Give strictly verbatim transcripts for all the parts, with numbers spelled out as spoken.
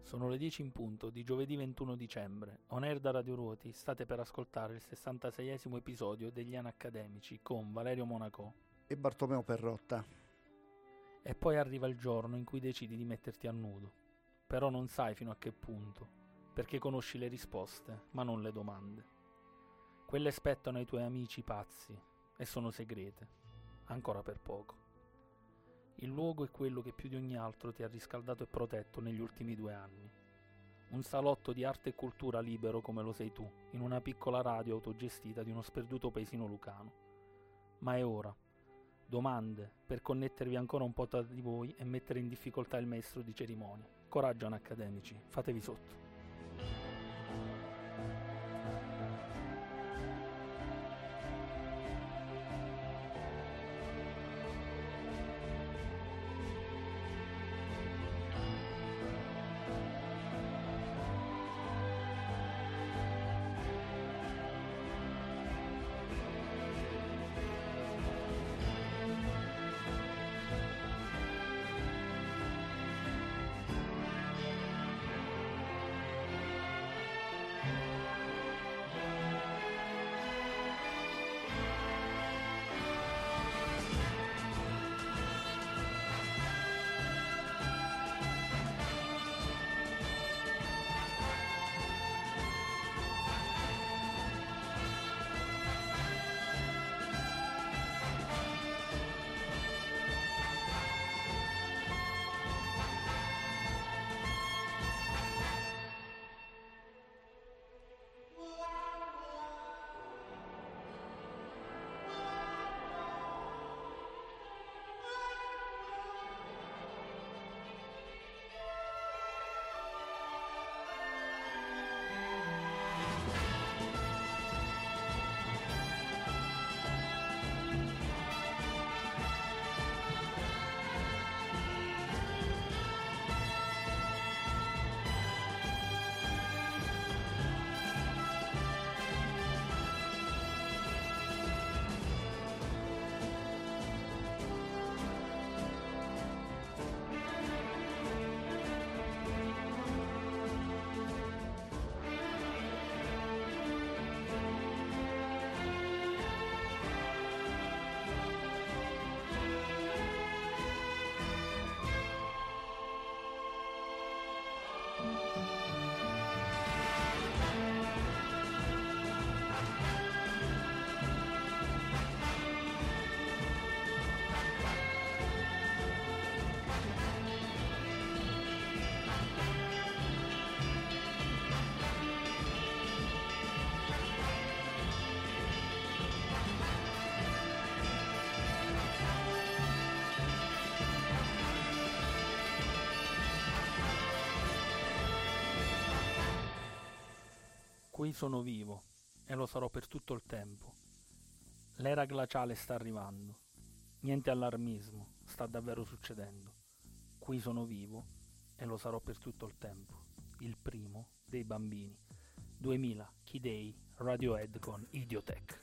Sono le dieci in punto di giovedì ventuno dicembre. On air da Radio Ruoti state per ascoltare il sessantaseiesimo episodio degli Anacademici con Valerio Monaco e Bartomeo Perrotta. E poi arriva il giorno in cui decidi di metterti a nudo. Però non sai fino a che punto, perché conosci le risposte, ma non le domande. Quelle spettano ai tuoi amici pazzi e sono segrete, ancora per poco. Il luogo è quello che più di ogni altro ti ha riscaldato e protetto negli ultimi due anni. Un salotto di arte e cultura libero come lo sei tu, in una piccola radio autogestita di uno sperduto paesino lucano. Ma è ora. Domande per connettervi ancora un po' tra di voi e mettere in difficoltà il maestro di cerimonia. Coraggio, Anacademici, fatevi sotto. Qui sono vivo e lo sarò per tutto il tempo. L'era glaciale sta arrivando. Niente allarmismo, sta davvero succedendo. Qui sono vivo e lo sarò per tutto il tempo. Il primo dei bambini. duemila, Key Day, Radiohead con Idiotech.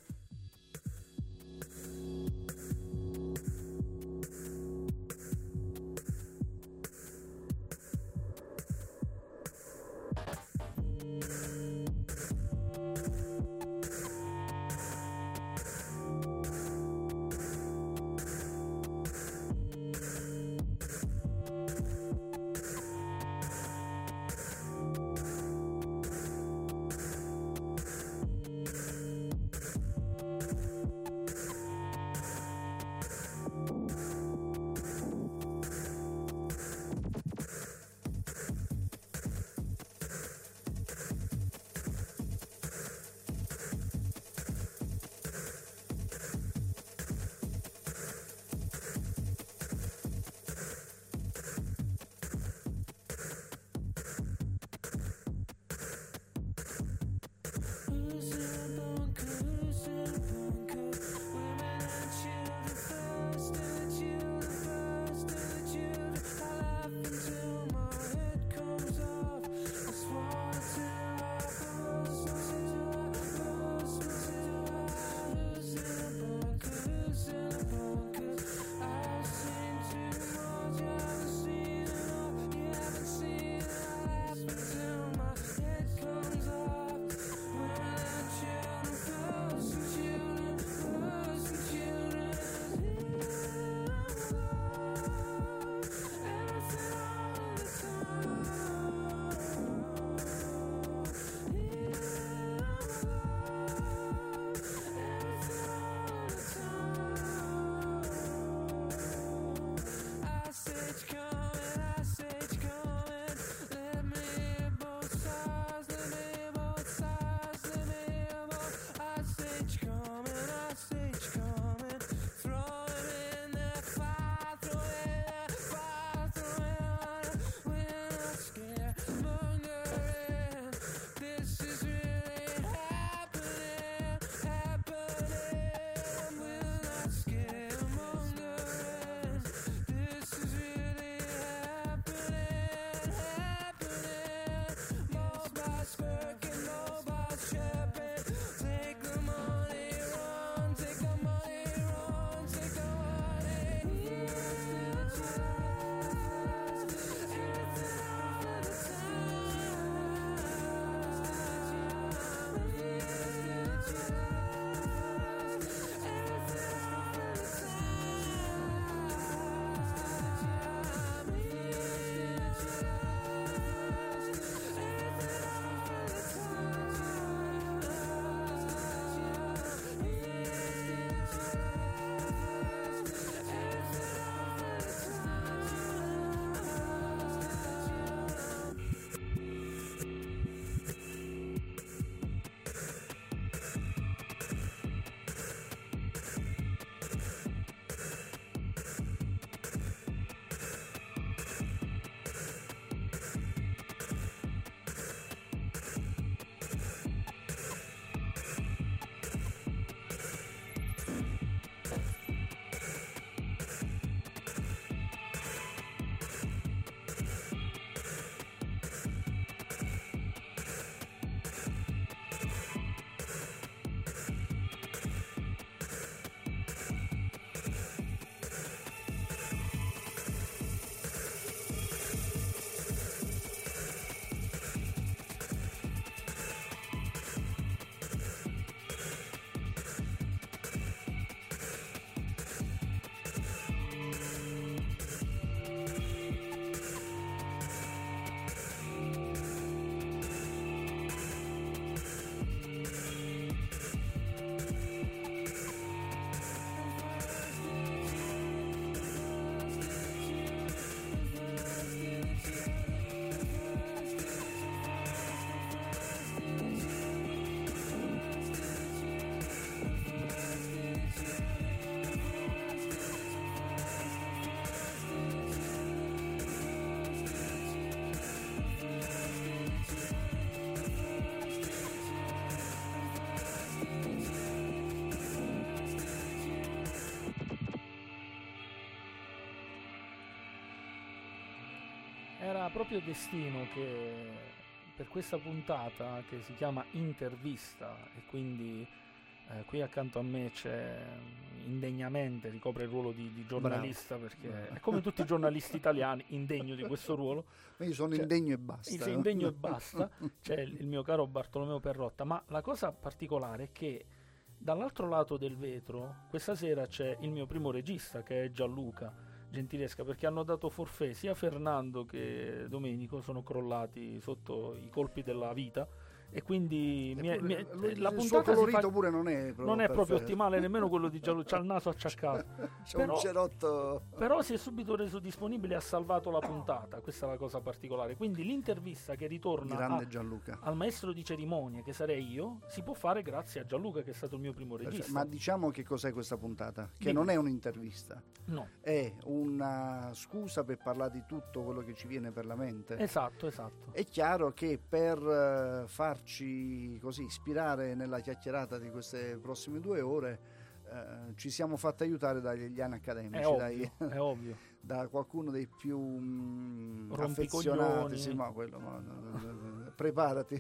era proprio destino che per questa puntata, che si chiama Intervista, e quindi eh, qui accanto a me c'è, indegnamente ricopre il ruolo di, di giornalista, Bravo. perché Bravo. è come tutti i giornalisti italiani, indegno di questo ruolo. Io sono cioè, indegno e basta. Sei indegno e basta, c'è il, il mio caro Bartolomeo Perrotta, ma la cosa particolare è che dall'altro lato del vetro questa sera c'è il mio primo regista, che è Gianluca Gentilesca, perché hanno dato forfait sia Fernando che Domenico, sono crollati sotto i colpi della vita, e quindi mi è, mi è, lui, la il puntata suo colorito fa, pure non è proprio, non è proprio perfetto. ottimale, nemmeno quello di Gianluca, c'ha il naso acciaccato. C'è però, un cerotto. Però si è subito reso disponibile e ha salvato la puntata, questa è la cosa particolare. Quindi l'intervista che ritorna Grande a, Gianluca. al maestro di cerimonie, che sarei io, si può fare grazie a Gianluca, che è stato il mio primo regista. Perfetto. Ma diciamo che cos'è questa puntata? Che Dimmi. non è un'intervista. No. È una scusa per parlare di tutto quello che ci viene per la mente. Esatto, esatto. È chiaro che per uh, farci così ispirare nella chiacchierata di queste prossime due ore uh, ci siamo fatti aiutare dagli anni accademici, è ovvio, dai, è ovvio. da qualcuno dei più um, affezionati. Sì, ma quello, ma, no, no, no, preparati.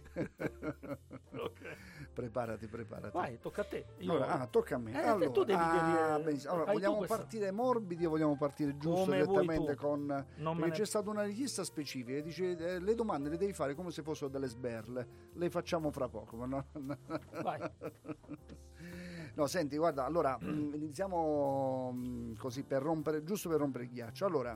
Okay. Preparati, preparati. Vai, tocca a te. Io... Allora, ah, tocca a me. Eh, allora, tu devi ah, dire... allora vogliamo questa... partire morbidi o vogliamo partire giusto come direttamente con... Non perché ne... c'è stata una richiesta specifica, dice eh, le domande le devi fare come se fossero delle sberle, le facciamo fra poco. Ma no... Vai. No, senti, guarda, allora mh, iniziamo mh, così per rompere, giusto per rompere il ghiaccio. Allora,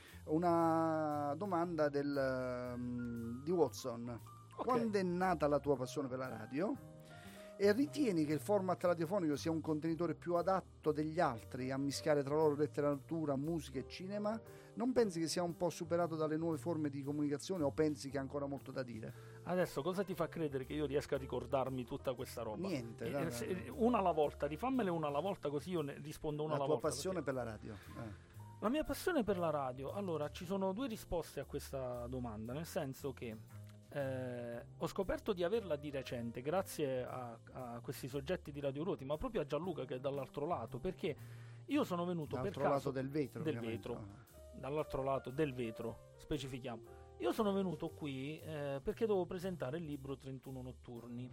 una domanda del, mh, di Watson. Okay. Quando è nata la tua passione per la radio? E ritieni che il format radiofonico sia un contenitore più adatto degli altri a mischiare tra loro letteratura, musica e cinema? Non pensi che sia un po' superato dalle nuove forme di comunicazione o pensi che ha ancora molto da dire? Adesso cosa ti fa credere che io riesca a ricordarmi tutta questa roba? Niente. Eh, dai, se, dai. Una alla volta, rifammele una alla volta, così io ne rispondo una la alla volta. La tua passione perché... per la radio? Eh. La mia passione per la radio? Allora, ci sono due risposte a questa domanda, nel senso che Eh, ho scoperto di averla di recente grazie a, a questi soggetti di Radio Ruoti, ma proprio a Gianluca che è dall'altro lato, perché io sono venuto dall'altro per caso lato del vetro, del vetro ah. dall'altro lato del vetro, specifichiamo. Io sono venuto qui eh, perché dovevo presentare il libro trentuno Notturni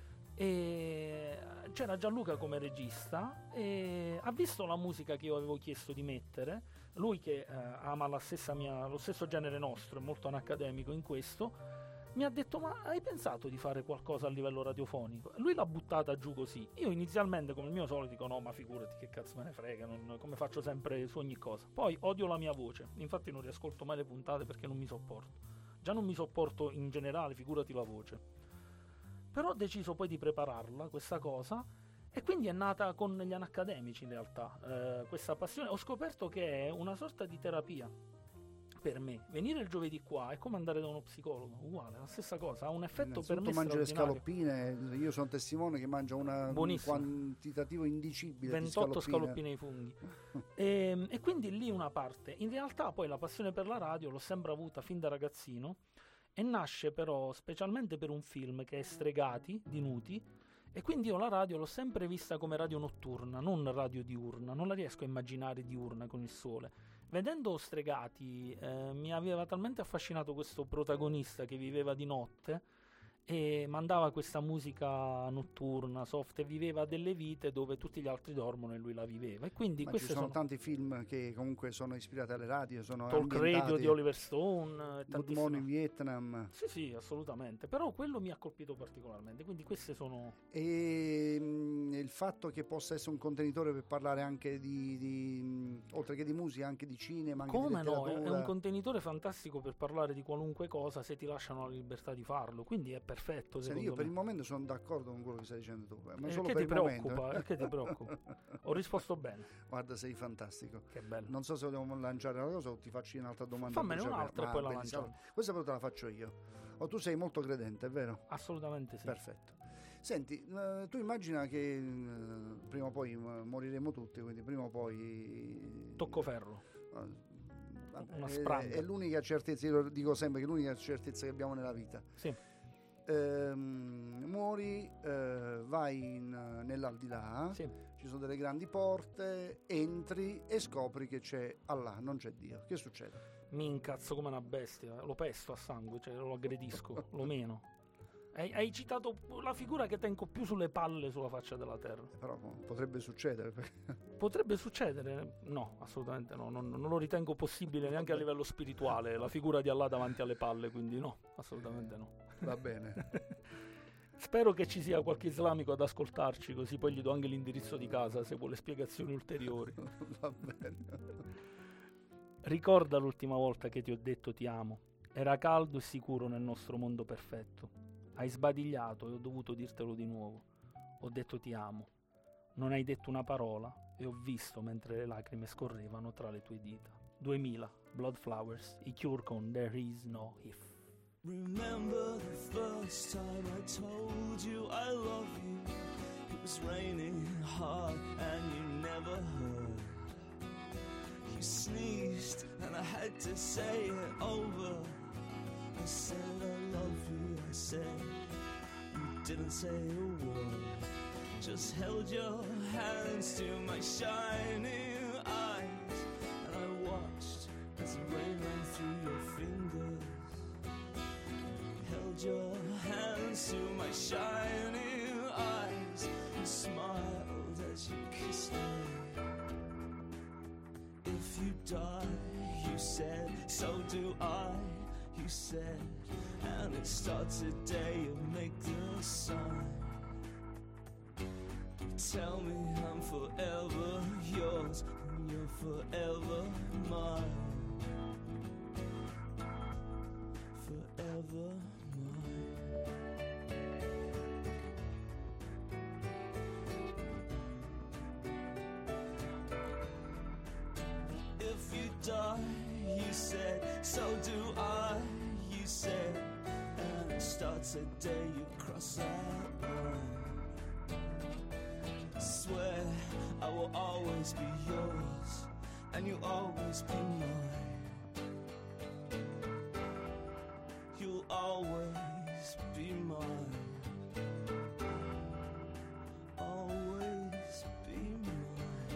e c'era Gianluca come regista e ha visto la musica che io avevo chiesto di mettere. Lui che eh, ama la stessa mia, lo stesso genere nostro, è molto anacademico in questo, mi ha detto: ma hai pensato di fare qualcosa a livello radiofonico? Lui l'ha buttata giù così. Io inizialmente, come il mio solito, dico no, ma figurati, che cazzo me ne frega, non, come faccio sempre su ogni cosa. Poi odio la mia voce, infatti non riascolto mai le puntate perché non mi sopporto. Già non mi sopporto in generale, figurati la voce. Però ho deciso poi di prepararla, questa cosa, e quindi è nata con gli anacademici in realtà, eh, questa passione. Ho scoperto che è una sorta di terapia. Per me venire il giovedì qua è come andare da uno psicologo, uguale, la stessa cosa, ha un effetto per me mangi le straordinario. scaloppine, io sono testimone che mangio una, un quantitativo indicibile ventotto di scaloppine, scaloppine ai funghi. e, e quindi lì una parte. In realtà poi la passione per la radio l'ho sempre avuta fin da ragazzino e nasce però specialmente per un film che è Stregati di Nuti, e quindi io la radio l'ho sempre vista come radio notturna, non radio diurna, non la riesco a immaginare diurna con il sole. Vedendo Stregati eh, mi aveva talmente affascinato questo protagonista che viveva di notte e mandava questa musica notturna, soft, e viveva delle vite dove tutti gli altri dormono e lui la viveva. E quindi ma queste ci sono, sono tanti film che comunque sono ispirati alle radio, sono Talk Radio di Oliver Stone, Good Morning Vietnam. Sì, sì, assolutamente. Però quello mi ha colpito particolarmente. Quindi queste sono. E mh, il fatto che possa essere un contenitore per parlare anche di, di mh, oltre che di musica, anche di cinema, anche come di no? letteratura. È un contenitore fantastico per parlare di qualunque cosa se ti lasciano la libertà di farlo. Quindi è perfetto. Sì, io me. per il momento sono d'accordo con quello che stai dicendo tu, ma eh, solo che per ti il preoccupa? momento. Che ti preoccupa? Ho risposto bene. Guarda, sei fantastico. Che bello. Non so se vogliamo lanciare una cosa o ti faccio un'altra domanda. Fammene un'altra e poi la lanciamo. Questa però te la faccio io. O tu sei molto credente, è vero? Assolutamente sì. Perfetto. Senti, uh, tu immagina che uh, prima o poi uh, moriremo tutti, quindi prima o poi... Tocco ferro. Uh, vabbè, una è, è l'unica certezza, io dico sempre che è l'unica certezza che abbiamo nella vita. Sì. Ehm, muori, eh, vai in, nell'aldilà, sì. Ci sono delle grandi porte, entri e scopri che c'è Allah, non c'è Dio. Che succede? mi incazzo come una bestia, lo pesto a sangue, cioè lo aggredisco, lo meno. Hai, hai citato la figura che tengo più sulle palle sulla faccia della terra. Però potrebbe succedere. Potrebbe succedere? No, assolutamente no. Non, non lo ritengo possibile neanche a livello spirituale. La figura di Allah davanti alle palle, quindi no, assolutamente no. Va bene. Spero che ci sia qualche islamico ad ascoltarci, così poi gli do anche l'indirizzo di casa se vuole spiegazioni ulteriori. Va bene. Ricorda l'ultima volta che ti ho detto ti amo. Era caldo e sicuro nel nostro mondo perfetto. Hai sbadigliato e ho dovuto dirtelo di nuovo. Ho detto ti amo. Non hai detto una parola e ho visto mentre le lacrime scorrevano tra le tue dita. duemila, Bloodflowers, i Cure con There Is No If. Remember the first time I told you I love you. It was raining hard and you never heard. You sneezed and I had to say it over. I said I love you, I said, you didn't say a word. Just held your hands to my shining eyes, and I watched as the rain ran through your fingers. Held your hands to my shining eyes, and smiled as you kissed me. If you die, you said, so do I. You said, and it starts a day you make the sun. You tell me I'm forever yours and you're forever mine. Forever mine. If you die, you said, so do I. You said, and it starts a day you cross that line. I swear I will always be yours, and you'll always be mine. You'll always be mine. Always be mine.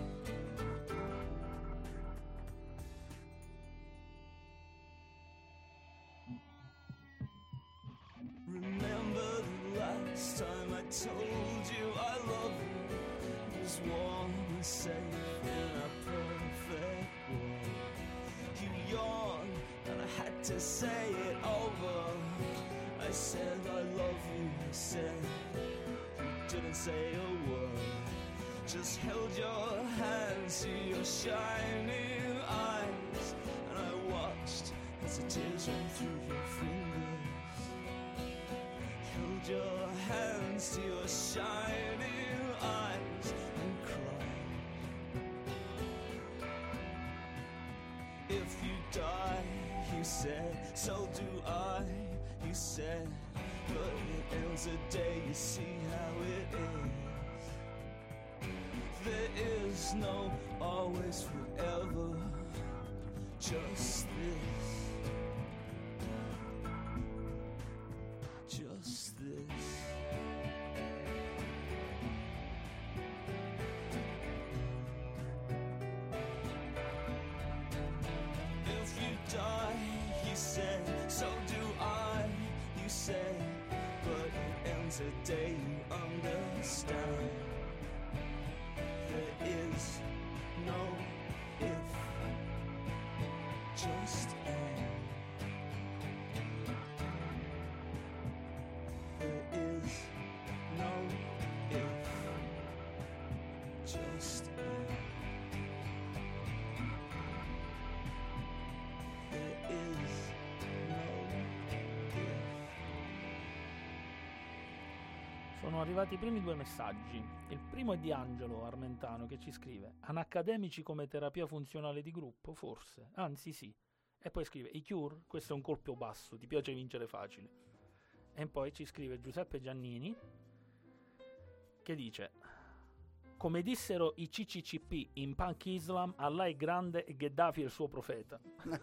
Remember the last time I told you I love you. It was warm and safe in a perfect world. You yawned and I had to say it over. I said I love you, I said, you didn't say a word. Just held your hands to your shining eyes, and I watched as the tears ran through your fingers. Held your hands to your shining eyes and cried. If you die, you said, so do I. You said, but it ends the day you see how it is. There is no always forever, just this. Just this. If you die, you said, so do I. You said, but it ends a day you understand. There is no if, just and. There is no if, just and. There is no if. Sono arrivati i primi due messaggi. Il primo è di Angelo Armentano che ci scrive: Anaccademici come terapia funzionale di gruppo? Forse, anzi sì. E poi scrive: i Cure, questo è un colpo basso, ti piace vincere facile. E poi ci scrive Giuseppe Giannini che dice: come dissero i C C C P in Punk Islam, Allah è grande e Gheddafi è il suo profeta.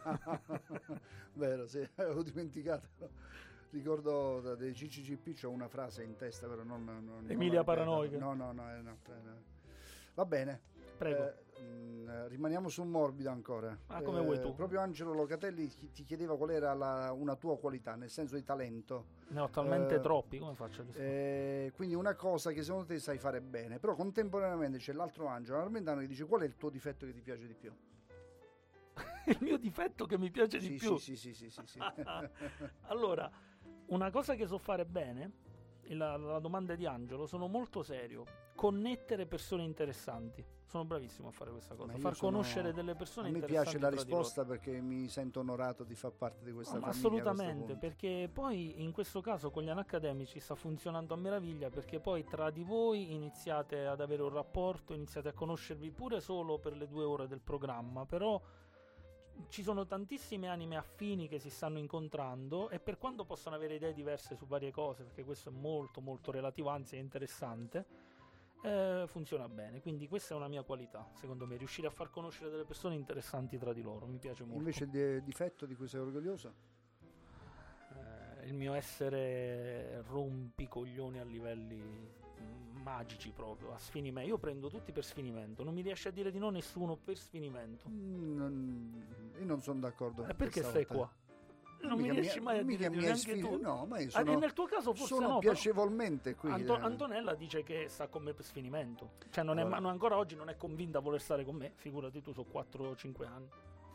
Vero, sì, avevo dimenticato. Ricordo da- dei C C C P, c'ho una frase in testa, però non... non non Emilia la ripeto. Paranoica. No, no, no, è un'altra, no. Va bene. Prego. Eh, mh, rimaniamo sul morbido ancora. Ah, come vuoi tu. Proprio Angelo Locatelli ti, ti chiedeva qual era la, una tua qualità, nel senso di talento. Ne ho talmente Eh, troppi, come faccio a rispondere? Eh, quindi una cosa che secondo te sai fare bene, però contemporaneamente c'è l'altro Angelo Armentano che dice qual è il tuo difetto che ti piace di più? Il mio difetto che mi piace di Sì, più. sì, sì, sì, sì, sì, sì. Allora, una cosa che so fare bene, la, la domanda di Angelo, sono molto serio. Connettere persone interessanti. Sono bravissimo a fare questa cosa. Ma io Far sono- conoscere delle persone A me interessanti. piace la tra di loro. risposta perché mi sento onorato di far parte di questa No, ma famiglia. a questo assolutamente, punto. perché poi in questo caso con gli Accademici sta funzionando a meraviglia, perché poi tra di voi iniziate ad avere un rapporto, iniziate a conoscervi pure solo per le due ore del programma, però ci sono tantissime anime affini che si stanno incontrando e per quanto possano avere idee diverse su varie cose, perché questo è molto molto relativo, anzi è interessante, eh, funziona bene. Quindi questa è una mia qualità, secondo me, riuscire a far conoscere delle persone interessanti tra di loro, mi piace molto. Invece il di- difetto di cui sei orgoglioso? Eh, il mio essere rompicoglioni a livelli mm, magici proprio, a sfinimento. Io prendo tutti per sfinimento, non mi riesce a dire di no nessuno per sfinimento. Mm, non- io non sono d'accordo. E con perché questa stai volta. qua? Non mi Mica riesci mai a mica dire di mi no, hai neanche sfin- tu. No, ma io Ah, sono, e nel tuo caso forse sono no, però piacevolmente qui. Anto- eh. Antonella dice che sta con me per sfinimento. Cioè non è, Allora. ma- ancora oggi non è convinta a voler stare con me. Figurati tu, sono quattro o cinque anni.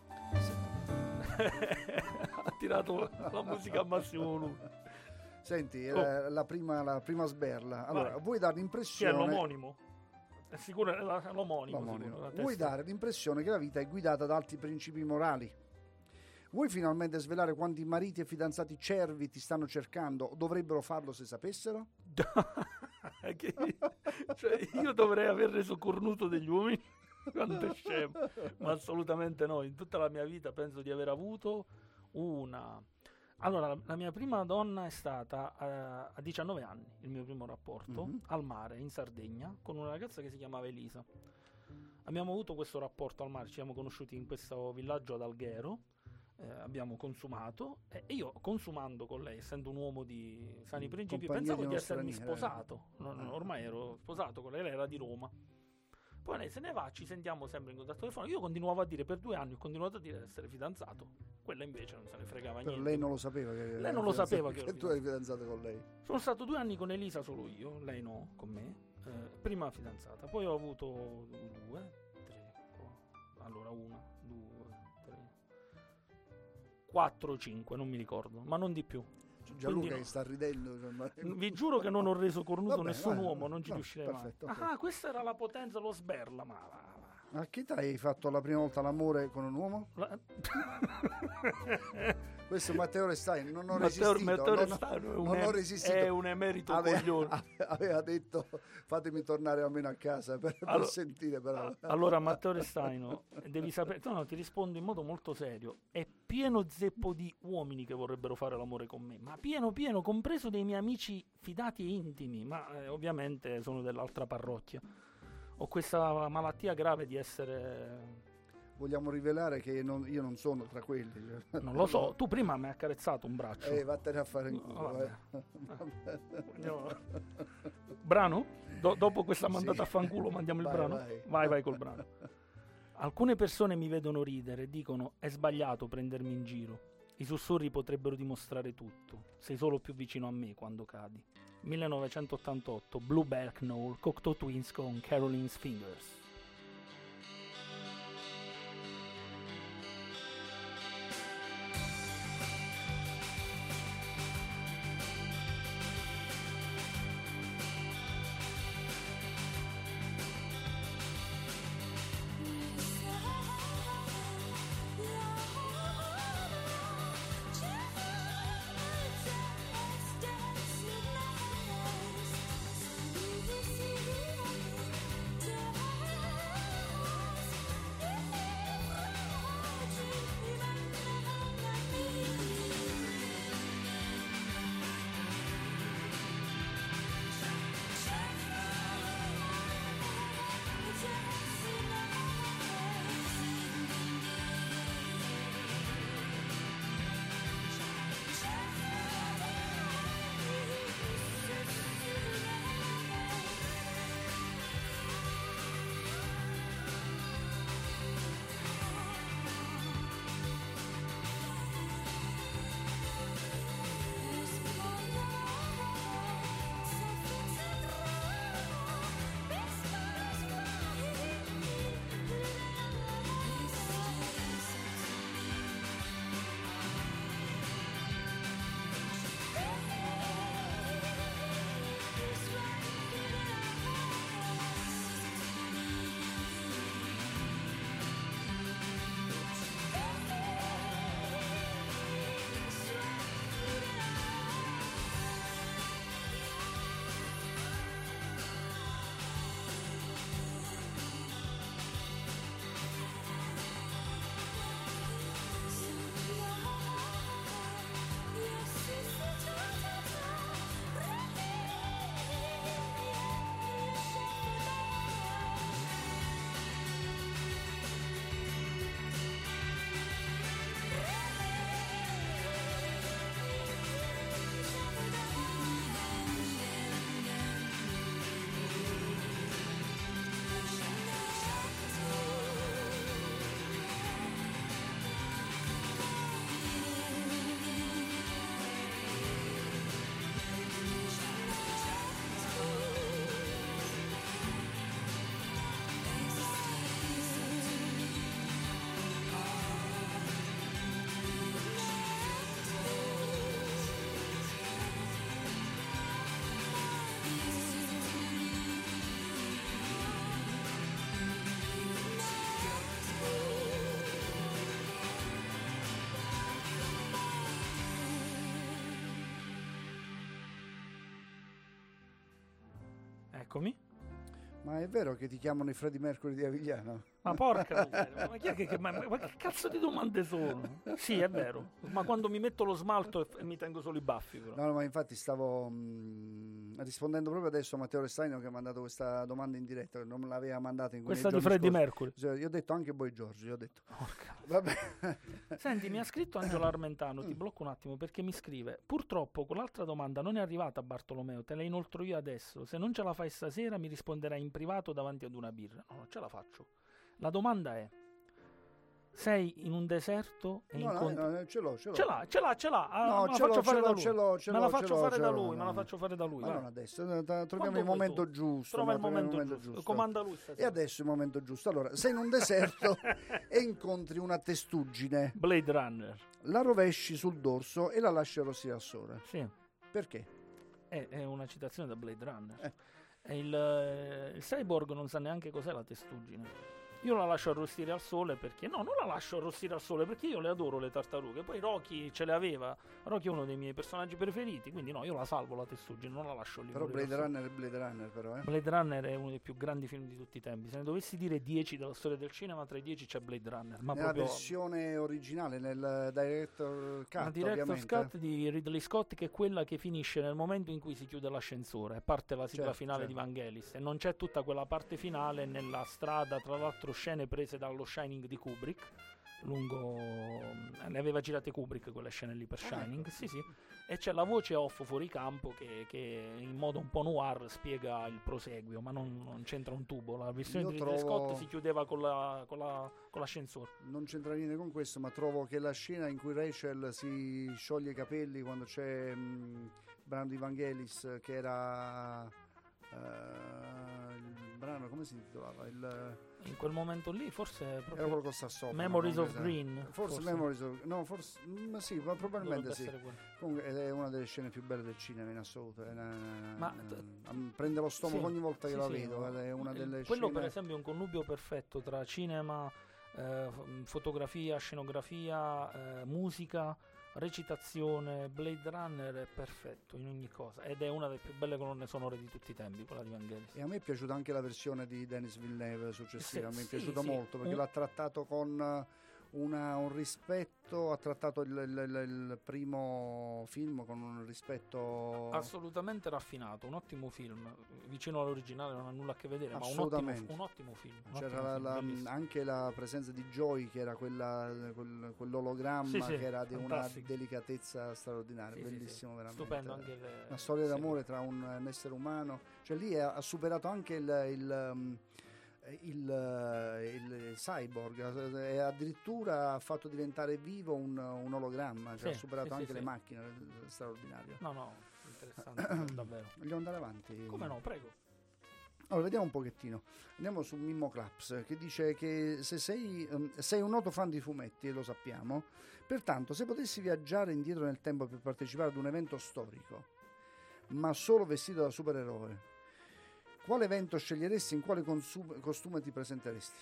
Ha tirato la musica a massimo volume. Senti, Oh. eh, la, prima, la prima sberla. Allora, Vai. vuoi dare Chi è l'impressione... l'omonimo? È sicuro è la- l'omonimo, l'omonimo. sicuro, la Vuoi testa. dare l'impressione che la vita è guidata da alti principi morali? Vuoi finalmente svelare quanti mariti e fidanzati cervi ti stanno cercando o dovrebbero farlo se sapessero? Che- cioè, io dovrei aver reso cornuto degli uomini. Quanto è scemo. Ma assolutamente no. In tutta la mia vita penso di aver avuto una. Allora, la, la mia prima donna è stata eh, a diciannove anni, il mio primo rapporto, Mhm. al mare in Sardegna, con una ragazza che si chiamava Elisa. Abbiamo avuto questo rapporto al mare, ci siamo conosciuti in questo villaggio ad Alghero. Eh, abbiamo consumato e io consumando con lei, essendo un uomo di sani Mm, principi, compagnia pensavo di di uno essermi straniero, eh. sposato. No, no, Ah. ormai ero sposato con lei, lei era di Roma. Poi lei se ne va, ci sentiamo sempre in contatto telefonico. Io continuavo a dire per due anni, ho continuato a dire di essere fidanzato. Quella invece non se ne fregava Però niente. lei non lo sapeva che, Lei non lo sapeva che ero tu eri fidanzato con lei. Sono stato due anni con Elisa solo io, lei no, con me. Eh, prima fidanzata, poi ho avuto due, tre, quattro, allora una, due, tre, quattro, cinque, non mi ricordo, ma non di più. Gianluca Quindi che sta ridendo. cioè, ma- Vi giuro che non ho reso cornuto Vabbè, nessun vai, uomo, non ci no, riuscirei perfetto, mai. ok. Ah, questa era la potenza, lo sberla, ma... ma- A che età hai fatto la prima volta l'amore con un uomo? ma- Questo è Matteo Restaino, non ho Matteo, resistito. Matteo non, Restano è un, non ho em- resistito. è un emerito Aveva, coglione. aveva detto fatemi tornare almeno a casa per, per Allora- sentire però. Allora, Matteo Restaino, devi sapere, no, no, ti rispondo in modo molto serio. È pieno zeppo di uomini che vorrebbero fare l'amore con me, ma pieno, pieno, compreso dei miei amici fidati e intimi, ma eh, ovviamente sono dell'altra parrocchia. Ho questa malattia grave di essere. Vogliamo rivelare che non- io non sono tra quelli. cioè. Non lo so, tu prima mi hai accarezzato un braccio. Eh, vattene a fare in No, culo. vabbè. eh. Andiamo avanti. Brano? Do- dopo questa mandata Sì. a fanculo mandiamo il Vai, brano? vai. vai, vai col brano. Alcune persone mi vedono ridere e dicono è sbagliato prendermi in giro. I sussurri potrebbero dimostrare tutto. Sei solo più vicino a me quando cadi. millenovecentottantotto, Blueback Knoll, Cocteau Twins con Caroline's Fingers. Thank you. Eccomi. Ma è vero che ti chiamano i Freddie Mercury di Avigliano? Ma porca miseria, ma, chi è che, che- ma, ma che cazzo di domande sono? Sì, è vero, ma quando mi metto lo smalto e, e mi tengo solo i baffi, però. No, no, ma infatti stavo mh, rispondendo proprio adesso a Matteo Restaino che mi ha mandato questa domanda in diretta, che non me l'aveva mandata in Questa di nei giorni Freddie scorsi. Mercury. Cioè, io ho detto anche Boy George, io ho detto. Porca. Vabbè. Senti, mi ha scritto Angelo Armentano, ti blocco un attimo perché mi scrive: purtroppo quell'altra domanda non è arrivata a Bartolomeo, te la inoltro io adesso. Se non ce la fai stasera mi risponderai in privato davanti ad una birra. No, non ce la faccio. La domanda è: sei in un deserto e No, no, incontri... no, ce l'ho, ce l'ho. Ce l'ha, ce l'ha, ce l'ha. Ah, No, me la ce faccio l'ho, fare ce da l'ho, lui. ce l'ho, ce Me la l'ho, faccio ce l'ho, fare ce da l'ho, lui, me la no. faccio fare da lui. Ma vai. non adesso, eh, troviamo Quando il vuoi momento tu. giusto. Trova ma il troviamo momento giusto. Comanda lui stasera. E adesso il momento giusto. Allora, sei in un deserto e incontri una testuggine, Blade Runner. la rovesci sul dorso e la lasci arrossire al sole. Sì, Perché? è, è una citazione da Blade Runner. Eh. E il, eh, il cyborg non sa neanche cos'è la testuggine. Io la lascio arrostire al sole perché... No, non la lascio arrostire al sole perché io le adoro le tartarughe. Poi Rocky ce le aveva. Rocky è uno dei miei personaggi preferiti. Quindi no, io la salvo la testuggine, non la lascio lì. Però morire Blade al sole. Runner è Blade Runner, però, eh. Blade Runner è uno dei più grandi film di tutti i tempi. Se ne dovessi dire dieci della storia del cinema, tra i dieci c'è Blade Runner. Ma Nella proprio... versione originale, nel director cut, La director's ovviamente. cut di Ridley Scott, che è quella che finisce nel momento in cui si chiude l'ascensore e parte la sigla Certo, finale certo. di Vangelis, e non c'è tutta quella parte finale nella strada, tra l'altro scene prese dallo Shining di Kubrick. Lungo ne aveva girate Kubrick quelle scene lì per Shining, sì sì, e c'è la voce off fuori campo che, che in modo un po' noir spiega il proseguio, ma non, non c'entra un tubo. La versione Io di Ridley trovo- Scott si chiudeva con, la, con, la, con l'ascensore. Non c'entra niente con questo, ma trovo che la scena in cui Rachel si scioglie i capelli quando c'è mh, il brano di Vangelis, che era eh, il brano, come si intitolava? Il, In quel momento lì forse era proprio quello con sta sopra. Memories no? of Green, Forse, forse. Memories of no, forse, ma sì, ma probabilmente dovrebbe sì. essere quello. Comunque è una delle scene più belle del cinema in assoluto. È una- Ma- una- prende lo stomaco Sì, ogni volta che sì, la sì, vedo. no. ed È una Eh, delle Quello scene. per esempio è un connubio perfetto tra cinema, eh, f- fotografia, scenografia, eh, musica, recitazione. Blade Runner è perfetto in ogni cosa ed è una delle più belle colonne sonore di tutti i tempi, quella di Vangelis. E a me è piaciuta anche la versione di Denis Villeneuve successiva, Sì, mi è sì, piaciuta sì. molto perché Un- l'ha trattato con eh, una- un rispetto, ha trattato il, il- il- il primo film con un rispetto Assolutamente raffinato, un ottimo film, vicino all'originale non ha nulla a che vedere, ma un ottimo, Assolutamente. un ottimo film. un c'era ottimo la- film, la- bellissimo. anche la presenza di Joy che era quella, quel- quell'ologramma Sì, sì, che era di una fantastico. delicatezza straordinaria, Sì, sì, sì. bellissimo veramente. Stupendo anche le- Una storia sì. d'amore tra un, un essere umano, cioè lì ha, ha superato anche il, il, um, il, eh, il cyborg e addirittura ha fatto diventare vivo un, un ologramma, cioè Sì, ha superato sì, anche sì, le sì. macchine, è straordinario. No, no, interessante, davvero. Vogliamo andare avanti? Come no, prego. Allora, vediamo un pochettino. Andiamo su Mimmo Claps che dice che se sei, ehm, sei un noto fan di fumetti, e lo sappiamo, pertanto se potessi viaggiare indietro nel tempo per partecipare ad un evento storico, ma solo vestito da supereroe, quale evento sceglieresti, in quale consum- costume ti presenteresti?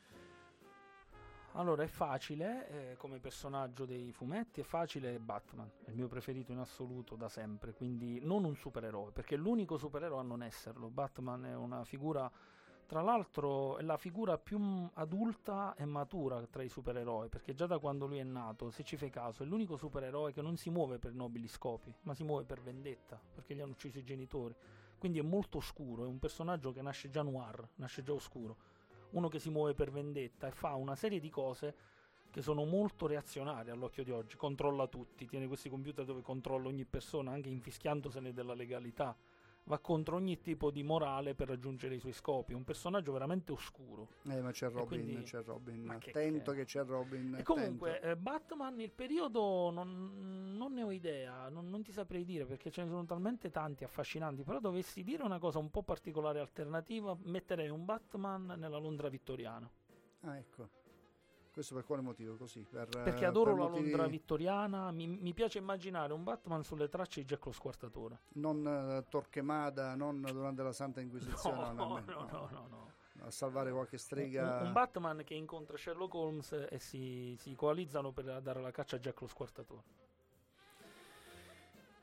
Allora è facile, eh, come personaggio dei fumetti è facile Batman, è il mio preferito in assoluto da sempre, quindi non un supereroe, perché è l'unico supereroe a non esserlo. Batman è una figura, tra l'altro è la figura più m- adulta e matura tra i supereroi, perché già da quando lui è nato, se ci fai caso, è l'unico supereroe che non si muove per nobili scopi, ma si muove per vendetta, perché gli hanno ucciso i genitori. Quindi è molto oscuro, è un personaggio che nasce già noir, nasce già oscuro. Uno che si muove per vendetta e fa una serie di cose che sono molto reazionarie all'occhio di oggi. Controlla tutti, tiene questi computer dove controlla ogni persona, anche infischiandosene della legalità. Va contro ogni tipo di morale per raggiungere i suoi scopi. È un personaggio veramente oscuro. Eh, ma c'è Robin, quindi- c'è Robin, ma che- attento che- che c'è Robin. E comunque, attento. eh, Batman, il periodo non, non ne ho idea, non, non ti saprei dire perché ce ne sono talmente tanti affascinanti. Però dovessi dire una cosa un po' particolare alternativa, metterei un Batman nella Londra vittoriana. Ah, ecco. Questo per quale motivo? Così, per, Perché eh, adoro per la motivi Londra vittoriana, mi, mi piace immaginare un Batman sulle tracce di Jack lo Squartatore. non eh, Torquemada, non durante la Santa Inquisizione, No, no, no, no, no, no. no, no. A salvare qualche Un, strega. un Batman che incontra Sherlock Holmes e si, si coalizzano per dare la caccia a Jack lo Squartatore.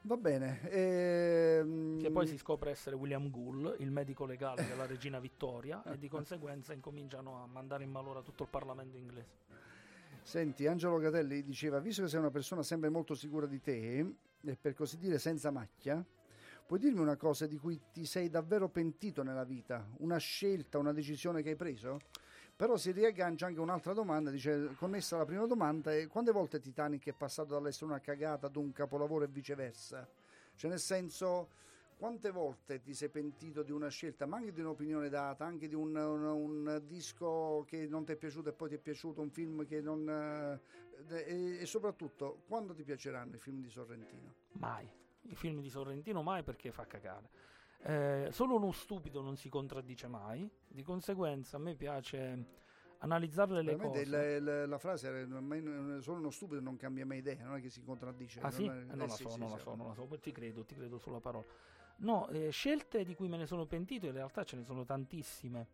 Va bene. Ehm... Che poi si scopre essere William Gould, il medico legale della regina Vittoria, e di conseguenza incominciano a mandare in malora tutto il Parlamento inglese. Senti, Angelo Gatelli diceva: visto che sei una persona sempre molto sicura di te e per così dire senza macchia, puoi dirmi una cosa di cui ti sei davvero pentito nella vita? Una scelta, una decisione che hai preso? Però si riaggancia anche un'altra domanda, dice, connessa alla prima domanda, è: quante volte Titanic è passato dall'essere una cagata ad un capolavoro e viceversa? Cioè, nel senso, quante volte ti sei pentito di una scelta, ma anche di un'opinione data, anche di un, un, un disco che non ti è piaciuto e poi ti è piaciuto, un film che non... Eh, e, e soprattutto, quando ti piaceranno i film di Sorrentino? Mai. I film di Sorrentino mai, perché fa cagare. Eh, solo uno stupido non si contraddice mai, di conseguenza a me piace analizzarle le Veramente cose. La, la, la frase era: mai, solo uno stupido non cambia mai idea, non è che si contraddice. Ah sì? Non, è, Eh, non eh, la sì, so, sì, non sì, la so, sì. non la so, ti credo, ti credo sulla parola. No, eh, scelte di cui me ne sono pentito in realtà ce ne sono tantissime.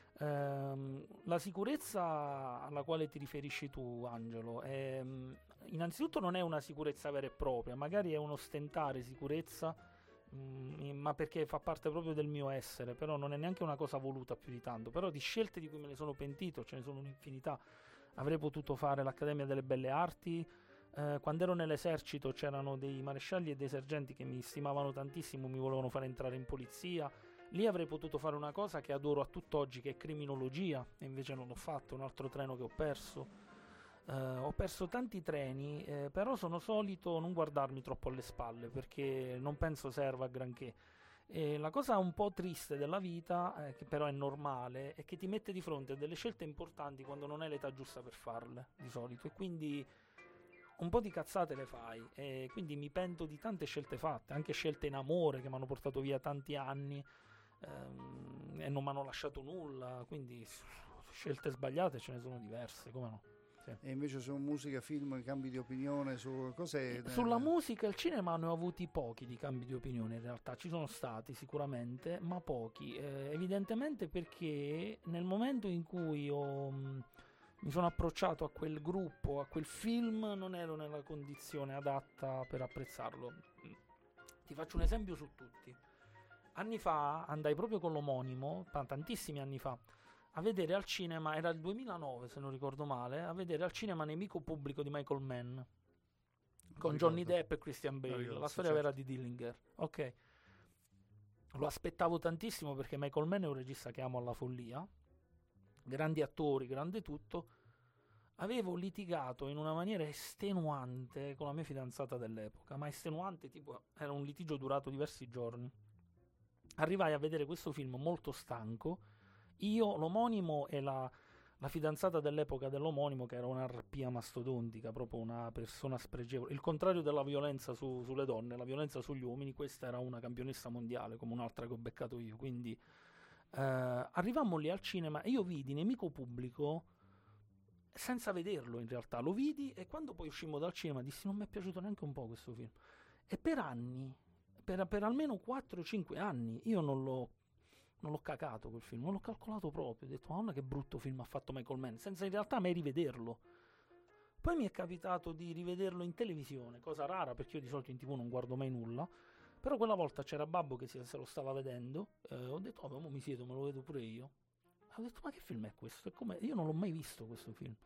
Ehm, la sicurezza alla quale ti riferisci tu, Angelo, è, innanzitutto non è una sicurezza vera e propria, magari è un ostentare sicurezza, mh, ma perché fa parte proprio del mio essere, però non è neanche una cosa voluta più di tanto. Però di scelte di cui me ne sono pentito ce ne sono un'infinità. Avrei potuto fare l'Accademia delle Belle Arti. Eh, quando ero nell'esercito c'erano dei marescialli e dei sergenti che mi stimavano tantissimo, mi volevano fare entrare in polizia. Lì avrei potuto fare una cosa che adoro a tutt'oggi, che è criminologia, e invece non l'ho fatto, un altro treno che ho perso. Eh, ho perso tanti treni, eh, però sono solito non guardarmi troppo alle spalle, perché non penso serva a granché. E la cosa un po' triste della vita, eh, che però è normale, è che ti mette di fronte a delle scelte importanti quando non hai l'età giusta per farle, di solito, e quindi un po' di cazzate le fai, e quindi mi pento di tante scelte fatte, anche scelte in amore che mi hanno portato via tanti anni, ehm, e non mi hanno lasciato nulla, quindi scelte sbagliate ce ne sono diverse, come no? Sì. E invece su musica, film, cambi di opinione, su cos'è? Sulla musica e il cinema ne ho avuti pochi di cambi di opinione, in realtà ci sono stati sicuramente, ma pochi, eh, evidentemente perché nel momento in cui ho, mh, mi sono approcciato a quel gruppo, a quel film, non ero nella condizione adatta per apprezzarlo. Ti faccio un esempio su tutti. Anni fa andai proprio con l'omonimo, tantissimi anni fa, a vedere al cinema, era il duemilanove se non ricordo male, a vedere al cinema Nemico Pubblico di Michael Mann, con Johnny Depp e Christian Bale, ricordo, la sì, storia certo. vera di Dillinger. Ok. Lo aspettavo tantissimo perché Michael Mann è un regista che amo alla follia, grandi attori, grande tutto. Avevo litigato in una maniera estenuante con la mia fidanzata dell'epoca, ma estenuante, tipo, era un litigio durato diversi giorni. Arrivai a vedere questo film molto stanco, io, l'omonimo e la, la fidanzata dell'epoca dell'omonimo, che era un'arpia mastodontica, proprio una persona spregevole, il contrario della violenza su, sulle donne, la violenza sugli uomini. Questa era una campionessa mondiale come un'altra che ho beccato io, quindi eh, arrivammo lì al cinema e io vidi Nemico Pubblico senza vederlo, in realtà lo vidi, e quando poi uscimmo dal cinema dissi: non mi è piaciuto neanche un po' questo film. E per anni, per, per almeno quattro o cinque anni io non l'ho non l'ho cacato quel film, non l'ho calcolato proprio, ho detto: madonna che brutto film ha fatto Michael Mann, senza in realtà mai rivederlo. Poi mi è capitato di rivederlo in televisione, cosa rara perché io di solito in tv non guardo mai nulla, però quella volta c'era Babbo che si, se lo stava vedendo, eh, ho detto: oh, ma mi siedo, me lo vedo pure io. Ho detto: ma che film è questo? È come... Io non l'ho mai visto questo film.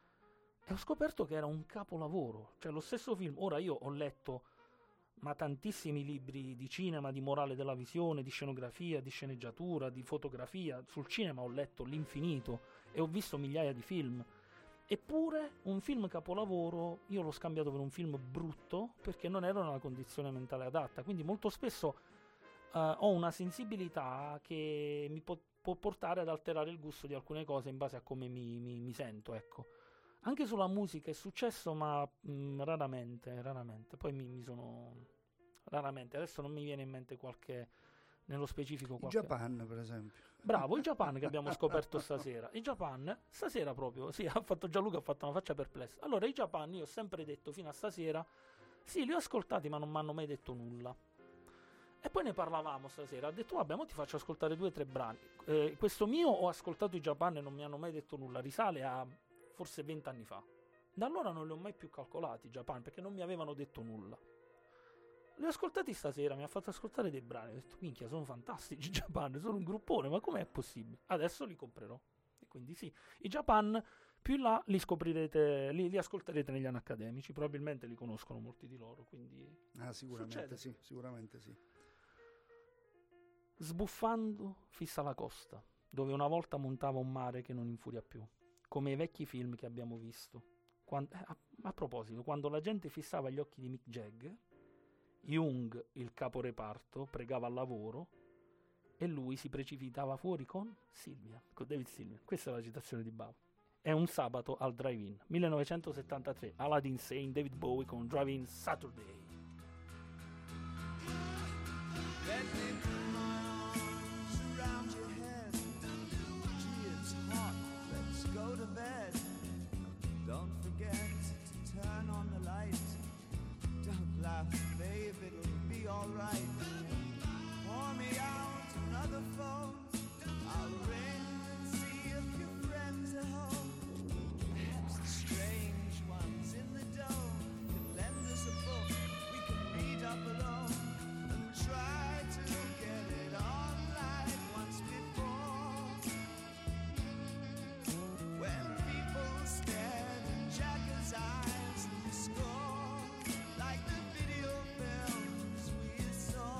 E ho scoperto che era un capolavoro, cioè lo stesso film. Ora io ho letto ma tantissimi libri di cinema, di morale della visione, di scenografia, di sceneggiatura, di fotografia. Sul cinema ho letto l'infinito e ho visto migliaia di film. Eppure un film capolavoro io l'ho scambiato per un film brutto perché non ero nella condizione mentale adatta. Quindi molto spesso uh, ho una sensibilità che mi può, può portare ad alterare il gusto di alcune cose in base a come mi, mi, mi sento, ecco. Anche sulla musica è successo, ma mh, raramente, raramente. Poi mi, mi sono... Raramente. Adesso non mi viene in mente qualche... Nello specifico qualche... Il Japan, per esempio. Bravo, il Japan che abbiamo scoperto stasera. Il Japan, stasera proprio, sì, ha fatto Gianluca, ha fatto una faccia perplessa. Allora, i Japan, io ho sempre detto fino a stasera, sì, li ho ascoltati, ma non mi hanno mai detto nulla. E poi ne parlavamo stasera, ha detto: vabbè, mo ti faccio ascoltare due o tre brani. Eh, questo mio ho ascoltato i Japan e non mi hanno mai detto nulla, risale a... forse vent'anni fa. Da allora non li ho mai più calcolati, Japan, perché non mi avevano detto nulla. li ho ascoltati stasera, mi ha fatto ascoltare dei brani, ho detto minchia, sono fantastici i Japan, sono un gruppone, ma com'è possibile? Adesso li comprerò. E quindi sì, i Japan più in là li scoprirete, li, li ascolterete negli anni accademici, probabilmente li conoscono molti di loro, quindi Ah, sicuramente succede. sì, sicuramente sì. Sbuffando fissa la costa, dove una volta montava un mare che non infuria più, come i vecchi film che abbiamo visto. Quan- eh, a, a proposito, quando la gente fissava gli occhi di Mick Jagger, Jung, il caporeparto, pregava al lavoro e lui si precipitava fuori con Silvia, con David Sylvian. Questa è la citazione di Bava. È un sabato al Drive-In, millenovecentosettantatré, Aladdin Sane, David Bowie con Drive-In Saturday. Let me put my arms around your head. Gee, it's hot, let's go to bed. Don't forget to turn on the light. Don't laugh, babe, it'll be alright. Pour me out another phone. I'll ring and see if your friends are home. Perhaps the strange ones in the dome can lend us a book we can read up alone. Try to get it on like once before. When people stared in Jagger's eyes and scored like the video films we saw.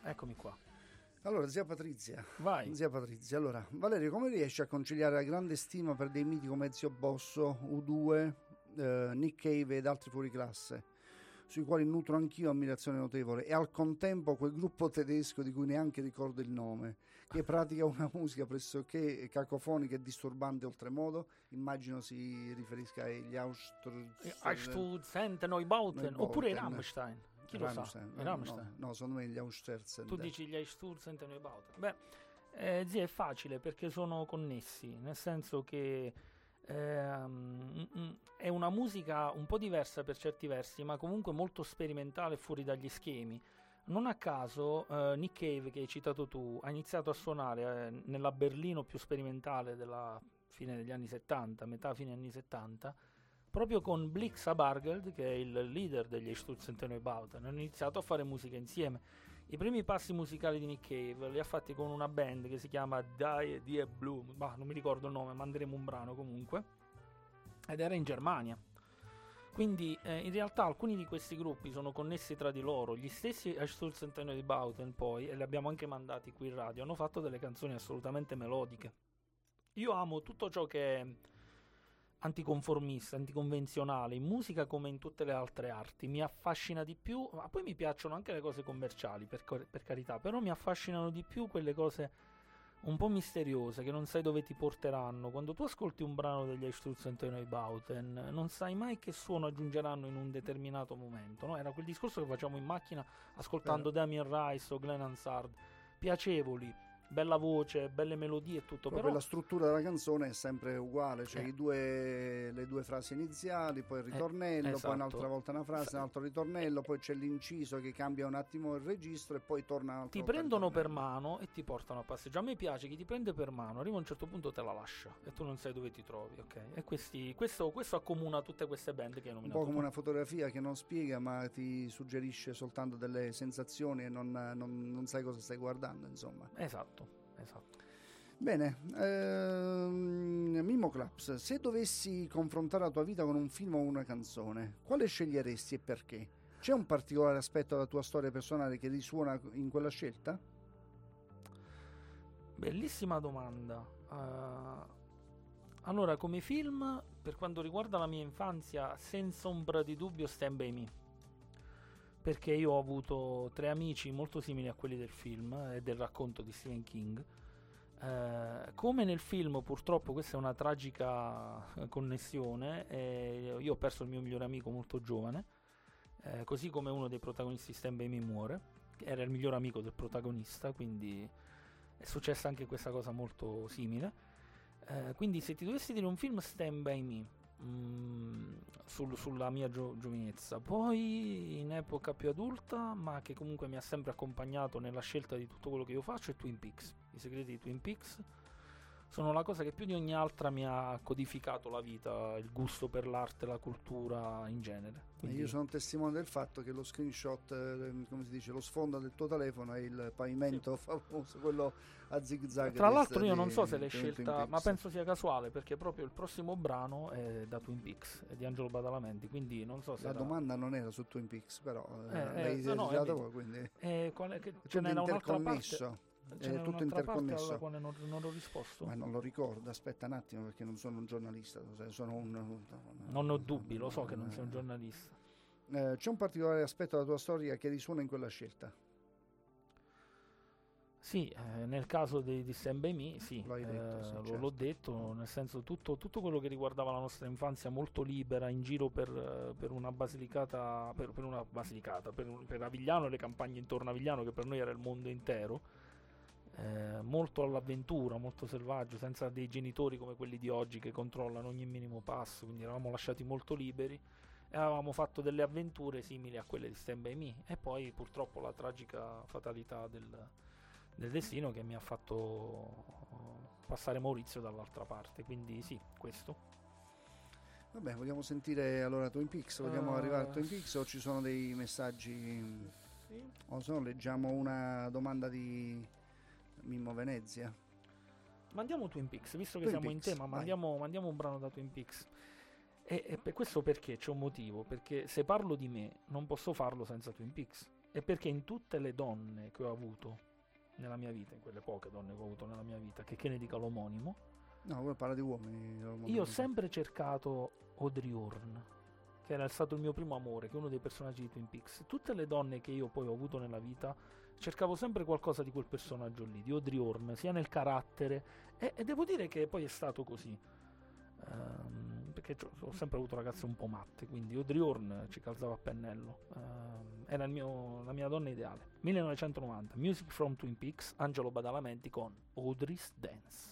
Eccomi qua. Allora, zia Patrizia, Vai. zia Patrizia, allora, Valerio, come riesci a conciliare la grande stima per dei miti come Zio Bosso, U due, eh, Nick Cave ed altri fuoriclasse, sui quali nutro anch'io ammirazione notevole, e al contempo quel gruppo tedesco di cui neanche ricordo il nome, che pratica una musica pressoché cacofonica e disturbante oltremodo? Immagino si riferisca agli Auschwitz, Neubauten, oppure i Rammstein. Chi lo sa? Rammstein, I no, Rammstein. no, no, secondo me gli Auschwitz. Tu dici gli Auschwitz e Neubauten. Beh, eh, zia, è facile perché sono connessi, nel senso che ehm, mm, è una musica un po' diversa per certi versi, ma comunque molto sperimentale, fuori dagli schemi. Non a caso eh, Nick Cave, che hai citato tu, ha iniziato a suonare eh, nella Berlino più sperimentale della fine degli anni settanta, metà fine anni settanta, proprio con Blixa Bargeld, che è il leader degli Auschwitz e Neubauten. Hanno iniziato a fare musica insieme. I primi passi musicali di Nick Cave li ha fatti con una band che si chiama Die Die Bloom, bah, non mi ricordo il nome, manderemo un brano comunque, ed era in Germania. Quindi eh, in realtà alcuni di questi gruppi sono connessi tra di loro. Gli stessi Auschwitz e Neubauten poi, e li abbiamo anche mandati qui in radio, hanno fatto delle canzoni assolutamente melodiche. Io amo tutto ciò che è anticonformista, anticonvenzionale, in musica come in tutte le altre arti. Mi affascina di più, ma poi mi piacciono anche le cose commerciali, per, per carità, però mi affascinano di più quelle cose un po' misteriose, che non sai dove ti porteranno. Quando tu ascolti un brano degli Auschwitz e Neubauten, non sai mai che suono aggiungeranno in un determinato momento, no? Era quel discorso che facciamo in macchina ascoltando Vero. Damien Rice o Glenn Hansard, piacevoli, bella voce, belle melodie e tutto, Proprio però la struttura della canzone è sempre uguale, cioè Eh. i due, le due frasi iniziali, poi il ritornello, esatto. poi un'altra volta una frase, Sa- un altro ritornello, poi c'è l'inciso che cambia un attimo il registro e poi torna un'altra ti volta il prendono per ritornello. mano e ti portano a passeggio. A me piace chi ti prende per mano, arriva a un certo punto te la lascia e tu non sai dove ti trovi, ok? E questi, questo, questo accomuna tutte queste band che hai Un nominato po' come tu. una fotografia che non spiega ma ti suggerisce soltanto delle sensazioni e non, non- non sai cosa stai guardando, insomma. Esatto, esatto. Bene, ehm, Mimmo Claps, se dovessi confrontare la tua vita con un film o una canzone, quale sceglieresti e perché? C'è un particolare aspetto della tua storia personale che risuona in quella scelta? Bellissima domanda. Uh, allora, come film, per quanto riguarda la mia infanzia, senza ombra di dubbio Stand By Me, perché io ho avuto tre amici molto simili a quelli del film e del racconto di Stephen King. Uh, come nel film, purtroppo questa è una tragica connessione, eh, io ho perso il mio migliore amico molto giovane, eh, così come uno dei protagonisti di Stand By Me muore, che era il miglior amico del protagonista, quindi è successa anche questa cosa molto simile. Eh, quindi se ti dovessi dire un film, Stand By Me, mm, sul- sulla mia gio- giovinezza, poi in epoca più adulta, ma che comunque mi ha sempre accompagnato nella scelta di tutto quello che io faccio, è Twin Peaks. I segreti di Twin Peaks sono la cosa che più di ogni altra mi ha codificato la vita, il gusto per l'arte e la cultura in genere. Quindi- Io sono testimone del fatto che lo screenshot, eh, come si dice, lo sfondo del tuo telefono è il pavimento famoso, quello a zig zag. Tra di- l'altro io di- non so se l'hai di Twin scelta, Peaks. ma penso sia casuale, perché proprio il prossimo brano è da Twin Peaks, è di Angelo Badalamenti, quindi non so se La era- domanda non era su Twin Peaks, però eh, Eh, eh, l'hai no, no, girato è voi, quindi Eh, qual è che- è ce tutto n'era un'altra parte, interconnesso. ce È n'era tutto un'altra parte alla interconnesso. quale non, non ho risposto. Ma non lo ricordo, aspetta un attimo perché non sono un giornalista, sono un... Non ne ho dubbi, lo so che non sei un giornalista. Eh, c'è un particolare aspetto della tua storia che risuona in quella scelta? Sì, eh, nel caso di, di Stand By Me, sì, L'hai detto, eh, sì, lo- certo. l'ho detto, nel senso tutto, tutto quello che riguardava la nostra infanzia molto libera, in giro per, eh, per una basilicata, per, per una basilicata, per, un- per Avigliano e le campagne intorno a Avigliano, che per noi era il mondo intero, eh, molto all'avventura, molto selvaggio, senza dei genitori come quelli di oggi che controllano ogni minimo passo, quindi eravamo lasciati molto liberi e avevamo fatto delle avventure simili a quelle di Stand By Me, e poi purtroppo la tragica fatalità del del destino che mi ha fatto passare Maurizio dall'altra parte, quindi sì, questo. Vabbè, vogliamo sentire allora Twin Peaks? Vogliamo Uh, arrivare a Twin Peaks o ci sono dei messaggi? Sì. O se no leggiamo una domanda di Mimmo Venezia. Mandiamo Twin Peaks, visto che Twin siamo Peaks, in tema, vai. mandiamo, mandiamo un brano da Twin Peaks. E, e per questo perché? C'è un motivo, perché se parlo di me non posso farlo senza Twin Peaks. è perché in tutte le donne che ho avuto nella mia vita, in quelle poche donne che ho avuto nella mia vita, che che ne dica l'omonimo, No, quello parla di uomini. io ho sempre cercato Audrey Horne, che era stato il mio primo amore, che è uno dei personaggi di Twin Peaks. Tutte le donne che io poi ho avuto nella vita, cercavo sempre qualcosa di quel personaggio lì, di Audrey Horne, sia nel carattere, e, e devo dire che poi è stato così. Ehm, perché ho sempre avuto ragazze un po' matte, quindi Audrey Horne ci calzava a pennello. Ehm, era il mio, la mia donna ideale. millenovecentonovanta, Music from Twin Peaks, Angelo Badalamenti con Audrey's Dance.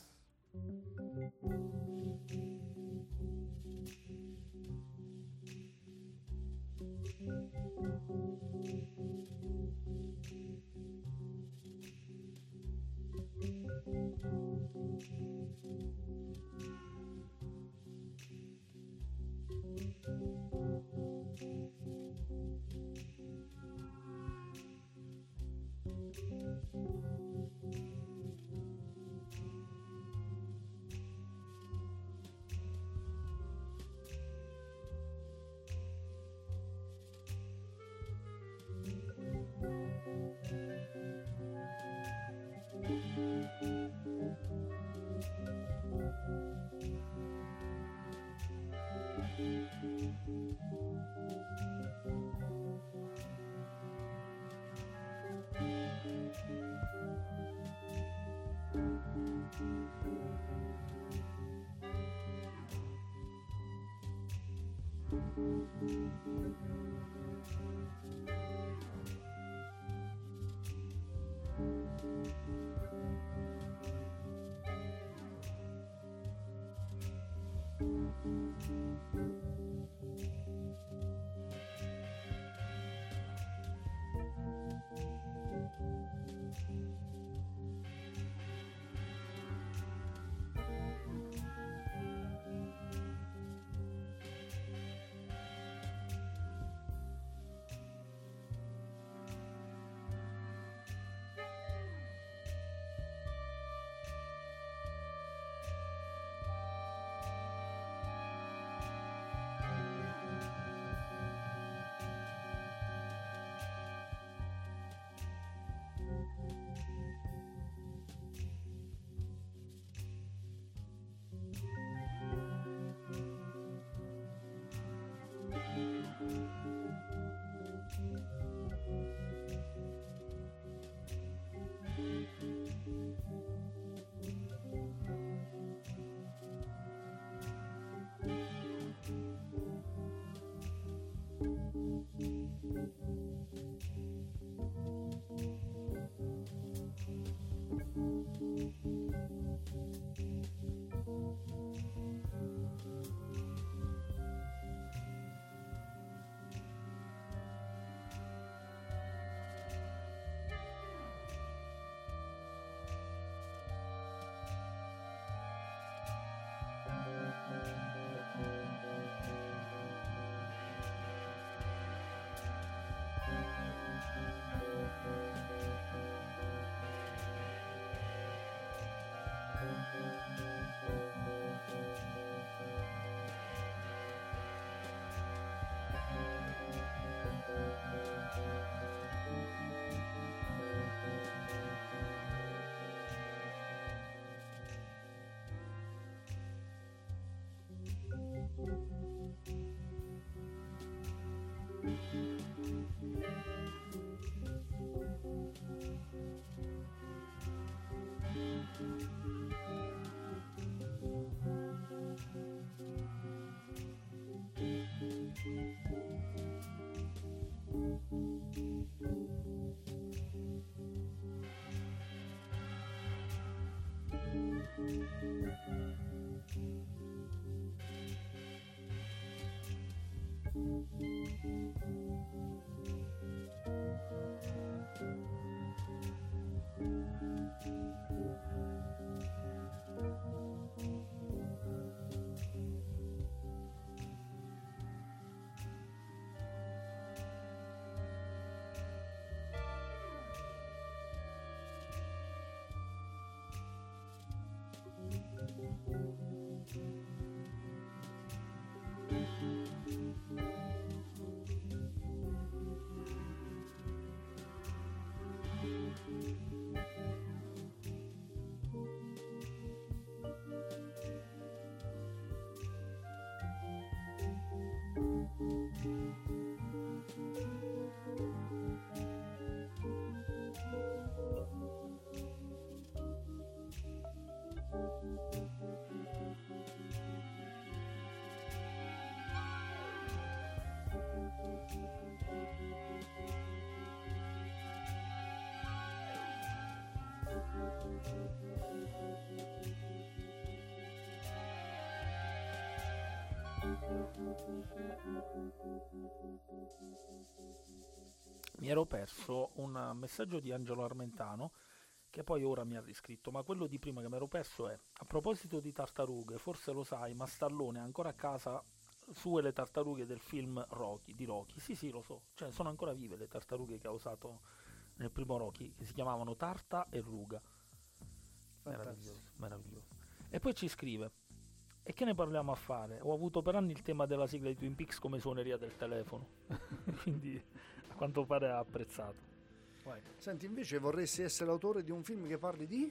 Mi ero perso un messaggio di Angelo Armentano che poi ora mi ha riscritto, ma quello di prima che mi ero perso è: a proposito di tartarughe, forse lo sai, ma Stallone ha ancora a casa sue le tartarughe del film Rocky, di Rocky. Sì, sì, lo so, cioè sono ancora vive le tartarughe che ha usato nel primo Rocky, che si chiamavano Tarta e Ruga. Meraviglioso, meraviglioso. E poi ci scrive: e che ne parliamo a fare? Ho avuto per anni il tema della sigla di Twin Peaks come suoneria del telefono. Quindi a quanto pare ha apprezzato. Vai. Senti, invece vorresti essere l'autore di un film che parli di?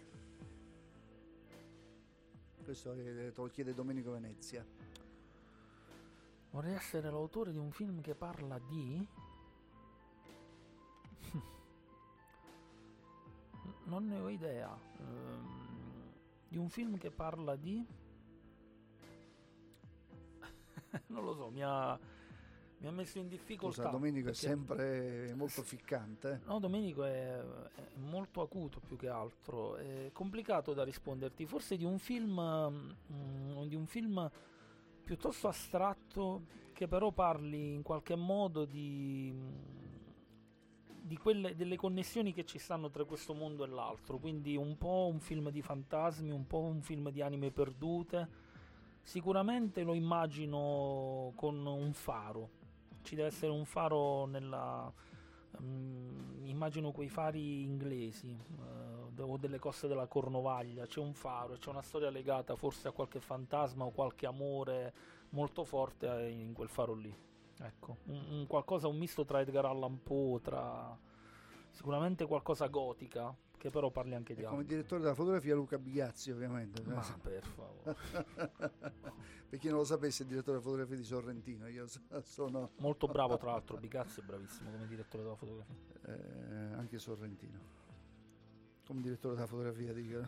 Questo te lo chiede Domenico Venezia. Vorrei essere l'autore di un film che parla di... non ne ho idea. Um, di un film che parla di... non lo so, mi ha, mi ha messo in difficoltà. Scusa, Domenico perché... è sempre molto ficcante. No, Domenico è, è molto acuto più che altro. È complicato da risponderti. Forse di un film, mm, di un film piuttosto astratto, che però parli in qualche modo di, di quelle, delle connessioni che ci stanno tra questo mondo e l'altro. Quindi un po' un film di fantasmi, un po' un film di anime perdute. Sicuramente lo immagino con un faro, ci deve essere un faro nella... Um, immagino quei fari inglesi uh, o delle coste della Cornovaglia, c'è un faro, c'è una storia legata forse a qualche fantasma o qualche amore molto forte in quel faro lì. Ecco, un, un qualcosa, un misto tra Edgar Allan Poe, tra sicuramente qualcosa gotica, che però parli anche di altro. Come direttore della fotografia Luca Bigazzi, ovviamente. Ma per favore. Per chi non lo sapesse, è il direttore della fotografia di Sorrentino. Io sono molto bravo, tra l'altro. Bigazzi è bravissimo come direttore della fotografia. Eh, anche Sorrentino come direttore della fotografia, dico.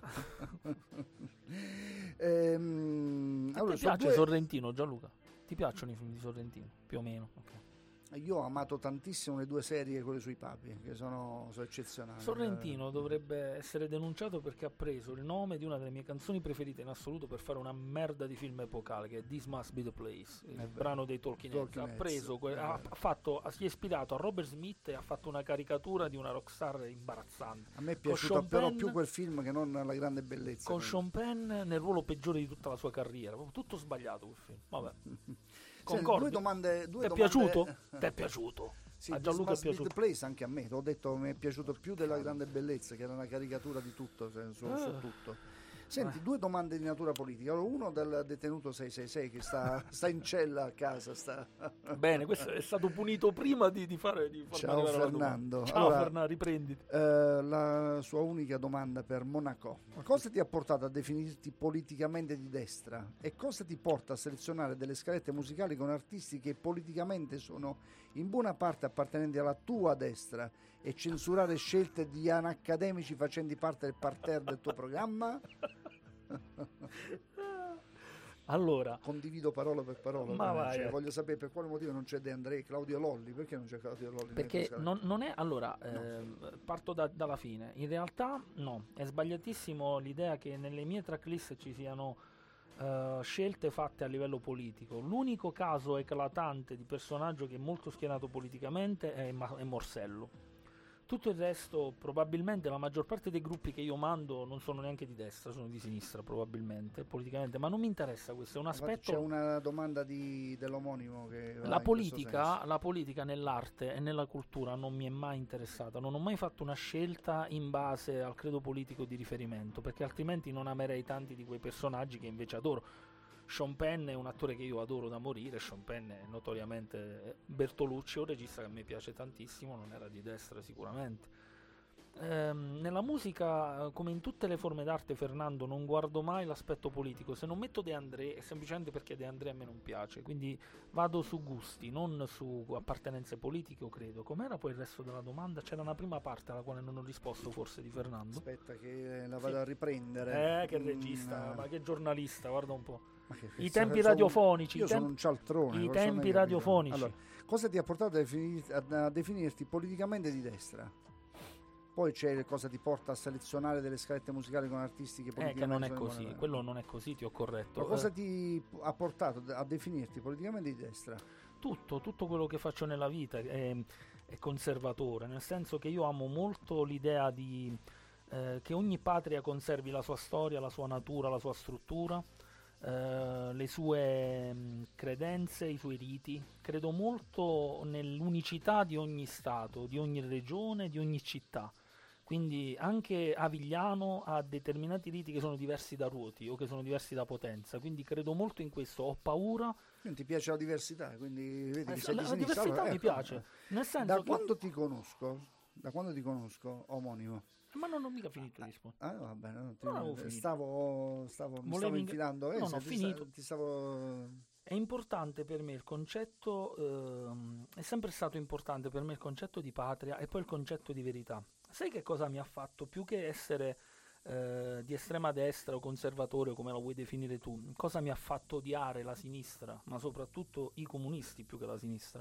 ehm, A allora, ti piace due... Sorrentino, Gianluca? Ti piacciono i film di Sorrentino? Più o meno? Okay. Io ho amato tantissimo le due serie, quelle sui papi, che sono, sono eccezionali. Sorrentino dovrebbe essere denunciato perché ha preso il nome di una delle mie canzoni preferite in assoluto per fare una merda di film epocale, che è This Must Be the Place, il eh brano dei Talking Heads. Talking Ha preso, que- eh ha, ha fatto, si è ispirato a Robert Smith e ha fatto una caricatura di una rockstar imbarazzante. A me è piaciuto però Penn, più quel film che non La grande bellezza. Con Sean Penn nel ruolo peggiore di tutta la sua carriera, tutto sbagliato quel film. Vabbè. Senti, due domande, due ti è domande... piaciuto? Ti è piaciuto? Sì, a Gianluca è piaciuto. The Place anche a me, l'ho detto, mi è piaciuto più della grande bellezza, che era una caricatura di tutto, cioè, su, uh. su tutto. Senti, due domande di natura politica. Allora, uno del detenuto sei sei sei che sta, sta in cella a casa. Sta... Bene, questo è stato punito prima di, di fare di Ciao Fernando. Ciao allora, Fernando, riprenditi. Eh, la sua unica domanda per Monaco. Cosa ti ha portato a definirti politicamente di destra? E cosa ti porta a selezionare delle scalette musicali con artisti che politicamente sono in buona parte appartenenti alla tua destra e censurare scelte di anaccademici facenti parte del parterre del tuo programma? Allora, condivido parola per parola, ma vai, cioè, eh. voglio sapere per quale motivo non c'è De André, Claudio Lolli. Perché non c'è Claudio Lolli? Perché non, non è allora no. eh, parto da, dalla fine. In realtà no, è sbagliatissimo l'idea che nelle mie tracklist ci siano uh, scelte fatte a livello politico. L'unico caso eclatante di personaggio che è molto schierato politicamente è, è Morsello. Tutto il resto, probabilmente la maggior parte dei gruppi che io mando non sono neanche di destra, sono di sinistra probabilmente, politicamente, ma non mi interessa questo, è un aspetto... C'è una domanda di, dell'omonimo che... La politica, la politica nell'arte e nella cultura non mi è mai interessata, non ho mai fatto una scelta in base al credo politico di riferimento, perché altrimenti non amerei tanti di quei personaggi che invece adoro. Sean Penn è un attore che io adoro da morire. Sean Penn è notoriamente Bertolucci, un regista che a me piace tantissimo, non era di destra sicuramente. Ehm, nella musica, come in tutte le forme d'arte, Fernando, non guardo mai l'aspetto politico. Se non metto De André è semplicemente perché De André a me non piace, quindi vado su gusti, non su appartenenze politiche o credo. Com'era poi il resto della domanda? C'era una prima parte alla quale non ho risposto forse di Fernando. Aspetta che la vado sì. a riprendere. Eh, che regista, mm. ma che giornalista, guarda un po'. Ma che- I che- tempi sono- radiofonici, io i sono tempi- un cialtrone, i non so tempi neanche radiofonici. capire. Allora, cosa ti ha portato a, definir- a- a definirti politicamente di destra? Poi c'è cosa ti porta a selezionare delle scalette musicali con artisti che Eh, politicamente che non è sono così, incontrati. quello non è così, ti ho corretto. Ma cosa Eh, ti ha portato a definirti politicamente di destra? tutto, tutto quello che faccio nella vita è, è conservatore, nel senso che io amo molto l'idea di eh, che ogni patria conservi la sua storia, la sua natura, la sua struttura, eh, le sue mh, credenze, i suoi riti. Credo molto nell'unicità di ogni stato, di ogni regione, di ogni città. Quindi anche Avigliano ha determinati riti che sono diversi da Ruoti o che sono diversi da Potenza, quindi credo molto in questo. Ho paura. Quindi ti piace la diversità, quindi vedi Eh, che sei la, di la sinistra. diversità allora, mi ecco. piace, nel senso Da che... quando ti conosco, da quando ti conosco, omonimo. Ma non ho mica finito di rispondere. Ah, va bene, no, ti- Non avevo finito. stavo, stavo, mi Volevi stavo ing- infilando. Eh, No, se no, ti, finito. sta- ti stavo. È importante per me il concetto, ehm, è sempre stato importante per me il concetto di patria e poi il concetto di verità. Sai che cosa mi ha fatto? Più che essere eh, di estrema destra o conservatore, o come la vuoi definire tu, cosa mi ha fatto odiare la sinistra, ma soprattutto i comunisti più che la sinistra?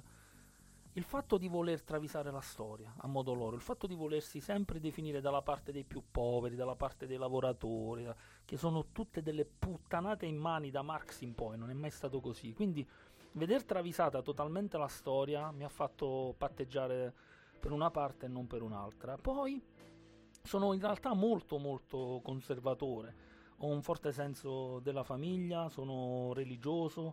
Il fatto di voler travisare la storia a modo loro, il fatto di volersi sempre definire dalla parte dei più poveri, dalla parte dei lavoratori, da- che sono tutte delle puttanate in mani da Marx in poi, non è mai stato così. Quindi veder travisata totalmente la storia mi ha fatto patteggiare per una parte e non per un'altra. Poi sono in realtà molto molto conservatore, ho un forte senso della famiglia, sono religioso,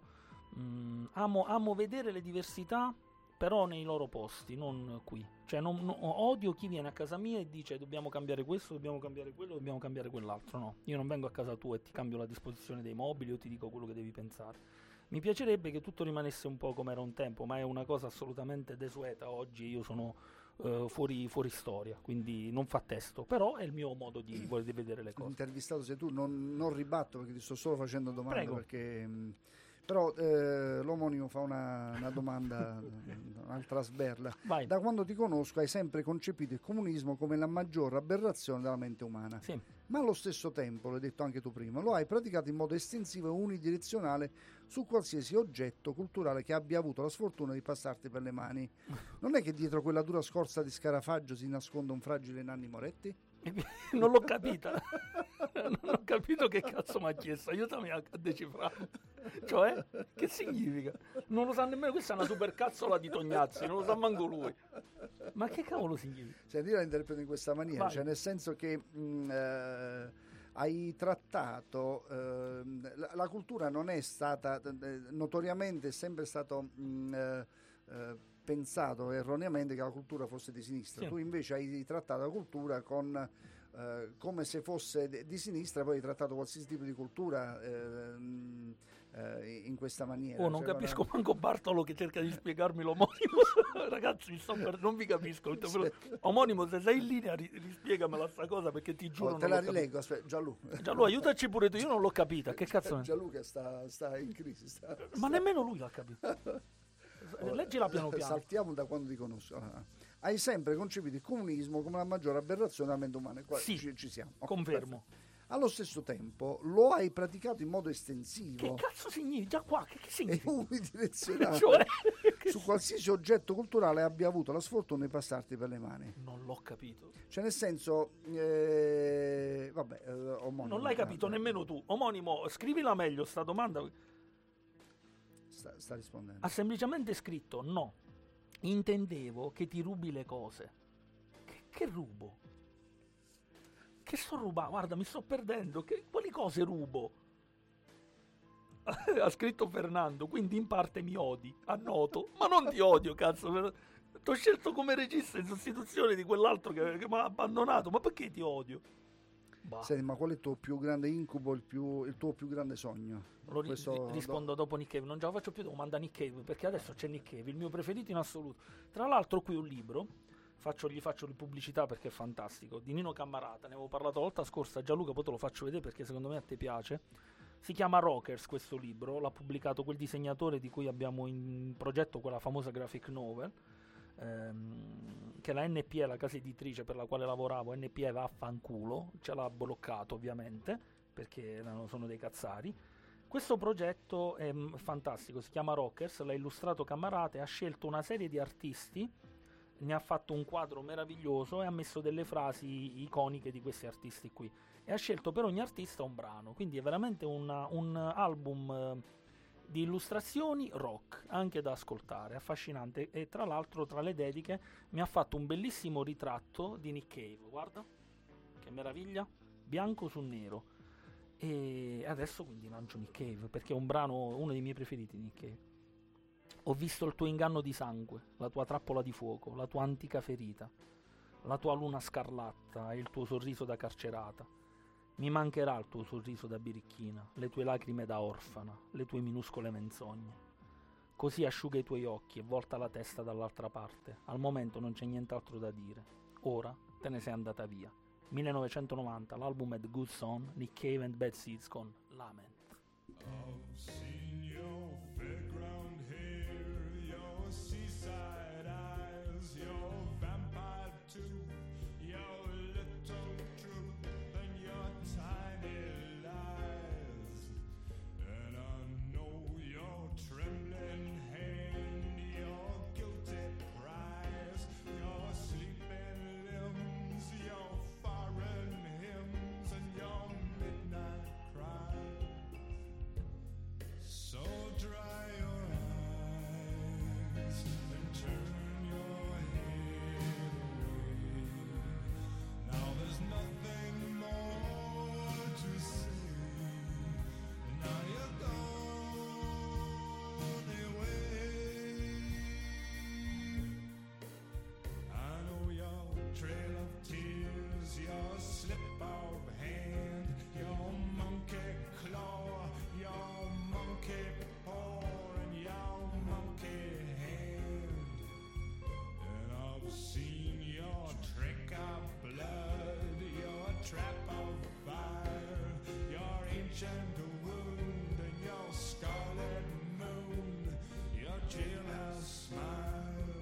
mm, amo, amo vedere le diversità però nei loro posti, non qui. Cioè non, no- odio chi viene a casa mia e dice dobbiamo cambiare questo, dobbiamo cambiare quello, dobbiamo cambiare quell'altro. No, io non vengo a casa tua e ti cambio la disposizione dei mobili o ti dico quello che devi pensare. Mi piacerebbe che tutto rimanesse un po' come era un tempo, ma è una cosa assolutamente desueta oggi. Io sono eh, fuori, fuori storia, quindi non fa testo, però è il mio modo di voler di vedere le cose. Intervistato sei tu, non, non ribatto perché ti sto solo facendo domande. Prego. Perché, mh, però eh, l'omonimo fa una, una domanda, un'altra sberla. Vai. Da quando ti conosco hai sempre concepito il comunismo come la maggior aberrazione della mente umana. Sì. Ma allo stesso tempo, l'hai detto anche tu prima, lo hai praticato in modo estensivo e unidirezionale su qualsiasi oggetto culturale che abbia avuto la sfortuna di passarti per le mani. Non è che dietro quella dura scorza di scarafaggio si nasconde un fragile Nanni Moretti? Non l'ho capita. Non ho capito che cazzo mi ha chiesto. Aiutami a, a decifrare. Cioè, che significa? Non lo sa nemmeno. Questa è una supercazzola di Tognazzi. Non lo sa manco lui. Ma che cavolo significa? Senti, io la interpreto in questa maniera, Vai. cioè nel senso che mh, eh, hai trattato ehm, la, la cultura non è stata eh, notoriamente è sempre stato mh, eh, eh, pensato erroneamente che la cultura fosse di sinistra. Sì. Tu invece hai trattato la cultura con eh, come se fosse de- di sinistra, poi hai trattato qualsiasi tipo di cultura ehm, eh, in questa maniera. Oh, non Cioè, capisco guarda- manco Bartolo che cerca di spiegarmi l'omonimo. Ragazzi, mi sto per- non vi capisco. Omonimo, se sei in linea, ri- rispiegamela sta cosa perché ti giuro Oh, non te la l'ho capita. rilego, aspetta, Gianlu. Gianlu, aiutaci pure tu, io non l'ho capita. Che cazzo è? Gianluca sta, sta in crisi. Sta, Ma nemmeno lui l'ha capito. Leggila piano piano. Saltiamo da quando ti conosco. Allora, hai sempre concepito il comunismo come la maggiore aberrazione della mente umana. Qua Sì, ci, ci siamo. Ok, confermo. perfetto. Allo stesso tempo lo hai praticato in modo estensivo Che cazzo significa? Già qua, che, che e significa? unidirezionale Cioè, che- su qualsiasi oggetto culturale abbia avuto la sfortuna di passarti per le mani. Non l'ho capito. Cioè nel senso, eh, vabbè, eh, omonimo, Non l'hai capito eh, nemmeno tu. Omonimo, scrivila meglio sta domanda. Sta, sta rispondendo. Ha semplicemente scritto no. Intendevo che ti rubi le cose. Che, che rubo? Che sto rubando? Guarda, mi sto perdendo. Che, quali cose rubo? Ha scritto Fernando, quindi in parte mi odi. Annoto. Ma non ti odio, cazzo. Ti ho scelto come regista in sostituzione di quell'altro che, che mi ha abbandonato. Ma perché ti odio? Bah. Senti, ma qual è il tuo più grande incubo, il, più, il tuo più grande sogno? Lo ri- Questo- ri- rispondo dopo Nick Cave. Non ce la faccio più, domanda Nick Cave, perché adesso c'è Nick Cave, il mio preferito in assoluto. Tra l'altro qui un libro, faccio, gli faccio di pubblicità perché è fantastico, di Nino Cammarata, ne avevo parlato la volta scorsa. Gianluca, poi te lo faccio vedere perché secondo me a te piace. Si chiama Rockers questo libro, l'ha pubblicato quel disegnatore di cui abbiamo in progetto quella famosa graphic novel, ehm, che la N P E, la casa editrice per la quale lavoravo, N P E va a fanculo, ce l'ha bloccato ovviamente, perché erano- sono dei cazzari. Questo progetto è mm, fantastico, si chiama Rockers, l'ha illustrato Cammarate, ha scelto una serie di artisti, ne ha fatto un quadro meraviglioso e ha messo delle frasi iconiche di questi artisti qui. E ha scelto per ogni artista un brano, quindi è veramente una, un album eh, di illustrazioni rock, anche da ascoltare, affascinante. E tra l'altro, tra le dediche, mi ha fatto un bellissimo ritratto di Nick Cave, guarda, che meraviglia, bianco su nero. E adesso quindi lancio Nick Cave, perché è un brano, uno dei miei preferiti di Nick Cave. Ho visto il tuo inganno di sangue, la tua trappola di fuoco, la tua antica ferita, la tua luna scarlatta e il tuo sorriso da carcerata. Mi mancherà il tuo sorriso da birichina, le tue lacrime da orfana, le tue minuscole menzogne. Così asciuga i tuoi occhi e volta la testa dall'altra parte. Al momento non c'è nient'altro da dire. Ora te ne sei andata via. millenovecentonovanta, l'album è The Good Son, Nick Cave and Bad Seeds con Lament. I've seen your fairground hair, your seaside eyes, your vampire tooth, your little truth, and your tiny lies. And I know your trembling hand, your guilty prize, your sleeping limbs, your foreign hymns, and your midnight cries. So dry your eyes and turn your head away. Now there's nothing more to say. Now you're gone away. I know your trail of tears, your slip of hand, your monkey claw, your monkey paw, and your monkey hand. And I've seen your trick of blood, your trap of fire, your ancient wound, and your scarlet moon, your jailhouse smile.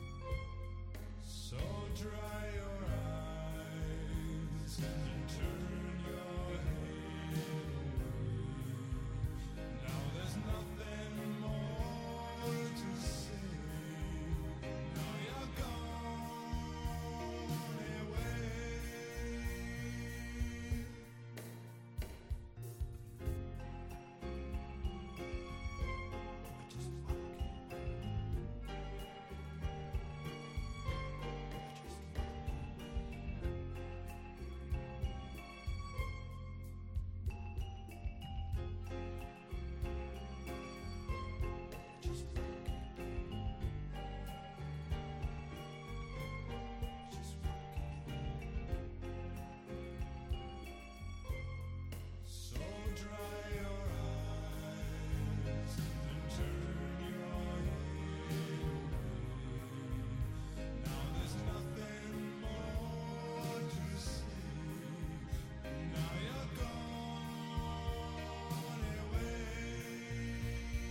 So dry your eyes and turn your head away. Now there's nothing more to say. Now you're gone away. Just So dry your eyes and turn your head away. Now there's nothing more to say. Now you're gone away.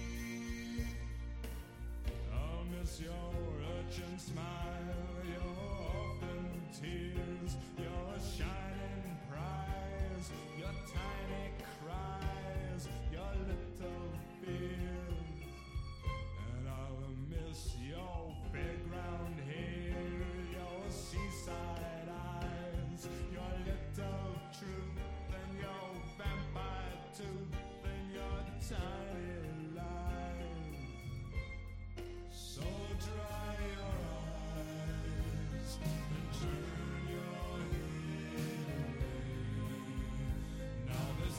I'll miss your urchin smile, your orphan tears, your shining prize, your tiny cries, your little fears. And I'll miss your fairground hair, your seaside eyes, your little truth, and your vampire tooth, and your tiny lies. So dry your eyes and turn your head away. Now there's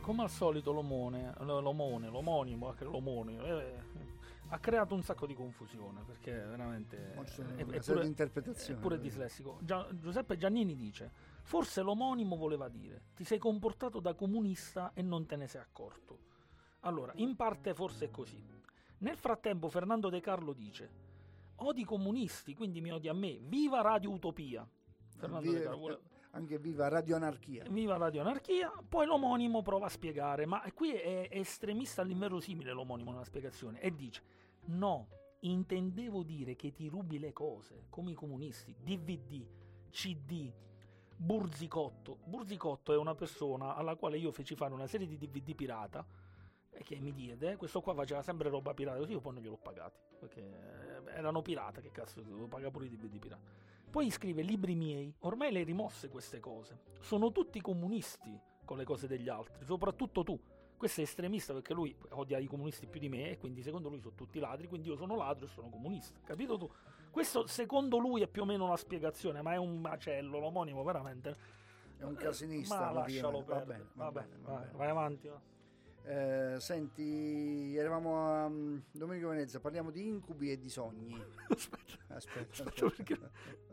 come al solito l'omone, l'omone, l'omonimo, anche l'omonimo, eh, ha creato un sacco di confusione, perché veramente Ma ci sono è, una è serie pure, di interpretazioni. è pure dislessico. Gia- Giuseppe Giannini dice: forse l'omonimo voleva dire ti sei comportato da comunista e non te ne sei accorto. Allora, in parte forse è così. Nel frattempo Fernando De Carlo dice: odi i comunisti, quindi mi odi a me, viva Radio Utopia. Fernando Vi- De Carlo vuole- Anche viva Radio Anarchia. Viva Radio Anarchia. Poi l'omonimo prova a spiegare, ma qui è, è estremista all'inverosimile l'omonimo nella spiegazione, e dice: no, intendevo dire che ti rubi le cose, come i comunisti, D V D, C D, Burzicotto. Burzicotto è una persona alla quale io feci fare una serie di D V D pirata, e che mi diede, questo qua faceva sempre roba pirata, così io poi non gliel'ho pagati, perché eh, erano pirata, che cazzo, dovevo pagare pure i D V D pirata. Poi scrive libri miei, ormai le hai rimosse queste cose, sono tutti comunisti con le cose degli altri, soprattutto tu. Questo è estremista perché lui odia i comunisti più di me, e quindi secondo lui sono tutti ladri, quindi io sono ladro e sono comunista, capito tu? Questo secondo lui è più o meno la spiegazione, ma è un macello, l'omonimo veramente. È un casinista. Ma lascialo praticamente. Va perdere, bene, va vabbè, bene, va vai, bene. vai avanti. Va. Eh, senti, eravamo a um, Domenico Venezia, parliamo di incubi e di sogni. Aspetta, Aspetta, aspetta, aspetta. perché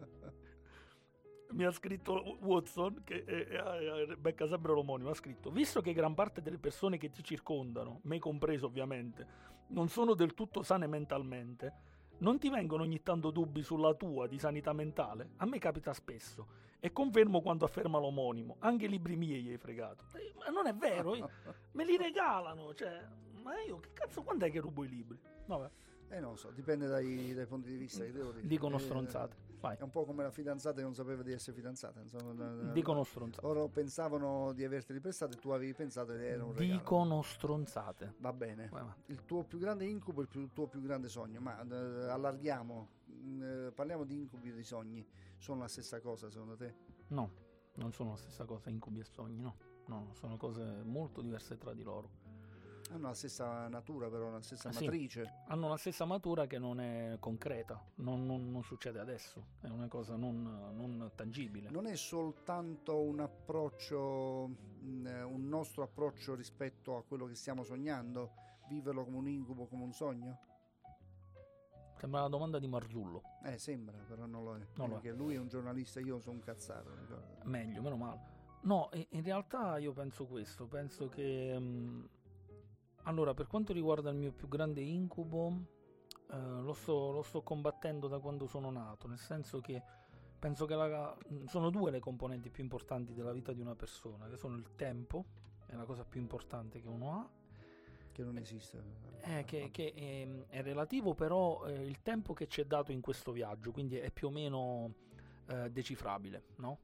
mi ha scritto Watson, che è, è, è, becca sempre l'omonimo, ha scritto: visto che gran parte delle persone che ti circondano, me compreso ovviamente, non sono del tutto sane mentalmente, non ti vengono ogni tanto dubbi sulla tua di sanità mentale? A me capita spesso, e confermo quando afferma l'omonimo, anche i libri miei hai fregato. Eh, ma non è vero, io- me li regalano, cioè, ma io che cazzo, quando è che rubo i libri? Vabbè, Eh non lo so, dipende dai, dai punti di vista che devo dire. dicono Eh, stronzate, vai, È un po' come la fidanzata che non sapeva di essere fidanzata. Insomma, la- la- dicono stronzate. loro pensavano di averteli prestate, tu avevi pensato ed era un regalo. Dicono stronzate. Va bene. Vai avanti. Il tuo più grande incubo e il, più- il tuo più grande sogno, ma eh, allarghiamo, mm, eh, parliamo di incubi e di sogni. Sono la stessa cosa secondo te? No, non sono la stessa cosa, incubi e sogni, no. No, sono cose molto diverse tra di loro. Hanno la stessa natura, però la stessa Ah, sì. matrice. Hanno la stessa matura che non è concreta, non, non- non succede adesso, è una cosa non, non tangibile. Non è soltanto un approccio, mh, eh, un nostro approccio rispetto a quello che stiamo sognando, viverlo come un incubo, come un sogno? Sembra una domanda di Marzullo. Eh, sembra, però non lo è. Non lo è. Perché lui è un giornalista, io sono un cazzaro. ricorda. Meglio, meno male. No, e- in realtà io penso questo, penso che... mh, allora, per quanto riguarda il mio più grande incubo, eh, lo, sto, lo sto combattendo da quando sono nato, nel senso che penso che la- mh, sono due le componenti più importanti della vita di una persona, che sono il tempo, è la cosa più importante che uno ha, Che non esiste. eh, che, che è, è relativo, però eh, il tempo che ci è dato in questo viaggio, quindi è più o meno eh, decifrabile, no?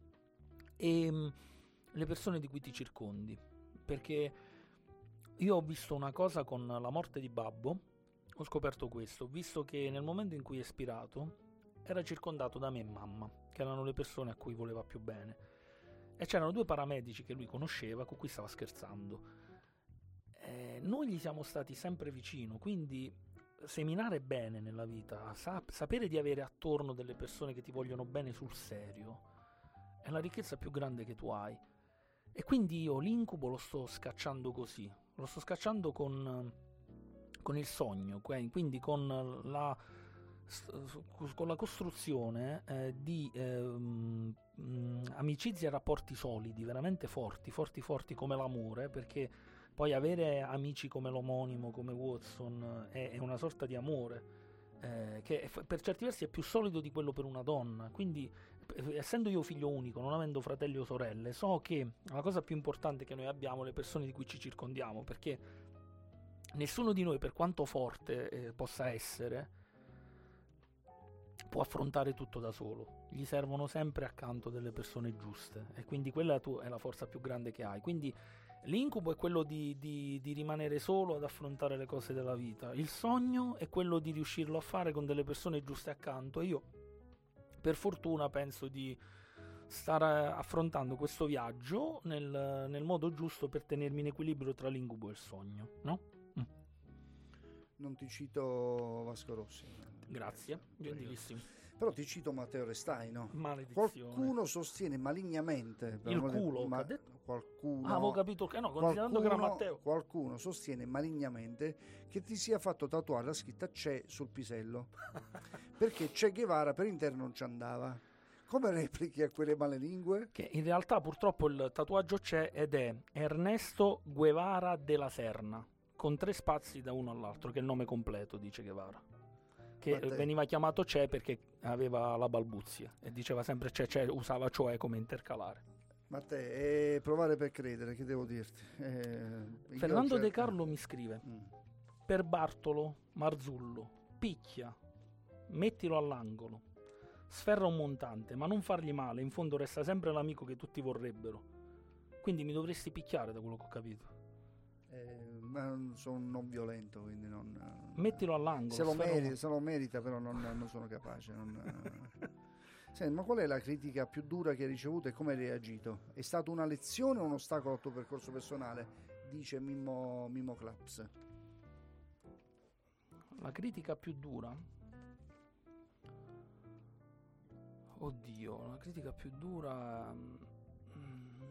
E mh, le persone di cui ti circondi, perché io ho visto una cosa con la morte di Babbo, ho scoperto questo, ho visto che nel momento in cui è espirato era circondato da me e mamma, che erano le persone a cui voleva più bene, e c'erano due paramedici che lui conosceva, con cui stava scherzando. Eh, noi gli siamo stati sempre vicino, quindi seminare bene nella vita, sa- sapere di avere attorno delle persone che ti vogliono bene sul serio, è la ricchezza più grande che tu hai. E quindi io l'incubo lo sto scacciando così, lo sto scacciando con, con il sogno, que- quindi con la, s- con la costruzione eh, di ehm, mh, amicizie e rapporti solidi, veramente forti, forti forti come l'amore, perché poi avere amici come l'omonimo, come Watson, è, è una sorta di amore, eh, che è- per certi versi è più solido di quello per una donna, quindi eh, essendo io figlio unico, non avendo fratelli o sorelle, so che la cosa più importante che noi abbiamo è le persone di cui ci circondiamo, perché nessuno di noi, per quanto forte eh, possa essere, può affrontare tutto da solo. Gli servono sempre accanto delle persone giuste, e quindi quella tu è la forza più grande che hai. Quindi l'incubo è quello di, di, di rimanere solo ad affrontare le cose della vita. Il sogno è quello di riuscirlo a fare con delle persone giuste accanto, e io per fortuna penso di stare affrontando questo viaggio nel, nel modo giusto per tenermi in equilibrio tra l'incubo e il sogno, no? Mm. Non ti cito Vasco Rossi. Grazie, gentilissimo. Però ti cito Matteo Restai, no? Maledizione. Qualcuno sostiene malignamente il culo, ma, che ha detto? Qualcuno, ah, avevo capito che no, considerando qualcuno, che era Matteo. Qualcuno sostiene malignamente che ti sia fatto tatuare la scritta Che sul pisello perché Che Guevara per intero non ci andava. Come replichi a quelle malelingue? Che in realtà purtroppo il tatuaggio c'è ed è Ernesto Guevara della Serna, con tre spazi da uno all'altro, che è il nome completo, dice Guevara. Che Matteo. Veniva chiamato Che perché aveva la balbuzia e diceva sempre Che, Che usava cioè come intercalare. Ma te, è provare per credere, che devo dirti? Eh, Fernando certo. De Carlo mi scrive: Mm. per Bartolo Marzullo, picchia, mettilo all'angolo, sferra un montante, ma non fargli male, in fondo resta sempre l'amico che tutti vorrebbero. Quindi mi dovresti picchiare, da quello che ho capito. Eh, ma sono non violento, quindi non... Mettilo all'angolo. Se lo, sferra un meri- mon- se lo merita, però non, non sono capace. Non... Senti, ma qual è la critica più dura che hai ricevuto e come hai reagito? È stata una lezione o un ostacolo al tuo percorso personale? Dice Mimmo, Mimmo Claps. La critica più dura? Oddio, la critica più dura... mm,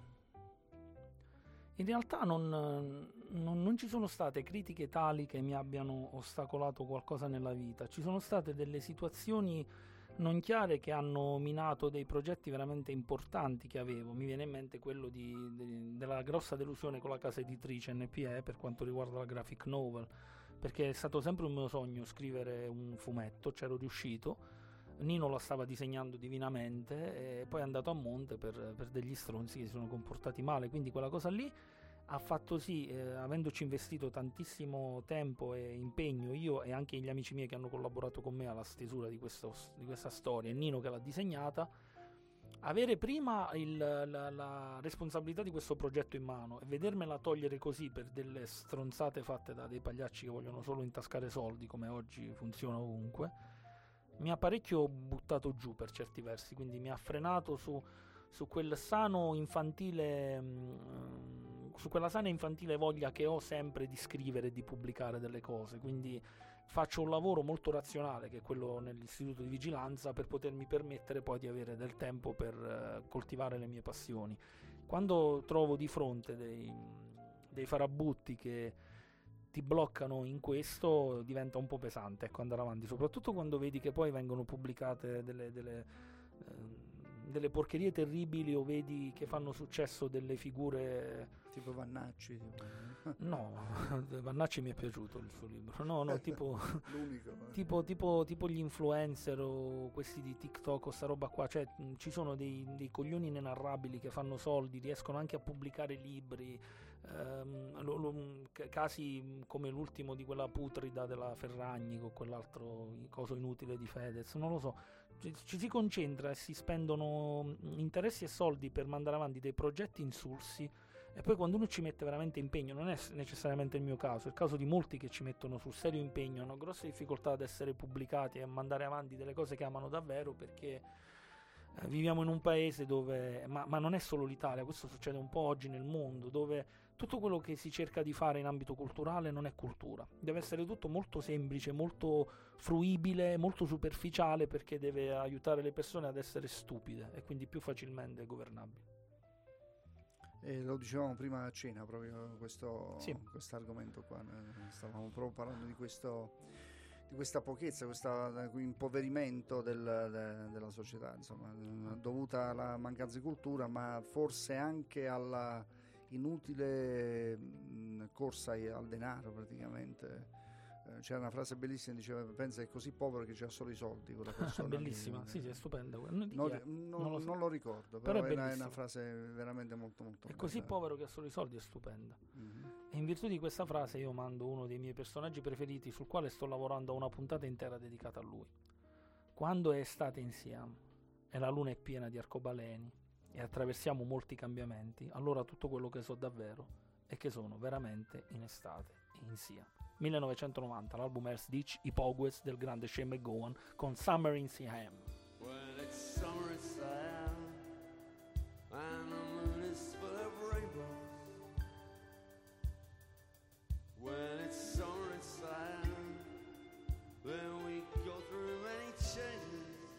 In realtà non, non, non ci sono state critiche tali che mi abbiano ostacolato qualcosa nella vita. Ci sono state delle situazioni non chiare che hanno minato dei progetti veramente importanti che avevo. Mi viene in mente quello di, di, della grossa delusione con la casa editrice N P E per quanto riguarda la graphic novel, perché è stato sempre un mio sogno scrivere un fumetto, c'ero riuscito, Nino lo stava disegnando divinamente e poi è andato a monte per, per degli stronzi che si sono comportati male, quindi quella cosa lì ha fatto sì, eh, avendoci investito tantissimo tempo e impegno io e anche gli amici miei che hanno collaborato con me alla stesura di, questo, di questa storia e Nino che l'ha disegnata, avere prima il, la, la responsabilità di questo progetto in mano e vedermela togliere così per delle stronzate fatte da dei pagliacci che vogliono solo intascare soldi, come oggi funziona ovunque, mi ha parecchio buttato giù per certi versi, quindi mi ha frenato su, su quel sano infantile mh, su quella sana infantile voglia che ho sempre di scrivere e di pubblicare delle cose, quindi faccio un lavoro molto razionale che è quello nell'istituto di vigilanza per potermi permettere poi di avere del tempo per uh, coltivare le mie passioni. Quando trovo di fronte dei, dei farabutti che ti bloccano in questo diventa un po' pesante, ecco, andare avanti, soprattutto quando vedi che poi vengono pubblicate delle, delle, eh, delle porcherie terribili o vedi che fanno successo delle figure tipo Vannacci tipo. No, Vannacci mi è piaciuto il suo libro, no no tipo l'unico tipo, tipo, tipo gli influencer o questi di TikTok o sta roba qua, cioè mh, ci sono dei, dei coglioni inenarrabili che fanno soldi, riescono anche a pubblicare libri. Um, lo, lo, casi come l'ultimo di quella putrida della Ferragni con quell'altro coso inutile di Fedez, non lo so, ci, ci si concentra e si spendono interessi e soldi per mandare avanti dei progetti insulsi e poi quando uno ci mette veramente impegno, non è necessariamente il mio caso, è il caso di molti che ci mettono sul serio impegno, hanno grosse difficoltà ad essere pubblicati e a mandare avanti delle cose che amano davvero perché eh, viviamo in un paese dove, ma, ma non è solo l'Italia, questo succede un po' oggi nel mondo, dove tutto quello che si cerca di fare in ambito culturale non è cultura, deve essere tutto molto semplice, molto fruibile, molto superficiale perché deve aiutare le persone ad essere stupide e quindi più facilmente governabili. E lo dicevamo prima a cena proprio questo sì. argomento qua, stavamo proprio parlando di questo di questa pochezza, questo impoverimento del, de, della società, insomma, dovuta alla mancanza di cultura, ma forse anche alla inutile mh, corsa al denaro praticamente. Eh, c'era una frase bellissima, diceva pensa che è così povero che c'ha solo i soldi quella persona. Bellissima, lì, sì, sì, è stupenda. Non, non, non, non, lo, so. non lo ricordo, però, però è, è, una, è una frase veramente molto molto è bella. Così povero che ha solo i soldi è stupenda. Mm-hmm. E in virtù di questa frase io mando uno dei miei personaggi preferiti sul quale sto lavorando a una puntata intera dedicata a lui. Quando è estate insieme e la luna è piena di arcobaleni e attraversiamo molti cambiamenti, allora tutto quello che so davvero è che sono veramente in estate e insieme. millenovecentonovanta, l'album Earth Ditch, I Pogues del grande Shane MacGowan con Summer in Siam. When it's summer in Siam and the moon is full of rainbows. When it's summer in Siam, then we go through many changes.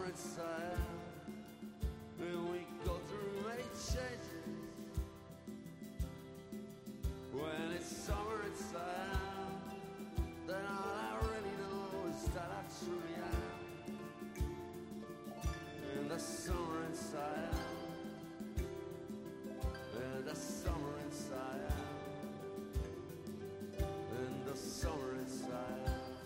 inside, and we go through many changes. When it's summer inside, then all I really know is that I truly am in the summer inside, in the summer inside, in the summer inside.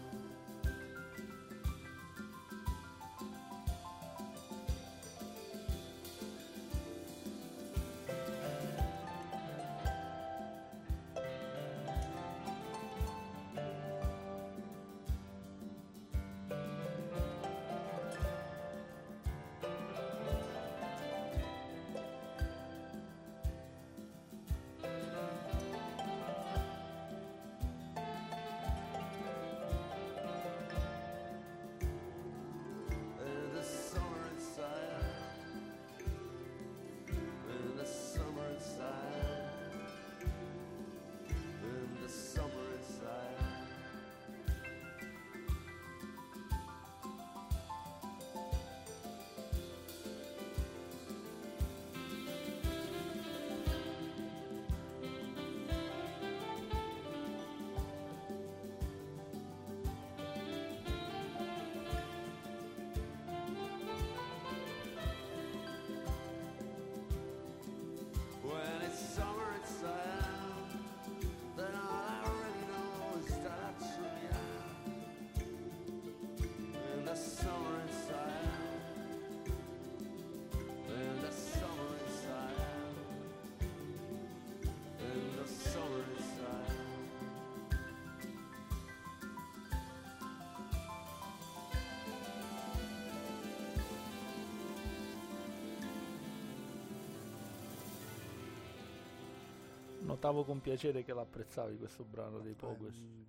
Notavo con piacere che l'apprezzavi questo brano dei Pogues. Eh,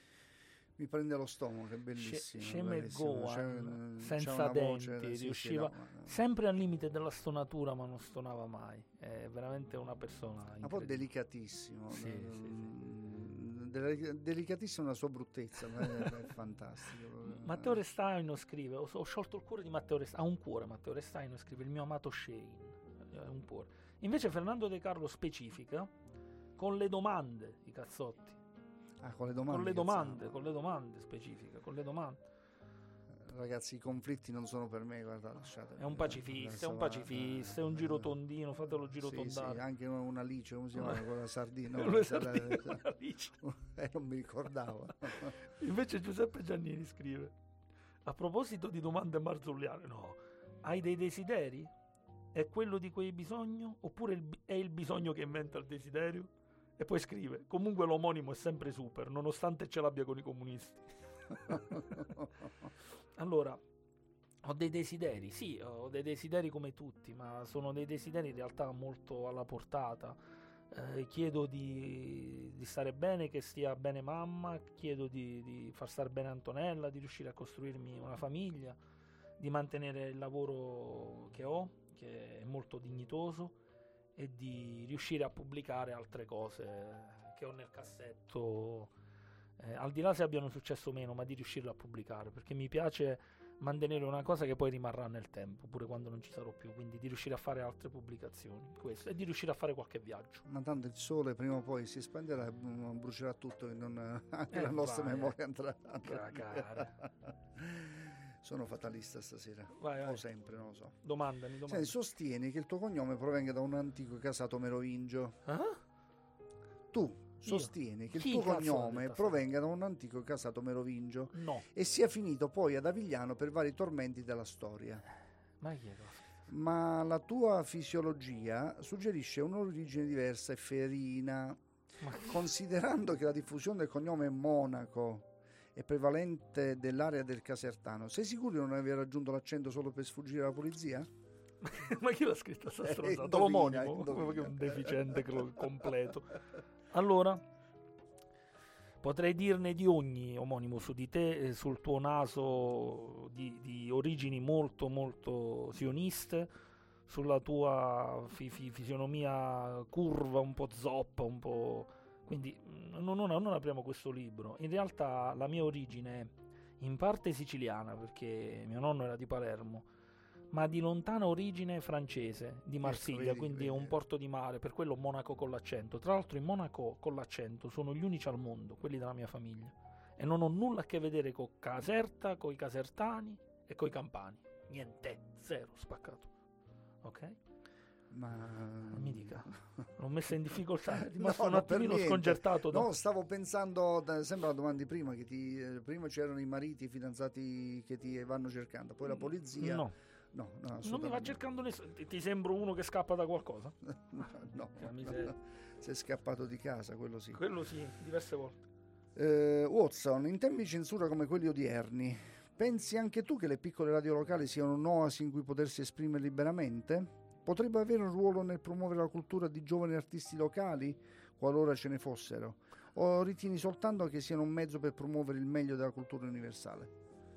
mi prende lo stomaco, è bellissimo. Sceme bellissimo. Gohan, C'è- senza c'è una denti, voce, sì, sì, riusciva no, no. sempre al limite della stonatura, ma non stonava mai. È veramente una persona Un po' incredibile. delicatissimo. Sì, mm, sì, sì. deli- delicatissima la sua bruttezza, ma è, è fantastico. Matteo Restaino scrive: ho, ho sciolto il cuore di Matteo Restaino. Ha un cuore Matteo Restaino, scrive: il mio amato Shane. È un cuore. Invece Fernando De Carlo specifica con le domande i cazzotti. Ah, con le domande. Con le che domande, sanno. con le domande specifica, con le domande. Ragazzi, i conflitti non sono per me, guarda, lasciatemi. È un pacifista, è un pacifista, è un girotondino, fatelo Sì, girotondare. sì, anche una Alice, come si chiama, Eh. quella sardina. Lui no, è quella- sardino, una Alice. eh, non mi ricordavo. Invece Giuseppe Giannini scrive: a proposito di domande marzulliane, no, hai dei desideri? È quello di cui hai bisogno? Oppure il bi- è il bisogno che inventa il desiderio? E poi scrive: comunque l'omonimo è sempre super, nonostante ce l'abbia con i comunisti. Allora, ho dei desideri, sì, ho dei desideri come tutti, ma sono dei desideri in realtà molto alla portata. Eh, chiedo di, di stare bene, che stia bene mamma, chiedo di, di far stare bene Antonella, di riuscire a costruirmi una famiglia, di mantenere il lavoro che ho, che è molto dignitoso, e di riuscire a pubblicare altre cose che ho nel cassetto, eh, al di là se abbiano successo o meno, ma di riuscirle a pubblicare, perché mi piace mantenere una cosa che poi rimarrà nel tempo, pure quando non ci sarò più, quindi di riuscire a fare altre pubblicazioni, questo, e di riuscire a fare qualche viaggio. Ma tanto il sole prima o poi si spenderà e mm, brucerà tutto, e non, anche Eh, la nostra vai, memoria andrà. andrà Cacare. Sono fatalista stasera, Vai, vai. o sempre, non lo so. Domandami, domandami. Senti, sostieni che il tuo cognome provenga da un antico casato merovingio. Ah? Tu sostieni che il Chi tuo cazzo l'ha cognome detta provenga da un antico casato merovingio No, e sia finito poi ad Avigliano per vari tormenti della storia. ma chi è cosa? Ma la tua fisiologia suggerisce un'origine diversa e ferina. Ma Considerando che la diffusione del cognome Monaco è prevalente dell'area del Casertano, sei sicuro di non aver raggiunto l'accento solo per sfuggire alla polizia? Ma chi l'ha scritto sta Eh, stronzata? indovina, L'omonimo? indovina. Che è un deficiente clo- completo. Allora, potrei dirne di ogni, omonimo, su di te, eh, sul tuo naso di, di origini molto molto sioniste, sulla tua fi- fi- fisionomia curva, un po' zoppa, un po'... Quindi mm, non, non, non apriamo questo libro. In realtà la mia origine è in parte siciliana, perché mio nonno era di Palermo, ma di lontana origine francese, di Marsiglia, vedi, quindi vedi. è un porto di mare, per quello Monaco con l'accento. Tra l'altro in Monaco con l'accento sono gli unici al mondo, quelli della mia famiglia, e non ho nulla a che vedere con Caserta, con i casertani e con i campani. Niente, zero, spaccato. Ok? Ma Non mi dica, l'ho messa in difficoltà, è No, rimasto un no, per attimino niente. sconcertato. No, dopo. stavo pensando, da- sembra la domanda di prima, che ti, eh, prima c'erano i mariti, i fidanzati che ti vanno cercando, poi la polizia. No, no, no, non mi va assolutamente. cercando nessuno. Ti, ti sembro uno che scappa da qualcosa? No, Che miseria. sei scappato di casa, quello sì. Quello sì, diverse volte. Eh, Watson, in tempi di censura come quelli odierni, pensi anche tu che le piccole radio locali siano un'oasi in cui potersi esprimere liberamente? Potrebbe avere un ruolo nel promuovere la cultura di giovani artisti locali, qualora ce ne fossero? O ritieni soltanto che siano un mezzo per promuovere il meglio della cultura universale?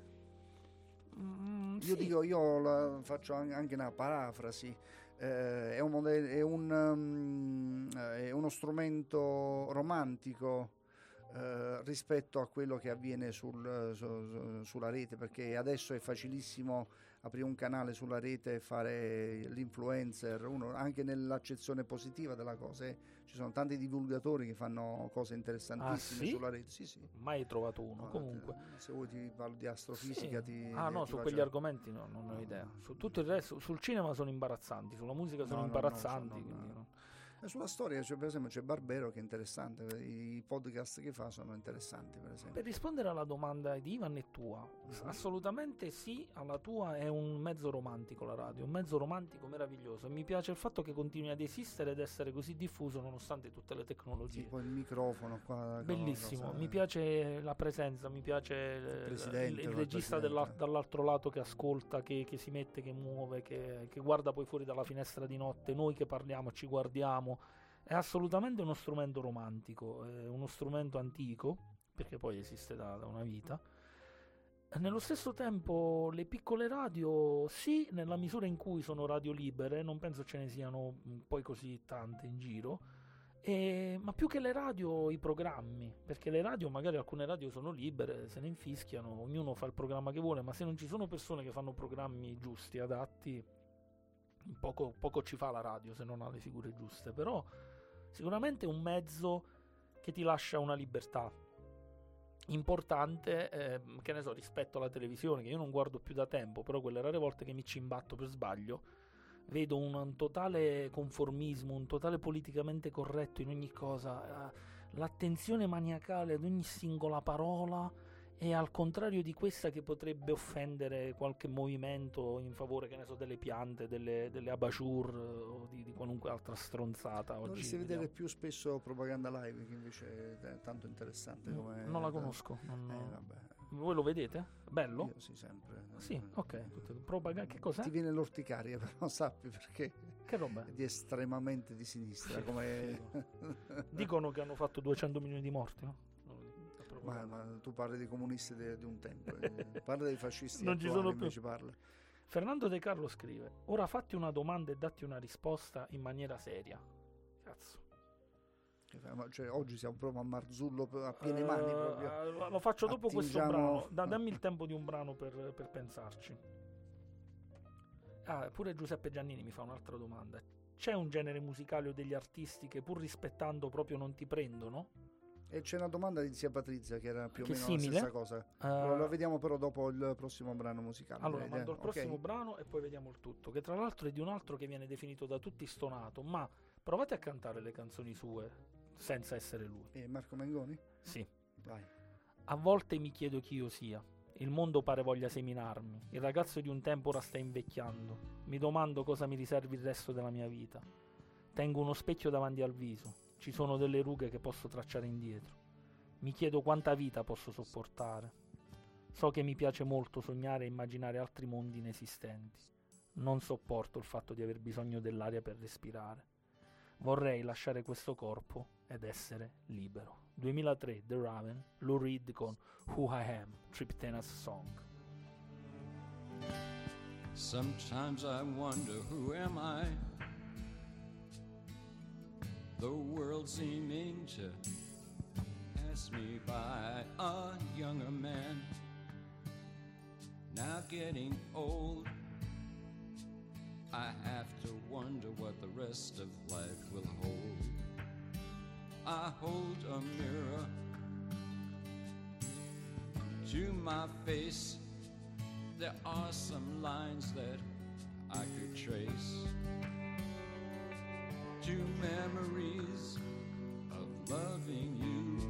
Mm, Io sì. dico, io la faccio an- anche una parafrasi. Eh, è, un mode- è, un, um, eh, è uno strumento romantico eh, rispetto a quello che avviene sul, su- sulla rete, perché adesso è facilissimo aprire un canale sulla rete e fare l'influencer, uno, anche nell'accezione positiva della cosa. eh. Ci sono tanti divulgatori che fanno cose interessantissime Ah, sì? sulla rete. Sì, sì. Mai trovato uno, No, comunque. te- se vuoi ti parlo di astrofisica. Sì. Ti, Ah no, ti su faccio- quegli argomenti no, non ho No, idea. no. Su tutto il resto, sul cinema sono imbarazzanti, sulla musica sono No, no, no, imbarazzanti. sono- quindi no. non- E sulla storia, cioè, per esempio, c'è Barbero che è interessante, i podcast che fa sono interessanti, per esempio. Per rispondere alla domanda di Ivan e tua, s- assolutamente sì, alla tua è un mezzo romantico la radio, un mezzo romantico meraviglioso, e mi piace il fatto che continui ad esistere ed essere così diffuso nonostante tutte le Sì, tecnologie. poi il microfono qua. Bellissimo, cosa- mi piace la presenza, mi piace il, presidente, il il regista presidente. della- dall'altro lato che ascolta, che, che si mette, che muove, che, che guarda poi fuori dalla finestra di notte, noi che parliamo, ci guardiamo. È assolutamente uno strumento romantico, è uno strumento antico, perché poi esiste da, da una vita. E nello stesso tempo le piccole radio, sì, nella misura in cui sono radio libere, non penso ce ne siano mh, poi così tante in giro, e- ma più che le radio, i programmi, perché le radio, magari alcune radio sono libere, se ne infischiano, ognuno fa il programma che vuole, ma se non ci sono persone che fanno programmi giusti, adatti, poco, poco ci fa la radio se non ha le figure giuste. Però sicuramente è un mezzo che ti lascia una libertà importante, eh, che ne so, rispetto alla televisione, che io non guardo più da tempo, però quelle rare volte che mi ci imbatto per sbaglio vedo un, un totale conformismo, un totale politicamente corretto in ogni cosa, eh, l'attenzione maniacale ad ogni singola parola, e al contrario di questa che potrebbe offendere qualche movimento in favore, che ne so, delle piante, delle, delle abajur, eh, o di, di qualunque altra stronzata. Oggi Dovresti vediamo. vedere più spesso Propaganda Live, che invece è tanto interessante. Come, Non la conosco. non- Eh, vabbè. Voi lo vedete? Bello? Io sì, sempre. Sì, ok. tutte- Propaganda, che cos'è? Ti viene l'orticaria, però sappi perché Che roba è? è di estremamente di sinistra. Come... Dicono che hanno fatto duecento milioni di morti, no? ma, ma tu parli dei comunisti de- di un tempo, eh, parla dei fascisti Non ci attuali, sono più. invece parla. Fernando De Carlo scrive: ora fatti una domanda e datti una risposta in maniera seria. Cazzo. Che fa- ma- Cioè, oggi siamo proprio a Marzullo a piene mani. Proprio. Eh, lo faccio dopo questo Attingiamo- brano. Da- dammi il tempo di un brano per, per pensarci. Ah, pure Giuseppe Giannini mi fa un'altra domanda. C'è un genere musicale o degli artisti che pur rispettando proprio non ti prendono? E c'è una domanda di zia Patrizia che era più o Che meno simile? la stessa cosa. Eh, Lo, lo vediamo però dopo il prossimo brano musicale. Allora, direi, mando il eh? prossimo Ok? brano e poi vediamo il tutto, che tra l'altro è di un altro che viene definito da tutti stonato, ma provate a cantare le canzoni sue senza essere lui. E Marco Mengoni? Sì. Vai. A volte mi chiedo chi io sia. Il mondo pare voglia seminarmi. Il ragazzo di un tempo ora sta invecchiando. Mi domando cosa mi riservi il resto della mia vita. Tengo uno specchio davanti al viso. Ci sono delle rughe che posso tracciare indietro. Mi chiedo quanta vita posso sopportare. So che mi piace molto sognare e immaginare altri mondi inesistenti. Non sopporto il fatto di aver bisogno dell'aria per respirare. Vorrei lasciare questo corpo ed essere libero. duemilatré, The Raven, Lou Reed con Who I Am, Trip Tenas Song. Sometimes I wonder, who am I? The world seeming to pass me by, a younger man, now getting old, rest of life will hold. I hold a mirror to my face. There are some lines that I could trace to memories of loving you,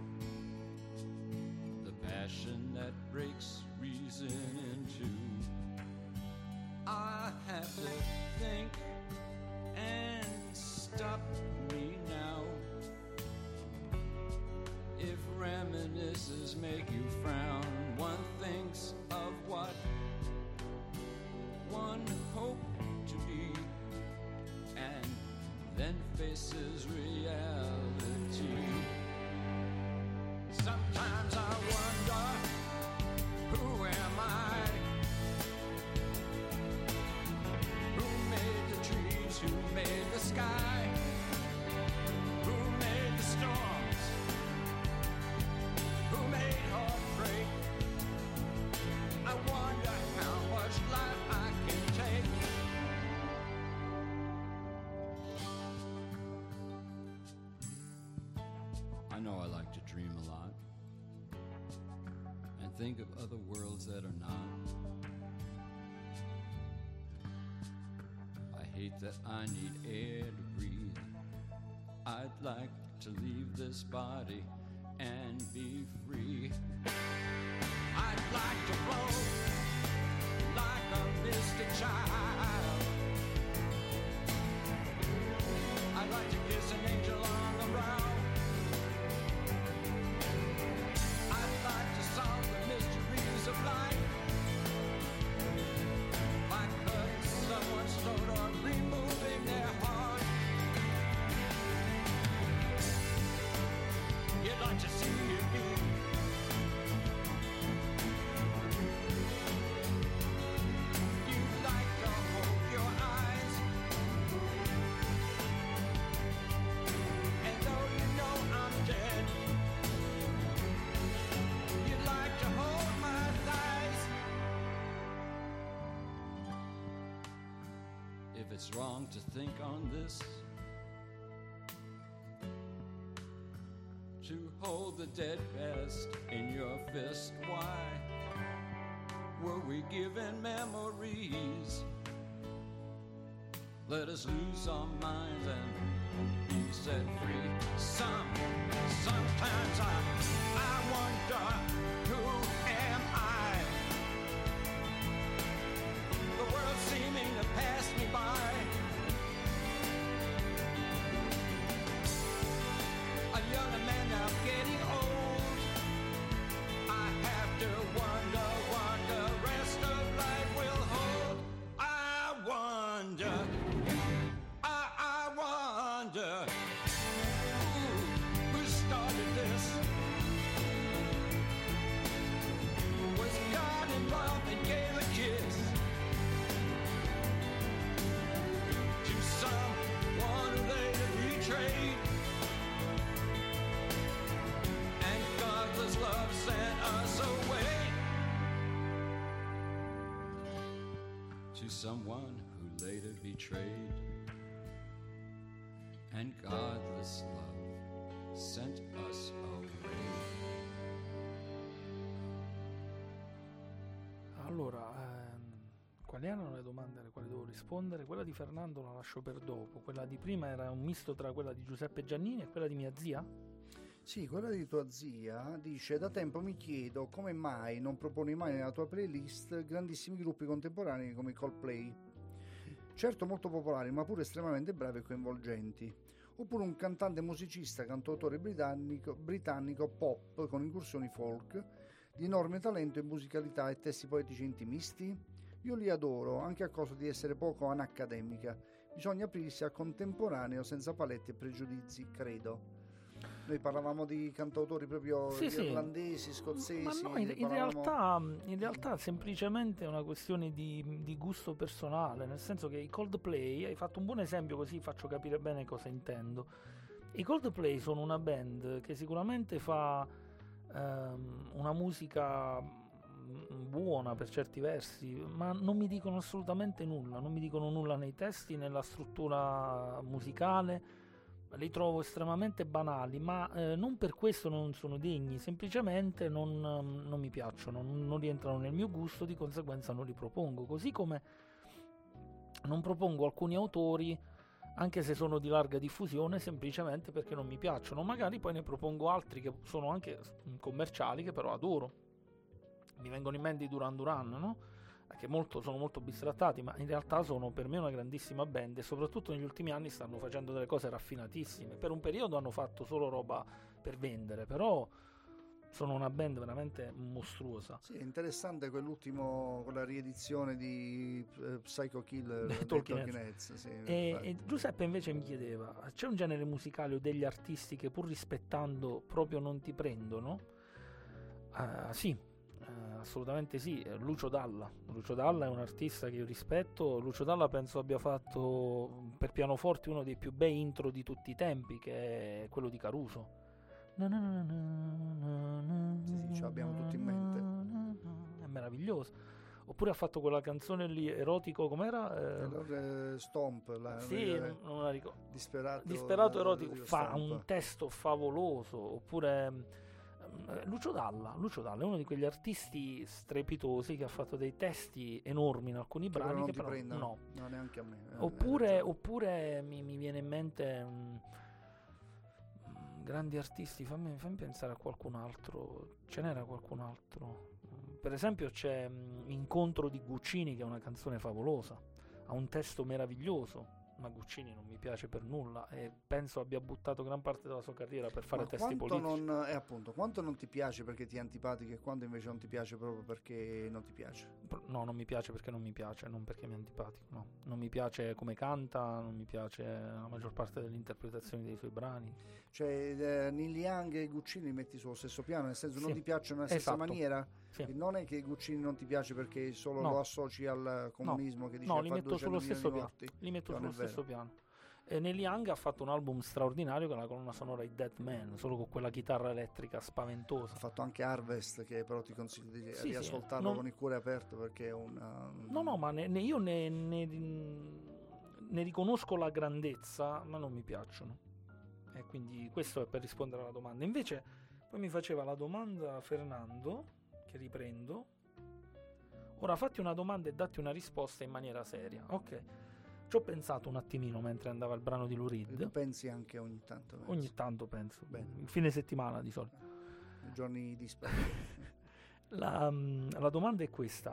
the passion that breaks reason in two. I have to think and stop me now. If reminiscences make you frown, one thinks of what one hoped to be, and then faces reality. Sometimes I wonder, who am I? Who made the trees? Who made the sky? Who made the storms? Who made heartbreak? I wonder how much life I can take. I know I like to dream a lot and think of other worlds that are not. I hate that I need air to breathe. I'd like to leave this body and be free. I'd like to float like a mystic child. I'd like to kiss an angel on the brow. I'd like to solve the mysteries of life by cutting someone's throat or removing their heart. You'd like to see it be. You'd like to hold your eyes, and though you know I'm dead, you'd like to hold my thighs. If it's wrong to think on this, to hold the dead past in your fist, why were we given memories? Let us lose our minds and be set free. Some, sometimes I, I wonder, who am I? The world seeming to pass me by. A young man now getting old. I have to wonder what the rest of life will hold. I wonder, I, I wonder, who, who started this? Was God involved and gave a kiss to someone who later betrayed? Love sent us away to someone who later betrayed, and godless love sent us away. Allora, ehm, quali erano le domande alle quali devo rispondere? Quella di Fernando la lascio per dopo, quella di prima era un misto tra quella di Giuseppe Giannini e quella di mia zia? Sì, quella di tua zia dice: da tempo mi chiedo come mai non proponi mai nella tua playlist grandissimi gruppi contemporanei come i Coldplay, certo molto popolari ma pure estremamente bravi e coinvolgenti, oppure un cantante musicista, cantautore britannico, britannico pop con incursioni folk di enorme talento e musicalità e testi poetici intimisti. Io li adoro anche a causa di essere poco anacademica, bisogna aprirsi al contemporaneo senza paletti e pregiudizi, credo. Noi parlavamo di cantautori proprio sì, irlandesi, sì. scozzesi. Ma no, in, in, parlavamo... realtà, in realtà è semplicemente una questione di, di gusto personale, nel senso che i Coldplay, hai fatto un buon esempio così faccio capire bene cosa intendo. I Coldplay sono una band che sicuramente fa ehm, una musica mh, buona per certi versi, ma non mi dicono assolutamente nulla, non mi dicono nulla nei testi, nella struttura musicale. Li trovo estremamente banali, ma eh, non per questo non sono degni, semplicemente non, non mi piacciono, non, non rientrano nel mio gusto, di conseguenza non li propongo. Così come non propongo alcuni autori, anche se sono di larga diffusione, semplicemente perché non mi piacciono. Magari poi ne propongo altri che sono anche commerciali, che però adoro. Mi vengono in mente i Duran Duran, no? Che molto, sono molto bistrattati, ma in realtà sono per me una grandissima band, e soprattutto negli ultimi anni stanno facendo delle cose raffinatissime. Per un periodo hanno fatto solo roba per vendere, però sono una band veramente mostruosa. Sì, è interessante quell'ultimo, con la riedizione di uh, Psycho Killer Dei dei Talking Talking Heads. Heads, sì, E, e Giuseppe invece mi chiedeva: c'è un genere musicale o degli artisti che pur rispettando proprio non ti prendono? Uh, sì, uh, assolutamente sì. Lucio Dalla. Lucio Dalla è un artista che io rispetto. Lucio Dalla penso abbia fatto per pianoforte uno dei più bei intro di tutti i tempi, che è quello di Caruso. Sì, sì, ce l'abbiamo tutti in mente. È meraviglioso. Oppure ha fatto quella canzone lì, erotico, com'era? Eh, eh, Stomp, la, sì, eh, non, non la ricordo. disperato, Disperato erotico, erotico fa Stomp. un testo favoloso. Oppure eh, Lucio Dalla. Lucio Dalla è uno di quegli artisti strepitosi che ha fatto dei testi enormi in alcuni Che brani però non che ti però prendono. no. No, neanche a me. eh, Oppure, hai ragione. oppure mi, mi viene in mente mh, mh, grandi artisti, fammi, fammi pensare a qualcun altro. Ce n'era qualcun altro. Mm, Per esempio c'è mh, Incontro di Guccini, che è una canzone favolosa, ha un testo meraviglioso, ma Guccini non mi piace per nulla e penso abbia buttato gran parte della sua carriera per fare Ma testi quanto politici. non, eh, appunto, quanto non ti piace perché ti è antipatico e quanto invece non ti piace proprio perché non ti piace? Pro- No, non mi piace perché non mi piace, non perché mi è antipatico, no. Non mi piace come canta, non mi piace la maggior parte delle interpretazioni dei suoi brani. Cioè eh, Neil Young e Guccini li metti sullo stesso piano, nel senso non Sì, ti piacciono nella stessa esatto. maniera? Sì. E non è che Guccini non ti piace perché solo No. lo associ al comunismo che dice No, che li fa metto duecento sullo milioni stesso di piano. morti? Li metto Non sullo è vero. stesso piano. E Neil Young ha fatto un album straordinario che è la colonna sonora di Dead Man, solo con quella chitarra elettrica spaventosa. Ha fatto anche Harvest, che però ti consiglio di Sì, sì, riascoltarlo non- con il cuore aperto perché è un... um, No, no, ma ne- ne- io ne, ne- ne riconosco la grandezza, ma non mi piacciono. E quindi questo è per rispondere alla domanda. Invece, poi mi faceva la domanda Fernando, che riprendo. Ora fatti una domanda e datti una risposta in maniera seria. Ok, ci ho pensato un attimino mentre andava il brano di Lou Tu Reed. pensi anche ogni tanto, pensi. Ogni tanto penso, Bene. il fine settimana di solito. I giorni dispari. La, mm, la domanda è questa: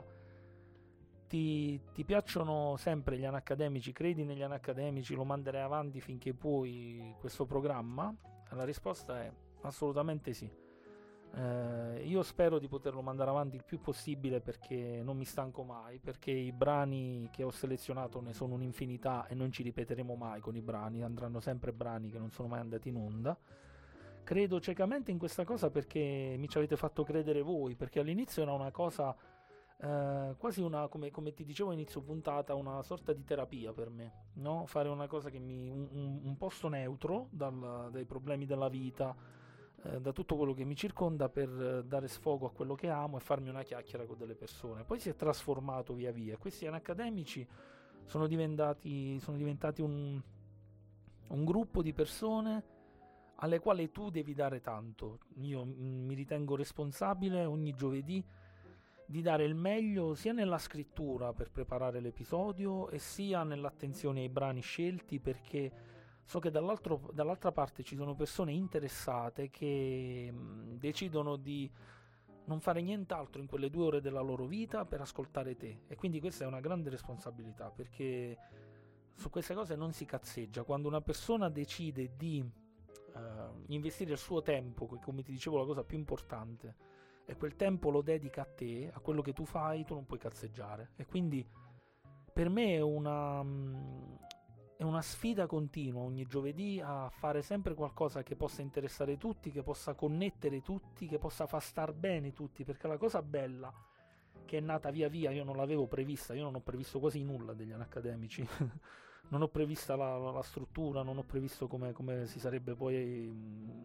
ti, ti piacciono sempre gli anacademici? Credi negli anacademici? Lo manderai avanti finché puoi questo programma? La risposta è assolutamente sì. Eh, io spero di poterlo mandare avanti il più possibile perché non mi stanco mai, perché i brani che ho selezionato ne sono un'infinità e non ci ripeteremo mai con i brani, andranno sempre brani che non sono mai andati in onda. Credo ciecamente in questa cosa perché mi ci avete fatto credere voi, perché all'inizio era una cosa eh, quasi una, come, come ti dicevo a inizio puntata, una sorta di terapia per me, no? Fare una cosa che mi, un, un- un posto neutro dal- dai problemi della vita, eh, da tutto quello che mi circonda, per eh, dare sfogo a quello che amo e farmi una chiacchiera con delle persone. Poi si è trasformato via via. Questi anacademici sono diventati, sono diventati un, un gruppo di persone alle quali tu devi dare tanto. Io mm, mi ritengo responsabile ogni giovedì di dare il meglio sia nella scrittura per preparare l'episodio e sia nell'attenzione ai brani scelti, perché so che dall'altro- dall'altra parte ci sono persone interessate che mh, decidono di non fare nient'altro in quelle due ore della loro vita per ascoltare te, e quindi questa è una grande responsabilità, perché su queste cose non si cazzeggia. Quando una persona decide di eh, investire il suo tempo, che come ti dicevo è la cosa più importante, e quel tempo lo dedica a te, a quello che tu fai, tu non puoi cazzeggiare. E quindi per me è una, mh, è una sfida continua ogni giovedì a fare sempre qualcosa che possa interessare tutti, che possa connettere tutti, che possa far star bene tutti, perché la cosa bella che è nata via via, io non l'avevo prevista, io non ho previsto quasi nulla degli anacademici. Non ho prevista la, la- la struttura, non ho previsto come, come si sarebbe poi mh,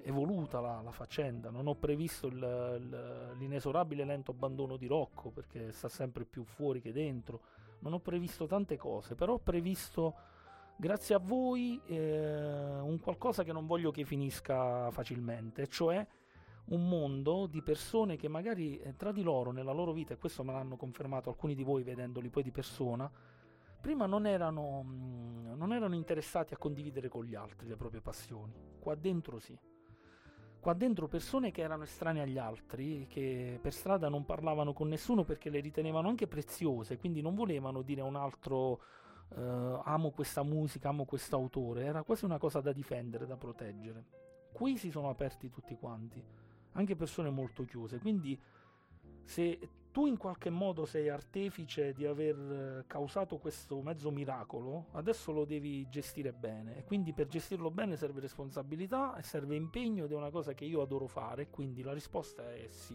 evoluta la, la faccenda. Non ho previsto il, il, l'inesorabile lento abbandono di Rocco, perché sta sempre più fuori che dentro. Non ho previsto tante cose, però ho previsto, grazie a voi, eh, un qualcosa che non voglio che finisca facilmente, cioè un mondo di persone che magari eh, tra di loro, nella loro vita, e questo me l'hanno confermato alcuni di voi vedendoli poi di persona, prima non erano, mh, non erano interessati a condividere con gli altri le proprie passioni. Qua dentro sì. Qua dentro persone che erano estranee agli altri, che per strada non parlavano con nessuno perché le ritenevano anche preziose, quindi non volevano dire a un altro eh, amo questa musica, amo quest'autore, era quasi una cosa da difendere, da proteggere. Qui si sono aperti tutti quanti, anche persone molto chiuse, quindi se tu in qualche modo sei artefice di aver causato questo mezzo miracolo, adesso lo devi gestire bene, e quindi per gestirlo bene serve responsabilità e serve impegno, ed è una cosa che io adoro fare, quindi la risposta è sì.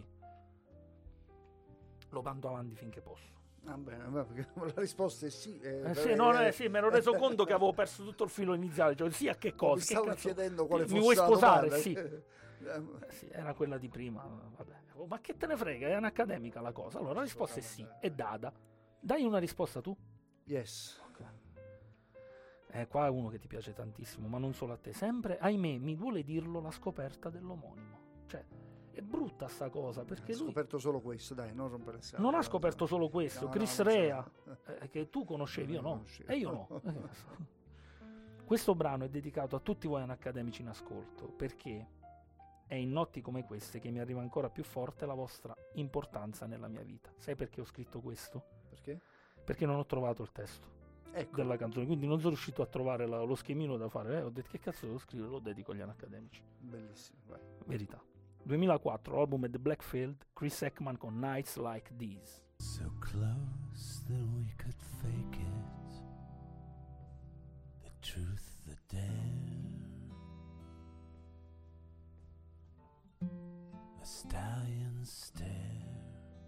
Lo mando avanti finché posso. Ah, bene, perché la risposta è sì. Eh, Eh sì, no, no, eh, sì, mi ero reso conto che avevo perso tutto il filo iniziale, cioè sì a che cosa? Mi stavo che cazzo? chiedendo quale Mi fosse vuoi la sposare? domanda. Sì. Eh, sì, era quella di prima, vabbè. Oh, ma che te ne frega, è un'accademica la cosa. Allora la risposta è sì, è data. Dai una risposta tu? Yes. Okay. Eh, qua è uno che ti piace tantissimo, ma non solo a te. Sempre, ahimè, mi duole dirlo, la scoperta dell'omonimo. Cioè, è brutta sta cosa, perché Ha lui scoperto solo questo, dai, non rompere le scatole. non ha scoperto solo questo. No, Chris no, non Rea, c'è. eh, che tu conoscevi, io Non no, conoscevo. e io no. Questo brano è dedicato a tutti voi anacademici in ascolto, perché è in notti come queste che mi arriva ancora più forte la vostra importanza nella mia vita. Sai perché ho scritto questo? Perché? Perché non ho trovato il testo Ecco. della canzone, quindi non sono riuscito a trovare la- lo schemino da fare. Eh, ho detto che cazzo devo scrivere, lo dedico agli anacademici. Bellissimo, vai. Verità. duemilaquattro, album The Blackfield, Chris Ekman con Nights Like These. So close that we could fake it. The truth, the dare. A stallion stare.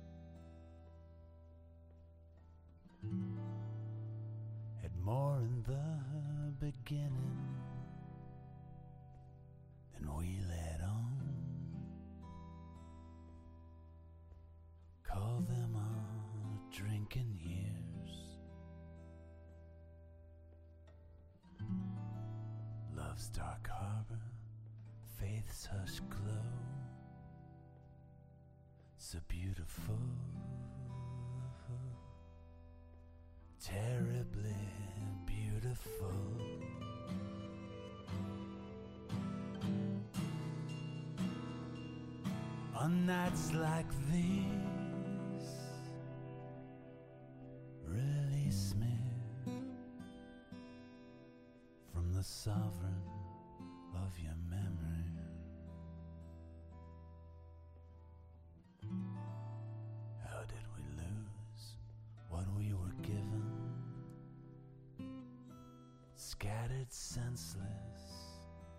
Had more in the beginning than we let on. Call them our drinking years. Love's dark harbor, faith's hush glow. So beautiful, terribly beautiful. On nights like these, release me from the sovereign of your memory. How did we lose what we were given? Scattered, senseless,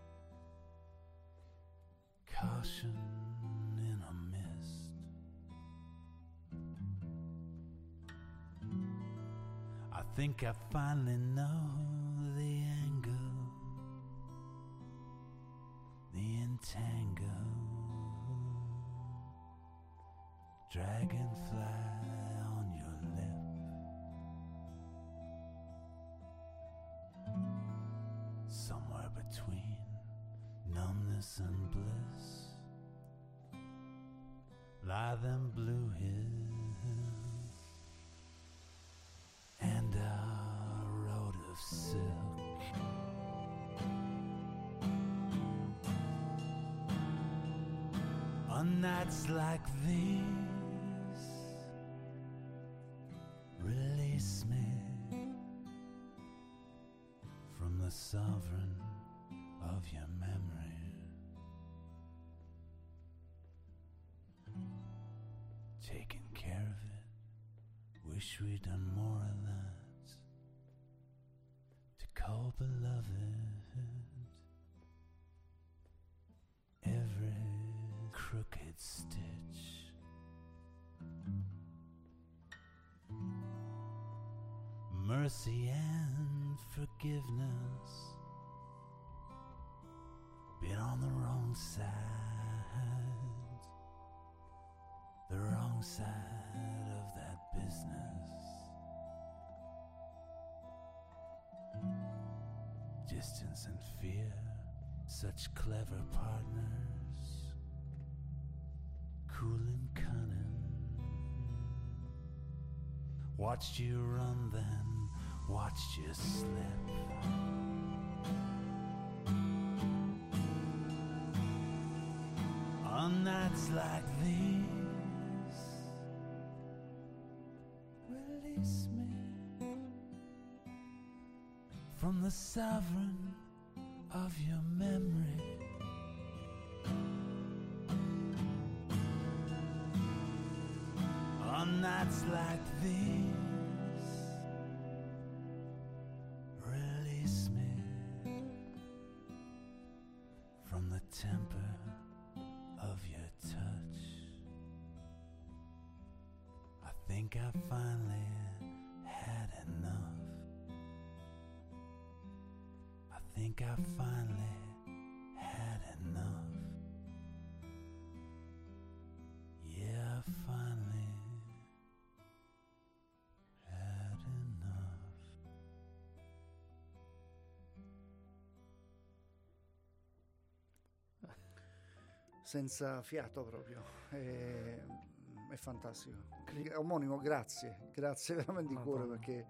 caution in a mist. I think I finally know the angle, the entangle. Dragonfly on your lip. Somewhere between numbness and bliss lie them blue hills and a road of silk. On nights like these, release me from the sovereign of your memory. Taking care of it, wish we'd done more of that. To call beloved every crooked stitch. Mercy and forgiveness been on the wrong side, the wrong side of that business. Distance and fear, such clever partners, cool and cunning. Watched you run, then watched you slip. On nights like these, release me from the sovereign of your memory. On nights like these, release me from the temper of your touch. I think I finally had enough. I think I finally had enough. Yeah, I finally had enough. Senza fiato proprio, è, è fantastico. Omonimo, grazie, grazie veramente di cuore, perché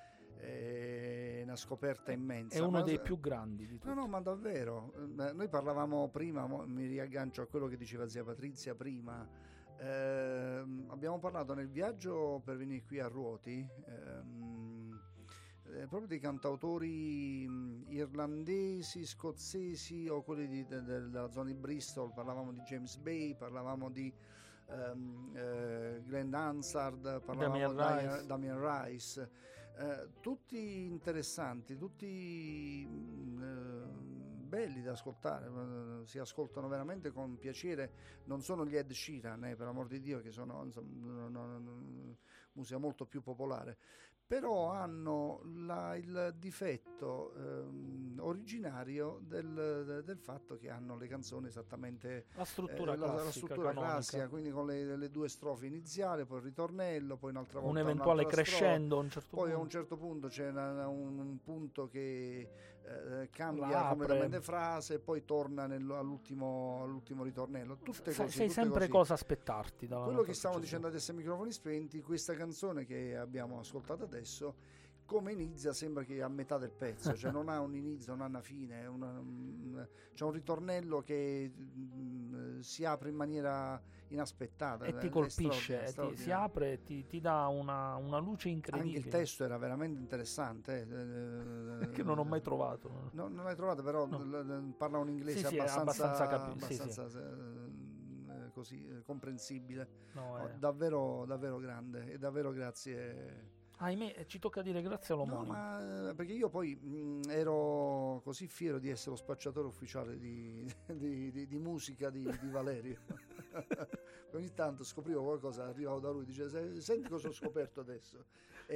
è una scoperta immensa. È uno Ma- dei più grandi di tutti. No, no, ma davvero. Eh, Noi parlavamo prima, mo mi riaggancio a quello che diceva zia Patrizia prima. Ehm, abbiamo parlato nel viaggio per venire qui a Ruoti, ehm, eh, proprio dei cantautori mh, irlandesi, scozzesi o quelli di- de- de- della zona di Bristol. Parlavamo di James Bay, parlavamo di ehm, eh, Glenn Hansard, parlavamo di Damien Damien Rice. Damien Rice. Eh, tutti interessanti, tutti mh, eh, belli da ascoltare, eh, si ascoltano veramente con piacere. Non sono gli Ed Sheeran, eh, per amor di Dio, che sono insomma, no- no- no- musica molto più popolare, però hanno la- il difetto ehm, originario del, del fatto che hanno le canzoni esattamente La struttura eh, la, classica, la struttura canonica. classica, quindi con le, le due strofe iniziali, poi il ritornello, poi un'altra volta Un eventuale un'altra strofa. crescendo a un certo Poi a punto. un certo punto c'è una- un, un punto che eh, cambia La apre. completamente frase e poi torna nel- all'ultimo, all'ultimo ritornello. Tutte Sai, così, sai tutte sempre così. cosa aspettarti dalla Quello nota che stavo successiva. dicendo adesso ai microfoni spenti, questa canzone che abbiamo ascoltato adesso, come inizia sembra che è a metà del pezzo, cioè non ha un inizio, non ha una fine, è una- un- c'è un ritornello che mm, si apre in maniera inaspettata. E è- ti è colpisce, straordinario, e ti- si straordinario. apre e ti, ti dà una, una luce incredibile. Anche il testo era veramente interessante. eh, che non ho mai trovato. No, non l'hai trovato, però No. l- l- parla un inglese Sì, sì, è abbastanza, abbastanza capi- sì, sì. abbastanza, eh, così eh, comprensibile. No, Oh, eh. davvero, davvero grande e davvero grazie. Ahimè, ci tocca dire grazie No, all'omonimo. ma perché io poi mh, ero così fiero di essere lo spacciatore ufficiale di, di- di- di musica di, di Valerio. Ogni tanto scoprivo qualcosa, arrivavo da lui e dicevo: "Se- senti cosa ho scoperto adesso",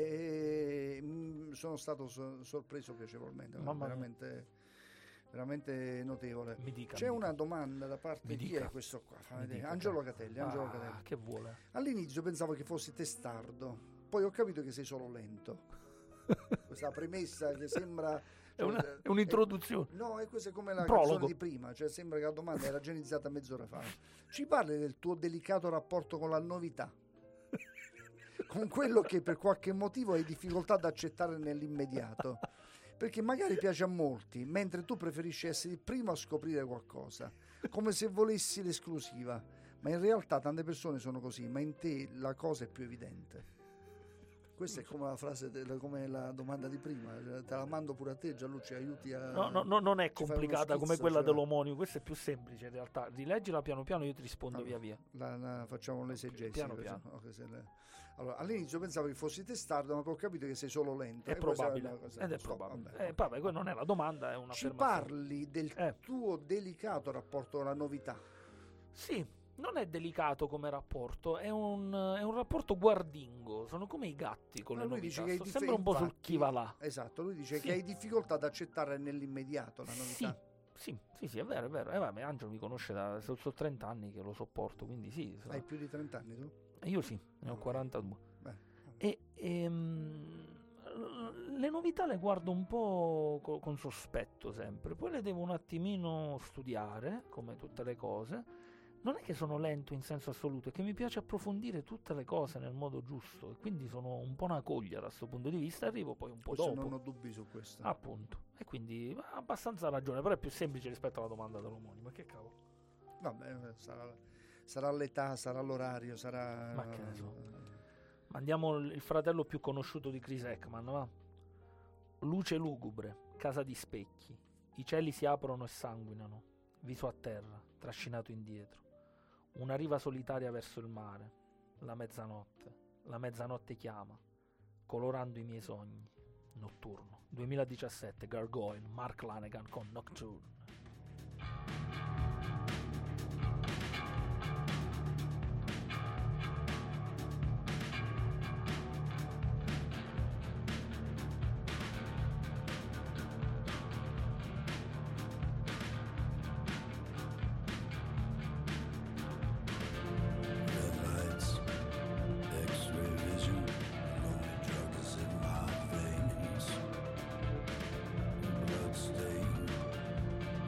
e mh, sono stato so- sorpreso piacevolmente, Mamma mia. veramente, veramente notevole. Mi dica, C'è mi una dica. domanda da parte Mi di chi dica. è questo qua? Fammi Mi vedere. dica, Angelo cara. Catelli, Angelo Ah, Catelli. che vuole? All'inizio pensavo che fossi testardo, poi ho capito che sei solo lento. Questa premessa che sembra... È, una, è un'introduzione. No, è questa è come la Un canzone prologo. di prima, cioè sembra che la domanda era già iniziata mezz'ora fa. Ci parli del tuo delicato rapporto con la novità, con quello che per qualche motivo hai difficoltà ad accettare nell'immediato, perché magari piace a molti, mentre tu preferisci essere il primo a scoprire qualcosa, come se volessi l'esclusiva. Ma in realtà tante persone sono così, ma in te la cosa è più evidente. Questa è come la frase, de- come la domanda di prima, cioè, te la mando pure a te, Gianlucci, aiuti a... No, no, no, non è ci fai uno complicata come schizzo, quella cioè. dell'omonimo, questa è più semplice in realtà. Rileggila piano piano, io ti rispondo Allora, via via. La, la facciamo l'esegesi. Piano facciamo- piano. ok, se le- allora, all'inizio pensavo che fossi testardo, ma poi ho capito che sei solo lento. È e questa probabile. una cosa- Ed è stop, probabile. vabbè. Eh, vabbè, quella non è la domanda, è Ci un'affermazione. parli del Eh. tuo delicato rapporto alla novità. Sì, non è delicato come rapporto, è un, è un rapporto guardingo, sono come i gatti con Ma le lui novità. dice che hai Sto- dif- sembra un po' sul infatti- chi va là. Esatto, lui dice Sì. che hai difficoltà ad accettare nell'immediato la novità. Sì, Sì, sì, sì, è vero, è vero. Eh, vabbè, Angelo mi conosce da so, so trenta anni che lo sopporto, quindi sì. So. Hai più di trenta anni tu? Io sì, ne ho quarantadue. Beh. E ehm, le novità le guardo un po' co- con sospetto sempre, poi le devo un attimino studiare, come tutte le cose. Non è che sono lento in senso assoluto, è che mi piace approfondire tutte le cose nel modo giusto, e quindi sono un po' una coglia da questo punto di vista, arrivo poi un po' Questo dopo. non ho dubbi su questo. Appunto, e quindi ha abbastanza ragione, però è più semplice rispetto alla domanda dell'omonimo, che cavolo. Vabbè, sarà, sarà l'età, sarà l'orario, sarà... Ma che ne so. Mandiamo il fratello più conosciuto di Chris Ekman, va? Luce lugubre, casa di specchi, i cieli si aprono e sanguinano, viso a terra, trascinato indietro, una riva solitaria verso il mare, la mezzanotte, la mezzanotte chiama, colorando i miei sogni, notturno, duemiladiciassette, Gargoyle, Mark Lanegan con Nocturne. Blood stain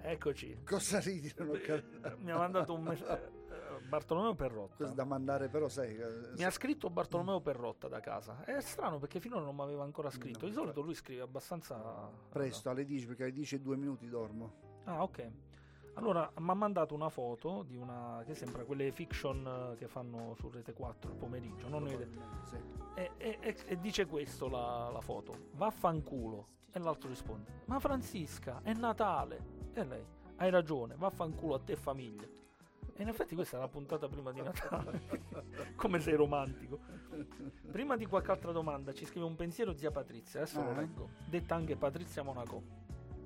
Eccoci. Cosa ridi? Non ho capito. Mi ha mandato un messaggio Bartolomeo Perrotta. Cosa da mandare, però sai. eh, Mi ha scritto Bartolomeo Perrotta da casa. È strano perché finora non mi aveva ancora scritto. Di No, solito lui scrive abbastanza Presto, alle dieci, perché alle dieci e due minuti dormo. Ah, ok. Allora mi ha mandato una foto di una che sembra quelle fiction eh, che fanno su Rete quattro il pomeriggio, non ne vede- Sì. e, e- e- e dice questo la, la foto: vaffanculo. E l'altro risponde: ma Francisca, è Natale. E lei: hai ragione, vaffanculo a te famiglia. E in effetti questa è la puntata prima di Natale. Come sei romantico. Prima di qualche altra domanda ci scrive un pensiero zia Patrizia, adesso lo Ah. leggo, detta anche Patrizia Monaco.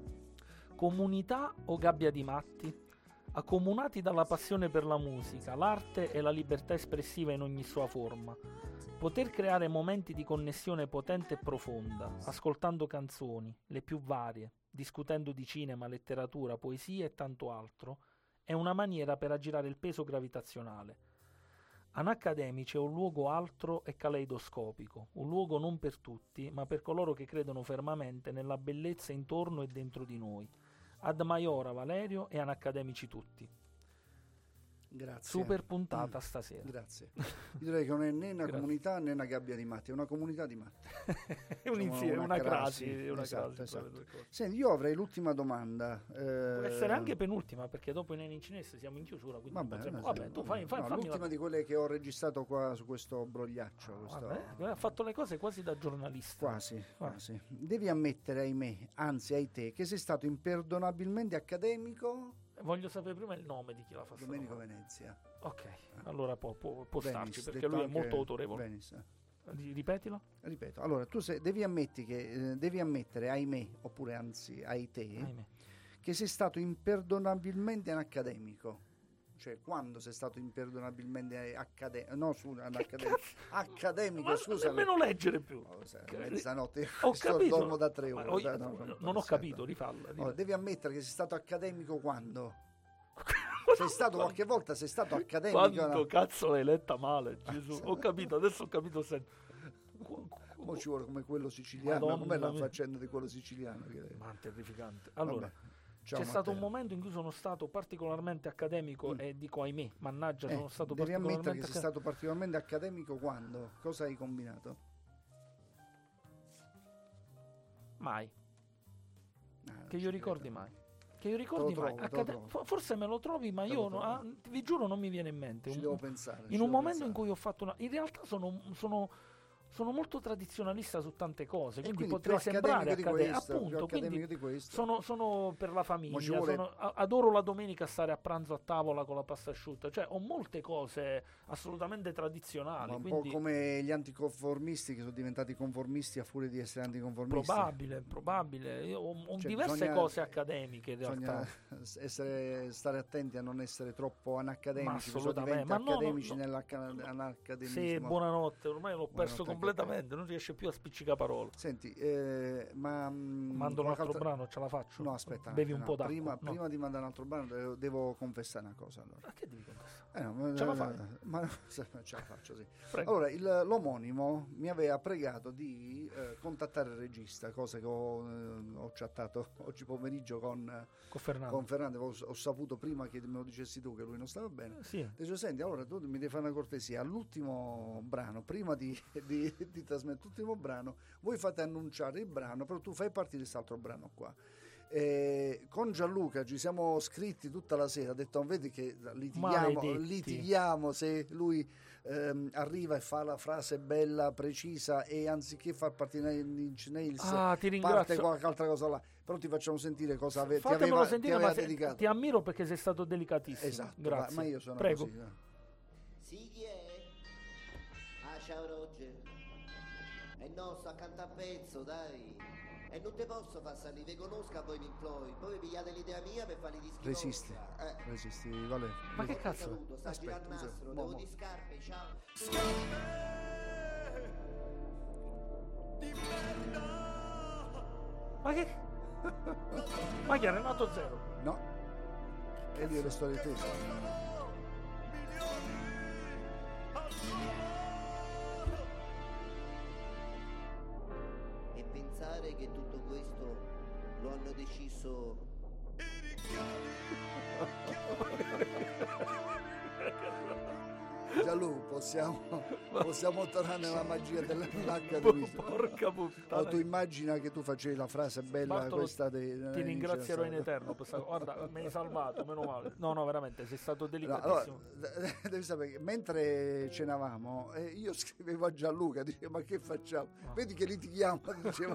Comunità o gabbia di matti? Accomunati dalla passione per la musica, l'arte e la libertà espressiva in ogni sua forma. Poter creare momenti di connessione potente e profonda, ascoltando canzoni, le più varie, discutendo di cinema, letteratura, poesia e tanto altro, è una maniera per aggirare il peso gravitazionale. Anaccademici è un luogo altro e caleidoscopico, un luogo non per tutti, ma per coloro che credono fermamente nella bellezza intorno e dentro di noi. Ad Maiora Valerio e Anaccademici tutti. Grazie. Super puntata Mm. stasera. Grazie. Io direi che non è né una Grazie. comunità né una gabbia di matti, è una comunità di matti. È un Insomma, insieme, una una crasi, crasi, una esatto, crasi, esatto. tra le due cose. Senti, io avrei l'ultima domanda. Può eh, essere anche penultima perché dopo i neni in cinese siamo in chiusura, quindi Vabbè, potremmo... sì, vabbè, tu fai, fai, no, fammi l'ultima la... di quelle che ho registrato qua su questo brogliaccio. questo- Vabbè, ha fatto le cose quasi da giornalista. Quasi, quasi. Devi ammettere, ahimè, anzi ai te, che sei stato imperdonabilmente accademico. Voglio sapere prima il nome di chi la fa sta Domenico domanda. Venezia. Ok, allora può, può, può Venis, starci perché detto lui è anche molto autorevole. Venis, eh. Ri- Ripetilo. Ripeto, allora tu sei- devi, ammetti che, eh, devi ammettere, ahimè, oppure anzi ai te, Ahimè. che sei stato imperdonabilmente anaccademico. Cioè, quando sei stato imperdonabilmente accademico? No, su, accademico. Accademico, Ma scusa. nemmeno leggere più. Oh, sai, mezzanotte, Ho sto- capito. dormo da tre Ma ore. ho- dai, no, no, non ho sì, capito, no. rifalla. Allora, devi ammettere che sei stato accademico quando? Sei stato qualche volta, sei stato accademico. Quanto no? cazzo l'hai letta male, Gesù. Ho capito, adesso ho capito sempre. Mo ci vuole come quello siciliano. Madonna Com'è la mia. faccenda di quello siciliano? Che- Ma terrificante. Allora, Vabbè. Ciao, c'è stato un Matteo. momento in cui sono stato particolarmente accademico Mm. e dico ahimè, mannaggia, Eh, sono stato devi ammettere che particolarmente sei acca- stato particolarmente accademico quando? Cosa hai combinato? mai, Ah, non che ci io credo. ricordi mai. Che io ricordi Te lo mai. trovo, te lo Accade- trovo. fo- Forse me lo trovi, ma Te io lo no- trovo. ah, vi giuro non mi viene in mente. Ci Un- devo pensare. ci in un devo momento in pensare. cui ho fatto una... In realtà sono, sono, sono molto tradizionalista su tante cose, E quindi, quindi potrei più sembrare accademico di accade- questo, più appunto, accademico quindi di questo. sono, sono per la Mo ci famiglia, vuole- sono- a- adoro la domenica stare a pranzo a tavola con la pasta asciutta, cioè ho molte cose assolutamente tradizionali, Ma un quindi po' come gli anticonformisti che sono diventati conformisti a furia di essere anticonformisti. probabile, probabile. Io ho, ho Cioè, diverse bisogna- cose accademiche in Bisogna realtà. essere, stare attenti a non essere troppo anaccademici, Ma assolutamente, diventa ma no, no, accademici no. nell'anacademismo. Sì, buonanotte, ormai l'ho perso Buonanotte anche a completamente, non riesce più a spiccicare parole. Senti, eh, ma mm, Mando un qualche altro altra- brano, ce la faccio? No, aspetta, Bevi no, un po' d'acqua. prima, no. prima di mandare un altro brano devo, devo confessare una cosa allora. Ma che devi confessare? Eh, no, ma- Ce la fai? Ma ce la faccio, sì. Prego. Allora, il- l'omonimo mi aveva pregato di eh, contattare il regista, cosa che ho, eh, ho chattato oggi pomeriggio con, Con Fernando. con Fernando. Ho, ho saputo prima che me lo dicessi tu che lui non stava bene. Eh, Sì. Dicevo, senti, allora tu mi devi fare una cortesia. All'ultimo brano, prima di, di, di trasmettere l'ultimo brano, voi fate annunciare il brano, però tu fai partire quest'altro brano qua. Eh, con Gianluca ci siamo scritti tutta la sera, ha detto vedi che litighiamo, Maledetti. litighiamo se lui ehm, arriva e fa la frase bella, precisa e anziché far partire Inch Nails Ah, ti parte ringrazio. qualche altra cosa là, però ti facciamo sentire cosa ave- ti Fatemelo aveva, ti sentire, aveva ma se- dedicato. ti ammiro perché sei stato delicatissimo. Esatto, Grazie. ma io sono Prego. così. eh. Sì, chi è? Ah, ciao Roger. E no, sto accanto a pezzo, dai. E non te posso far salire, vi conosco a voi Pink Floyd. Poi vi pigliate l'idea mia per fare i dischi Resisti, vostra. Eh. resisti, Valerio. Ma che Poi ti cazzo? saluto, sta Aspetta, girando il scusa, nastro, mo, devo mo. di scarpe, ciao. Ma che... Ma chi è Renato Zero? No, e io le storie tese. E pensare che tutto questo lo hanno deciso Gianlu, possiamo, possiamo tornare nella magia dell'H Porca puttana. O tu immagina che tu facevi la frase bella Bartolo, questa dei, ti ringrazierò in eterno. Guarda, mi hai salvato, meno male. No, no, veramente, sei stato delicatissimo. No, allora, devi sapere che mentre cenavamo, eh, io scrivevo a Gianluca, dicevo, ma che facciamo? No. Vedi che litighiamo, diceva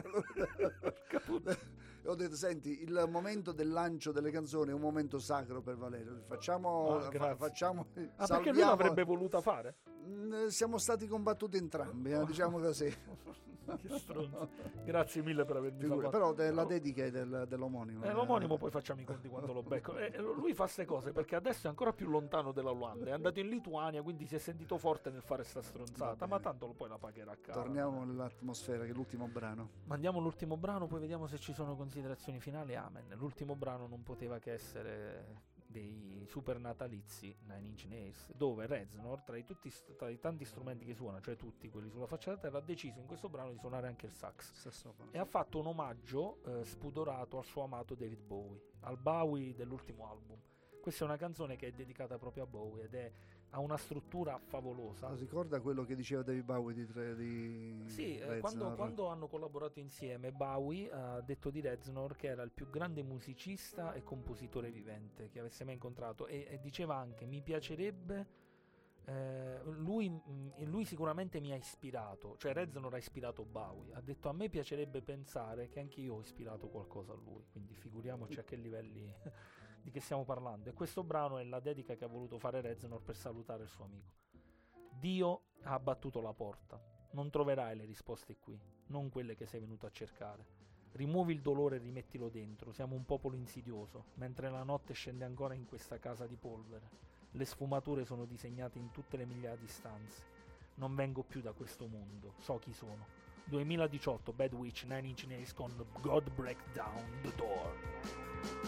lui. Ho detto, senti, il momento del lancio delle canzoni è un momento sacro per Valerio. Facciamo, ah, fa, facciamo ah, perché lui l'avrebbe voluta fare? Siamo stati combattuti entrambi, eh, diciamo così. Che stronzo. Grazie mille per avermi salvato. Però te, la dedica è del, dell'omonimo. Eh, l'omonimo poi facciamo i conti quando lo becco. E lui fa ste cose perché adesso è ancora più lontano dalla Olanda. È andato in Lituania, quindi si è sentito forte nel fare sta stronzata. Ma tanto poi la pagherà cara. Torniamo nell'atmosfera, che è l'ultimo brano. Mandiamo l'ultimo brano, poi vediamo se ci sono considerazioni finali. Amen. L'ultimo brano non poteva che essere dei super natalizi Nine Inch Nails, dove Reznor, tra i, tutti, tra i tanti strumenti che suona, cioè tutti quelli sulla faccia della terra, ha deciso in questo brano di suonare anche il sax Sassofono. E ha fatto un omaggio eh, spudorato al suo amato David Bowie, al Bowie dell'ultimo album. Questa è una canzone che è dedicata proprio a Bowie ed è, ha una struttura favolosa. Ah, ricorda quello che diceva David Bowie di, tre, di sì, eh, quando, quando hanno collaborato insieme, Bowie ha detto di Reznor che era il più grande musicista e compositore vivente che avesse mai incontrato, e, e diceva anche mi piacerebbe eh, lui, mh, lui sicuramente mi ha ispirato, cioè Reznor ha ispirato Bowie, ha detto a me piacerebbe pensare che anche io ho ispirato qualcosa a lui, quindi figuriamoci a che livelli di che stiamo parlando. E questo brano è la dedica che ha voluto fare Reznor per salutare il suo amico. Dio ha abbattuto la porta, non troverai le risposte qui, non quelle che sei venuto a cercare. Rimuovi il dolore e rimettilo dentro, siamo un popolo insidioso, mentre la notte scende ancora in questa casa di polvere. Le sfumature sono disegnate in tutte le migliaia di stanze. Non vengo più da questo mondo, so chi sono. duemiladiciotto, Bad Witch, Nine Inch Nails con God Break Down the Door.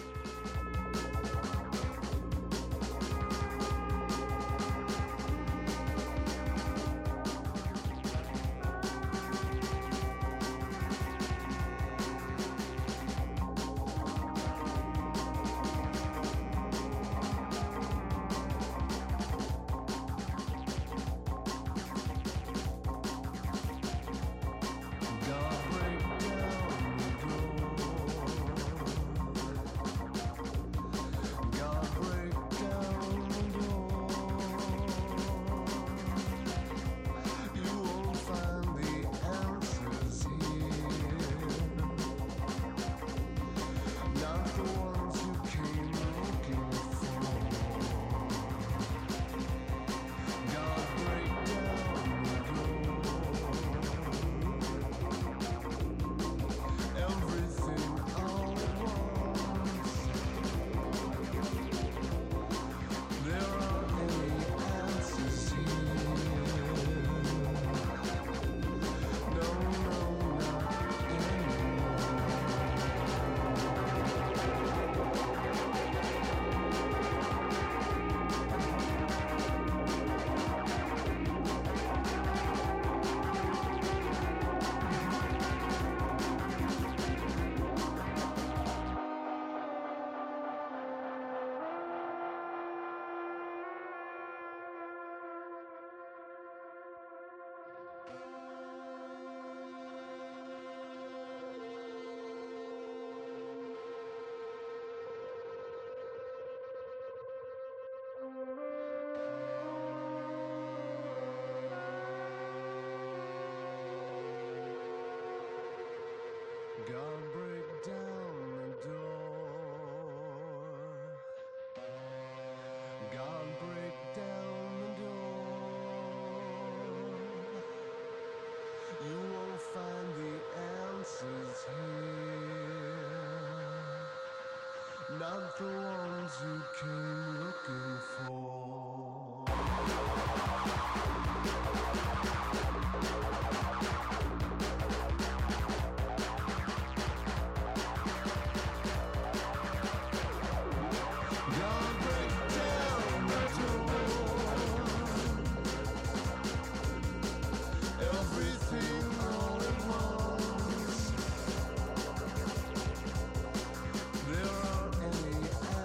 God break down the door. God break down the door. You won't find the answers here, not the ones you came looking for. There aren't any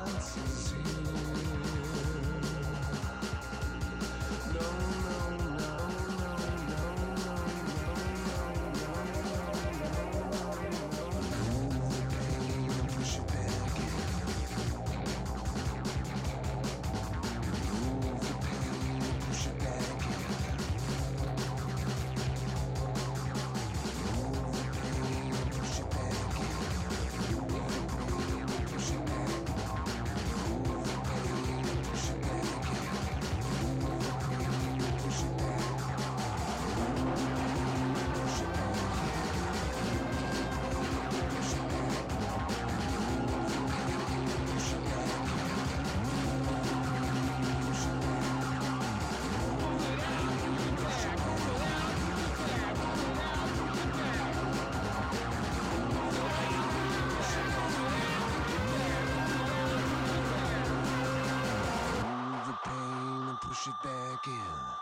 push it back in.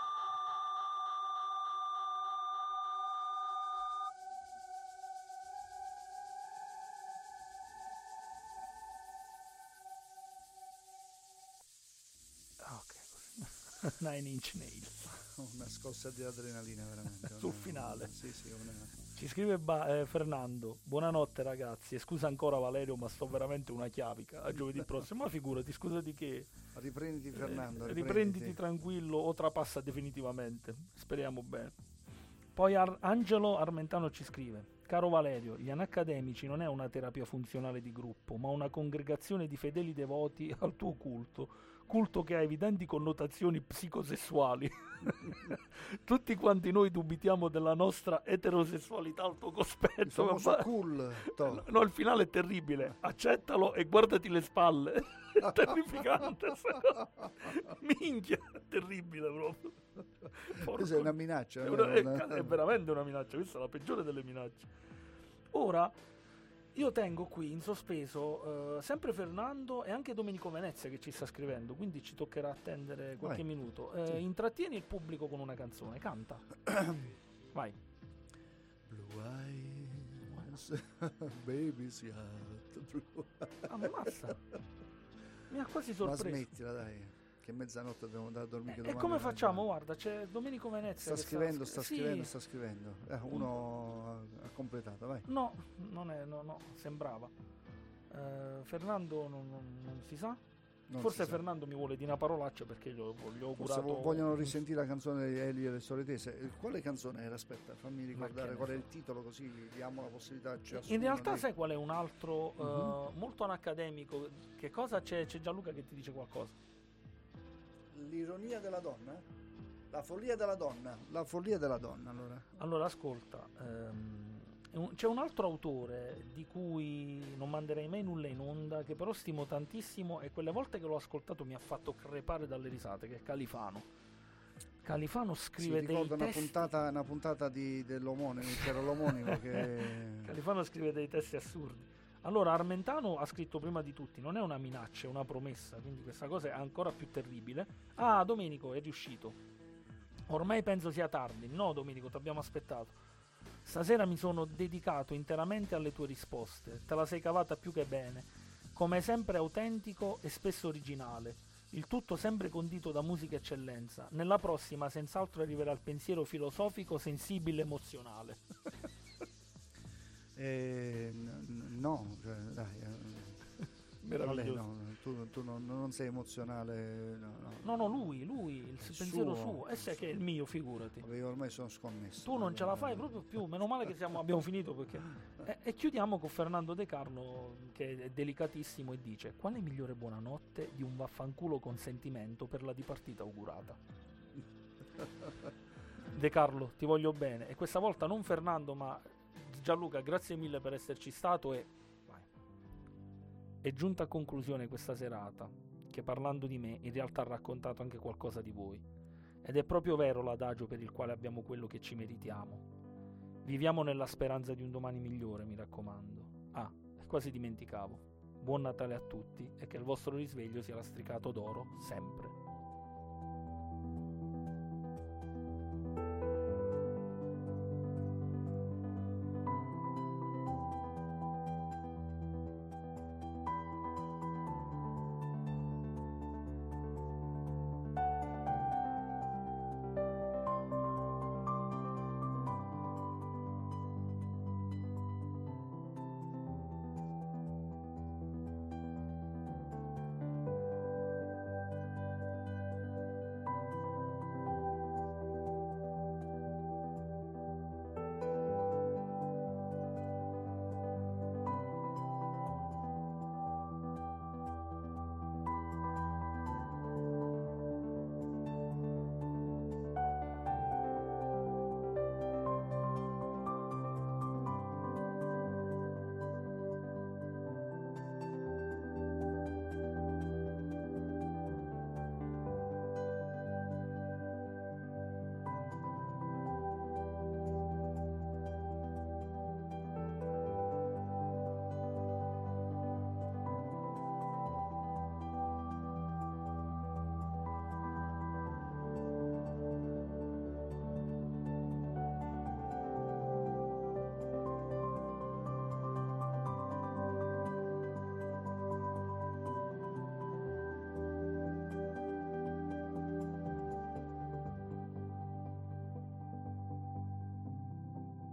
Nine Inch Nails. Una scossa di adrenalina veramente. Sul una, finale. Sì, sì, una... Ci scrive ba- eh, Fernando: buonanotte ragazzi, e scusa ancora Valerio, ma sto veramente una chiavica. A giovedì prossimo. Ma figurati, scusa di che? Riprenditi Fernando, Eh, riprenditi. riprenditi tranquillo o trapassa definitivamente. Speriamo bene. Poi Ar- Angelo Armentano ci scrive: caro Valerio, gli anacademici non è una terapia funzionale di gruppo, ma una congregazione di fedeli devoti al tuo culto. Culto che ha evidenti connotazioni psicosessuali. Tutti quanti noi dubitiamo della nostra eterosessualità al tuo cospetto. Il famoso Ma- cool, to. No, no, il finale è terribile. Accettalo e guardati le spalle. È terrificante. Minchia, terribile proprio. Porco- Questa è una minaccia. è, una- è- una- è veramente una minaccia. Questa è la peggiore delle minacce. Ora, io tengo qui in sospeso eh, sempre Fernando e anche Domenico Venezia che ci sta scrivendo, quindi ci toccherà attendere qualche Vai. minuto. Eh, Sì. Intrattieni il pubblico con una canzone, canta. Vai. Blue eyes, baby's yacht, blue Ammazza. Mi ha quasi Ma sorpreso. smettila dai, che mezzanotte dobbiamo andare a dormire. che E domani come non facciamo? andiamo. Guarda, c'è Domenico Venezia. Sta che scrivendo, scri- sta sì. scrivendo, sta scrivendo. Eh, uno ha, ha completato, vai. No, non è, no, no, sembrava. Eh, Fernando non, non- non si sa. Non Forse si sa. Fernando mi vuole di una parolaccia perché gli ho, gli ho Forse augurato. vo- vogliono risentire la canzone di Elio e le Sole Tese. Eh, Quale canzone era? Aspetta, fammi ricordare ne qual è so. il titolo, così gli diamo la possibilità. In ciascuno realtà dei- sai qual è un altro eh, Mhm. molto anacademico? Che cosa c'è? C'è Gianluca che ti dice qualcosa. L'ironia della donna? La follia della donna. La follia della donna, allora. Allora ascolta, ehm, è un- c'è un altro autore di cui non manderei mai nulla in onda, che però stimo tantissimo e quelle volte che l'ho ascoltato mi ha fatto crepare dalle risate, che è Califano. Califano Si scrive dei ricorda una testi puntata, una puntata di, dell'omonimo, c'era l'omonimo che... Califano scrive dei testi assurdi. Allora, Armentano ha scritto prima di tutti: non è una minaccia, è una promessa, quindi questa cosa è ancora più terribile. Ah, Domenico, è riuscito. Ormai penso sia tardi. No, Domenico, ti abbiamo aspettato. Stasera mi sono dedicato interamente alle tue risposte. Te la sei cavata più che bene. Come sempre autentico e spesso originale. Il tutto sempre condito da musica eccellenza. Nella prossima senz'altro arriverà il pensiero filosofico, sensibile, emozionale. Eh, n- n- no, cioè, dai, eh, Meraviglioso. vabbè, no, tu, tu non, non sei emozionale, no, no. No, no, lui, lui, il Il pensiero suo, suo. E sai il che è il mio, figurati. Vabbè, io ormai sono scommesso. Tu non ce la fai proprio più. Meno male che siamo, abbiamo finito perché. E, e chiudiamo con Fernando De Carlo, che è delicatissimo e dice: quale migliore buonanotte di un vaffanculo con sentimento per la dipartita augurata? De Carlo, ti voglio bene. E questa volta non Fernando, ma Gianluca, grazie mille per esserci stato. E vai. È giunta a conclusione questa serata, che parlando di me in realtà ha raccontato anche qualcosa di voi. Ed è proprio vero l'adagio per il quale abbiamo quello che ci meritiamo. Viviamo nella speranza di un domani migliore, mi raccomando. Ah, quasi dimenticavo. Buon Natale a tutti e che il vostro risveglio sia lastricato d'oro sempre.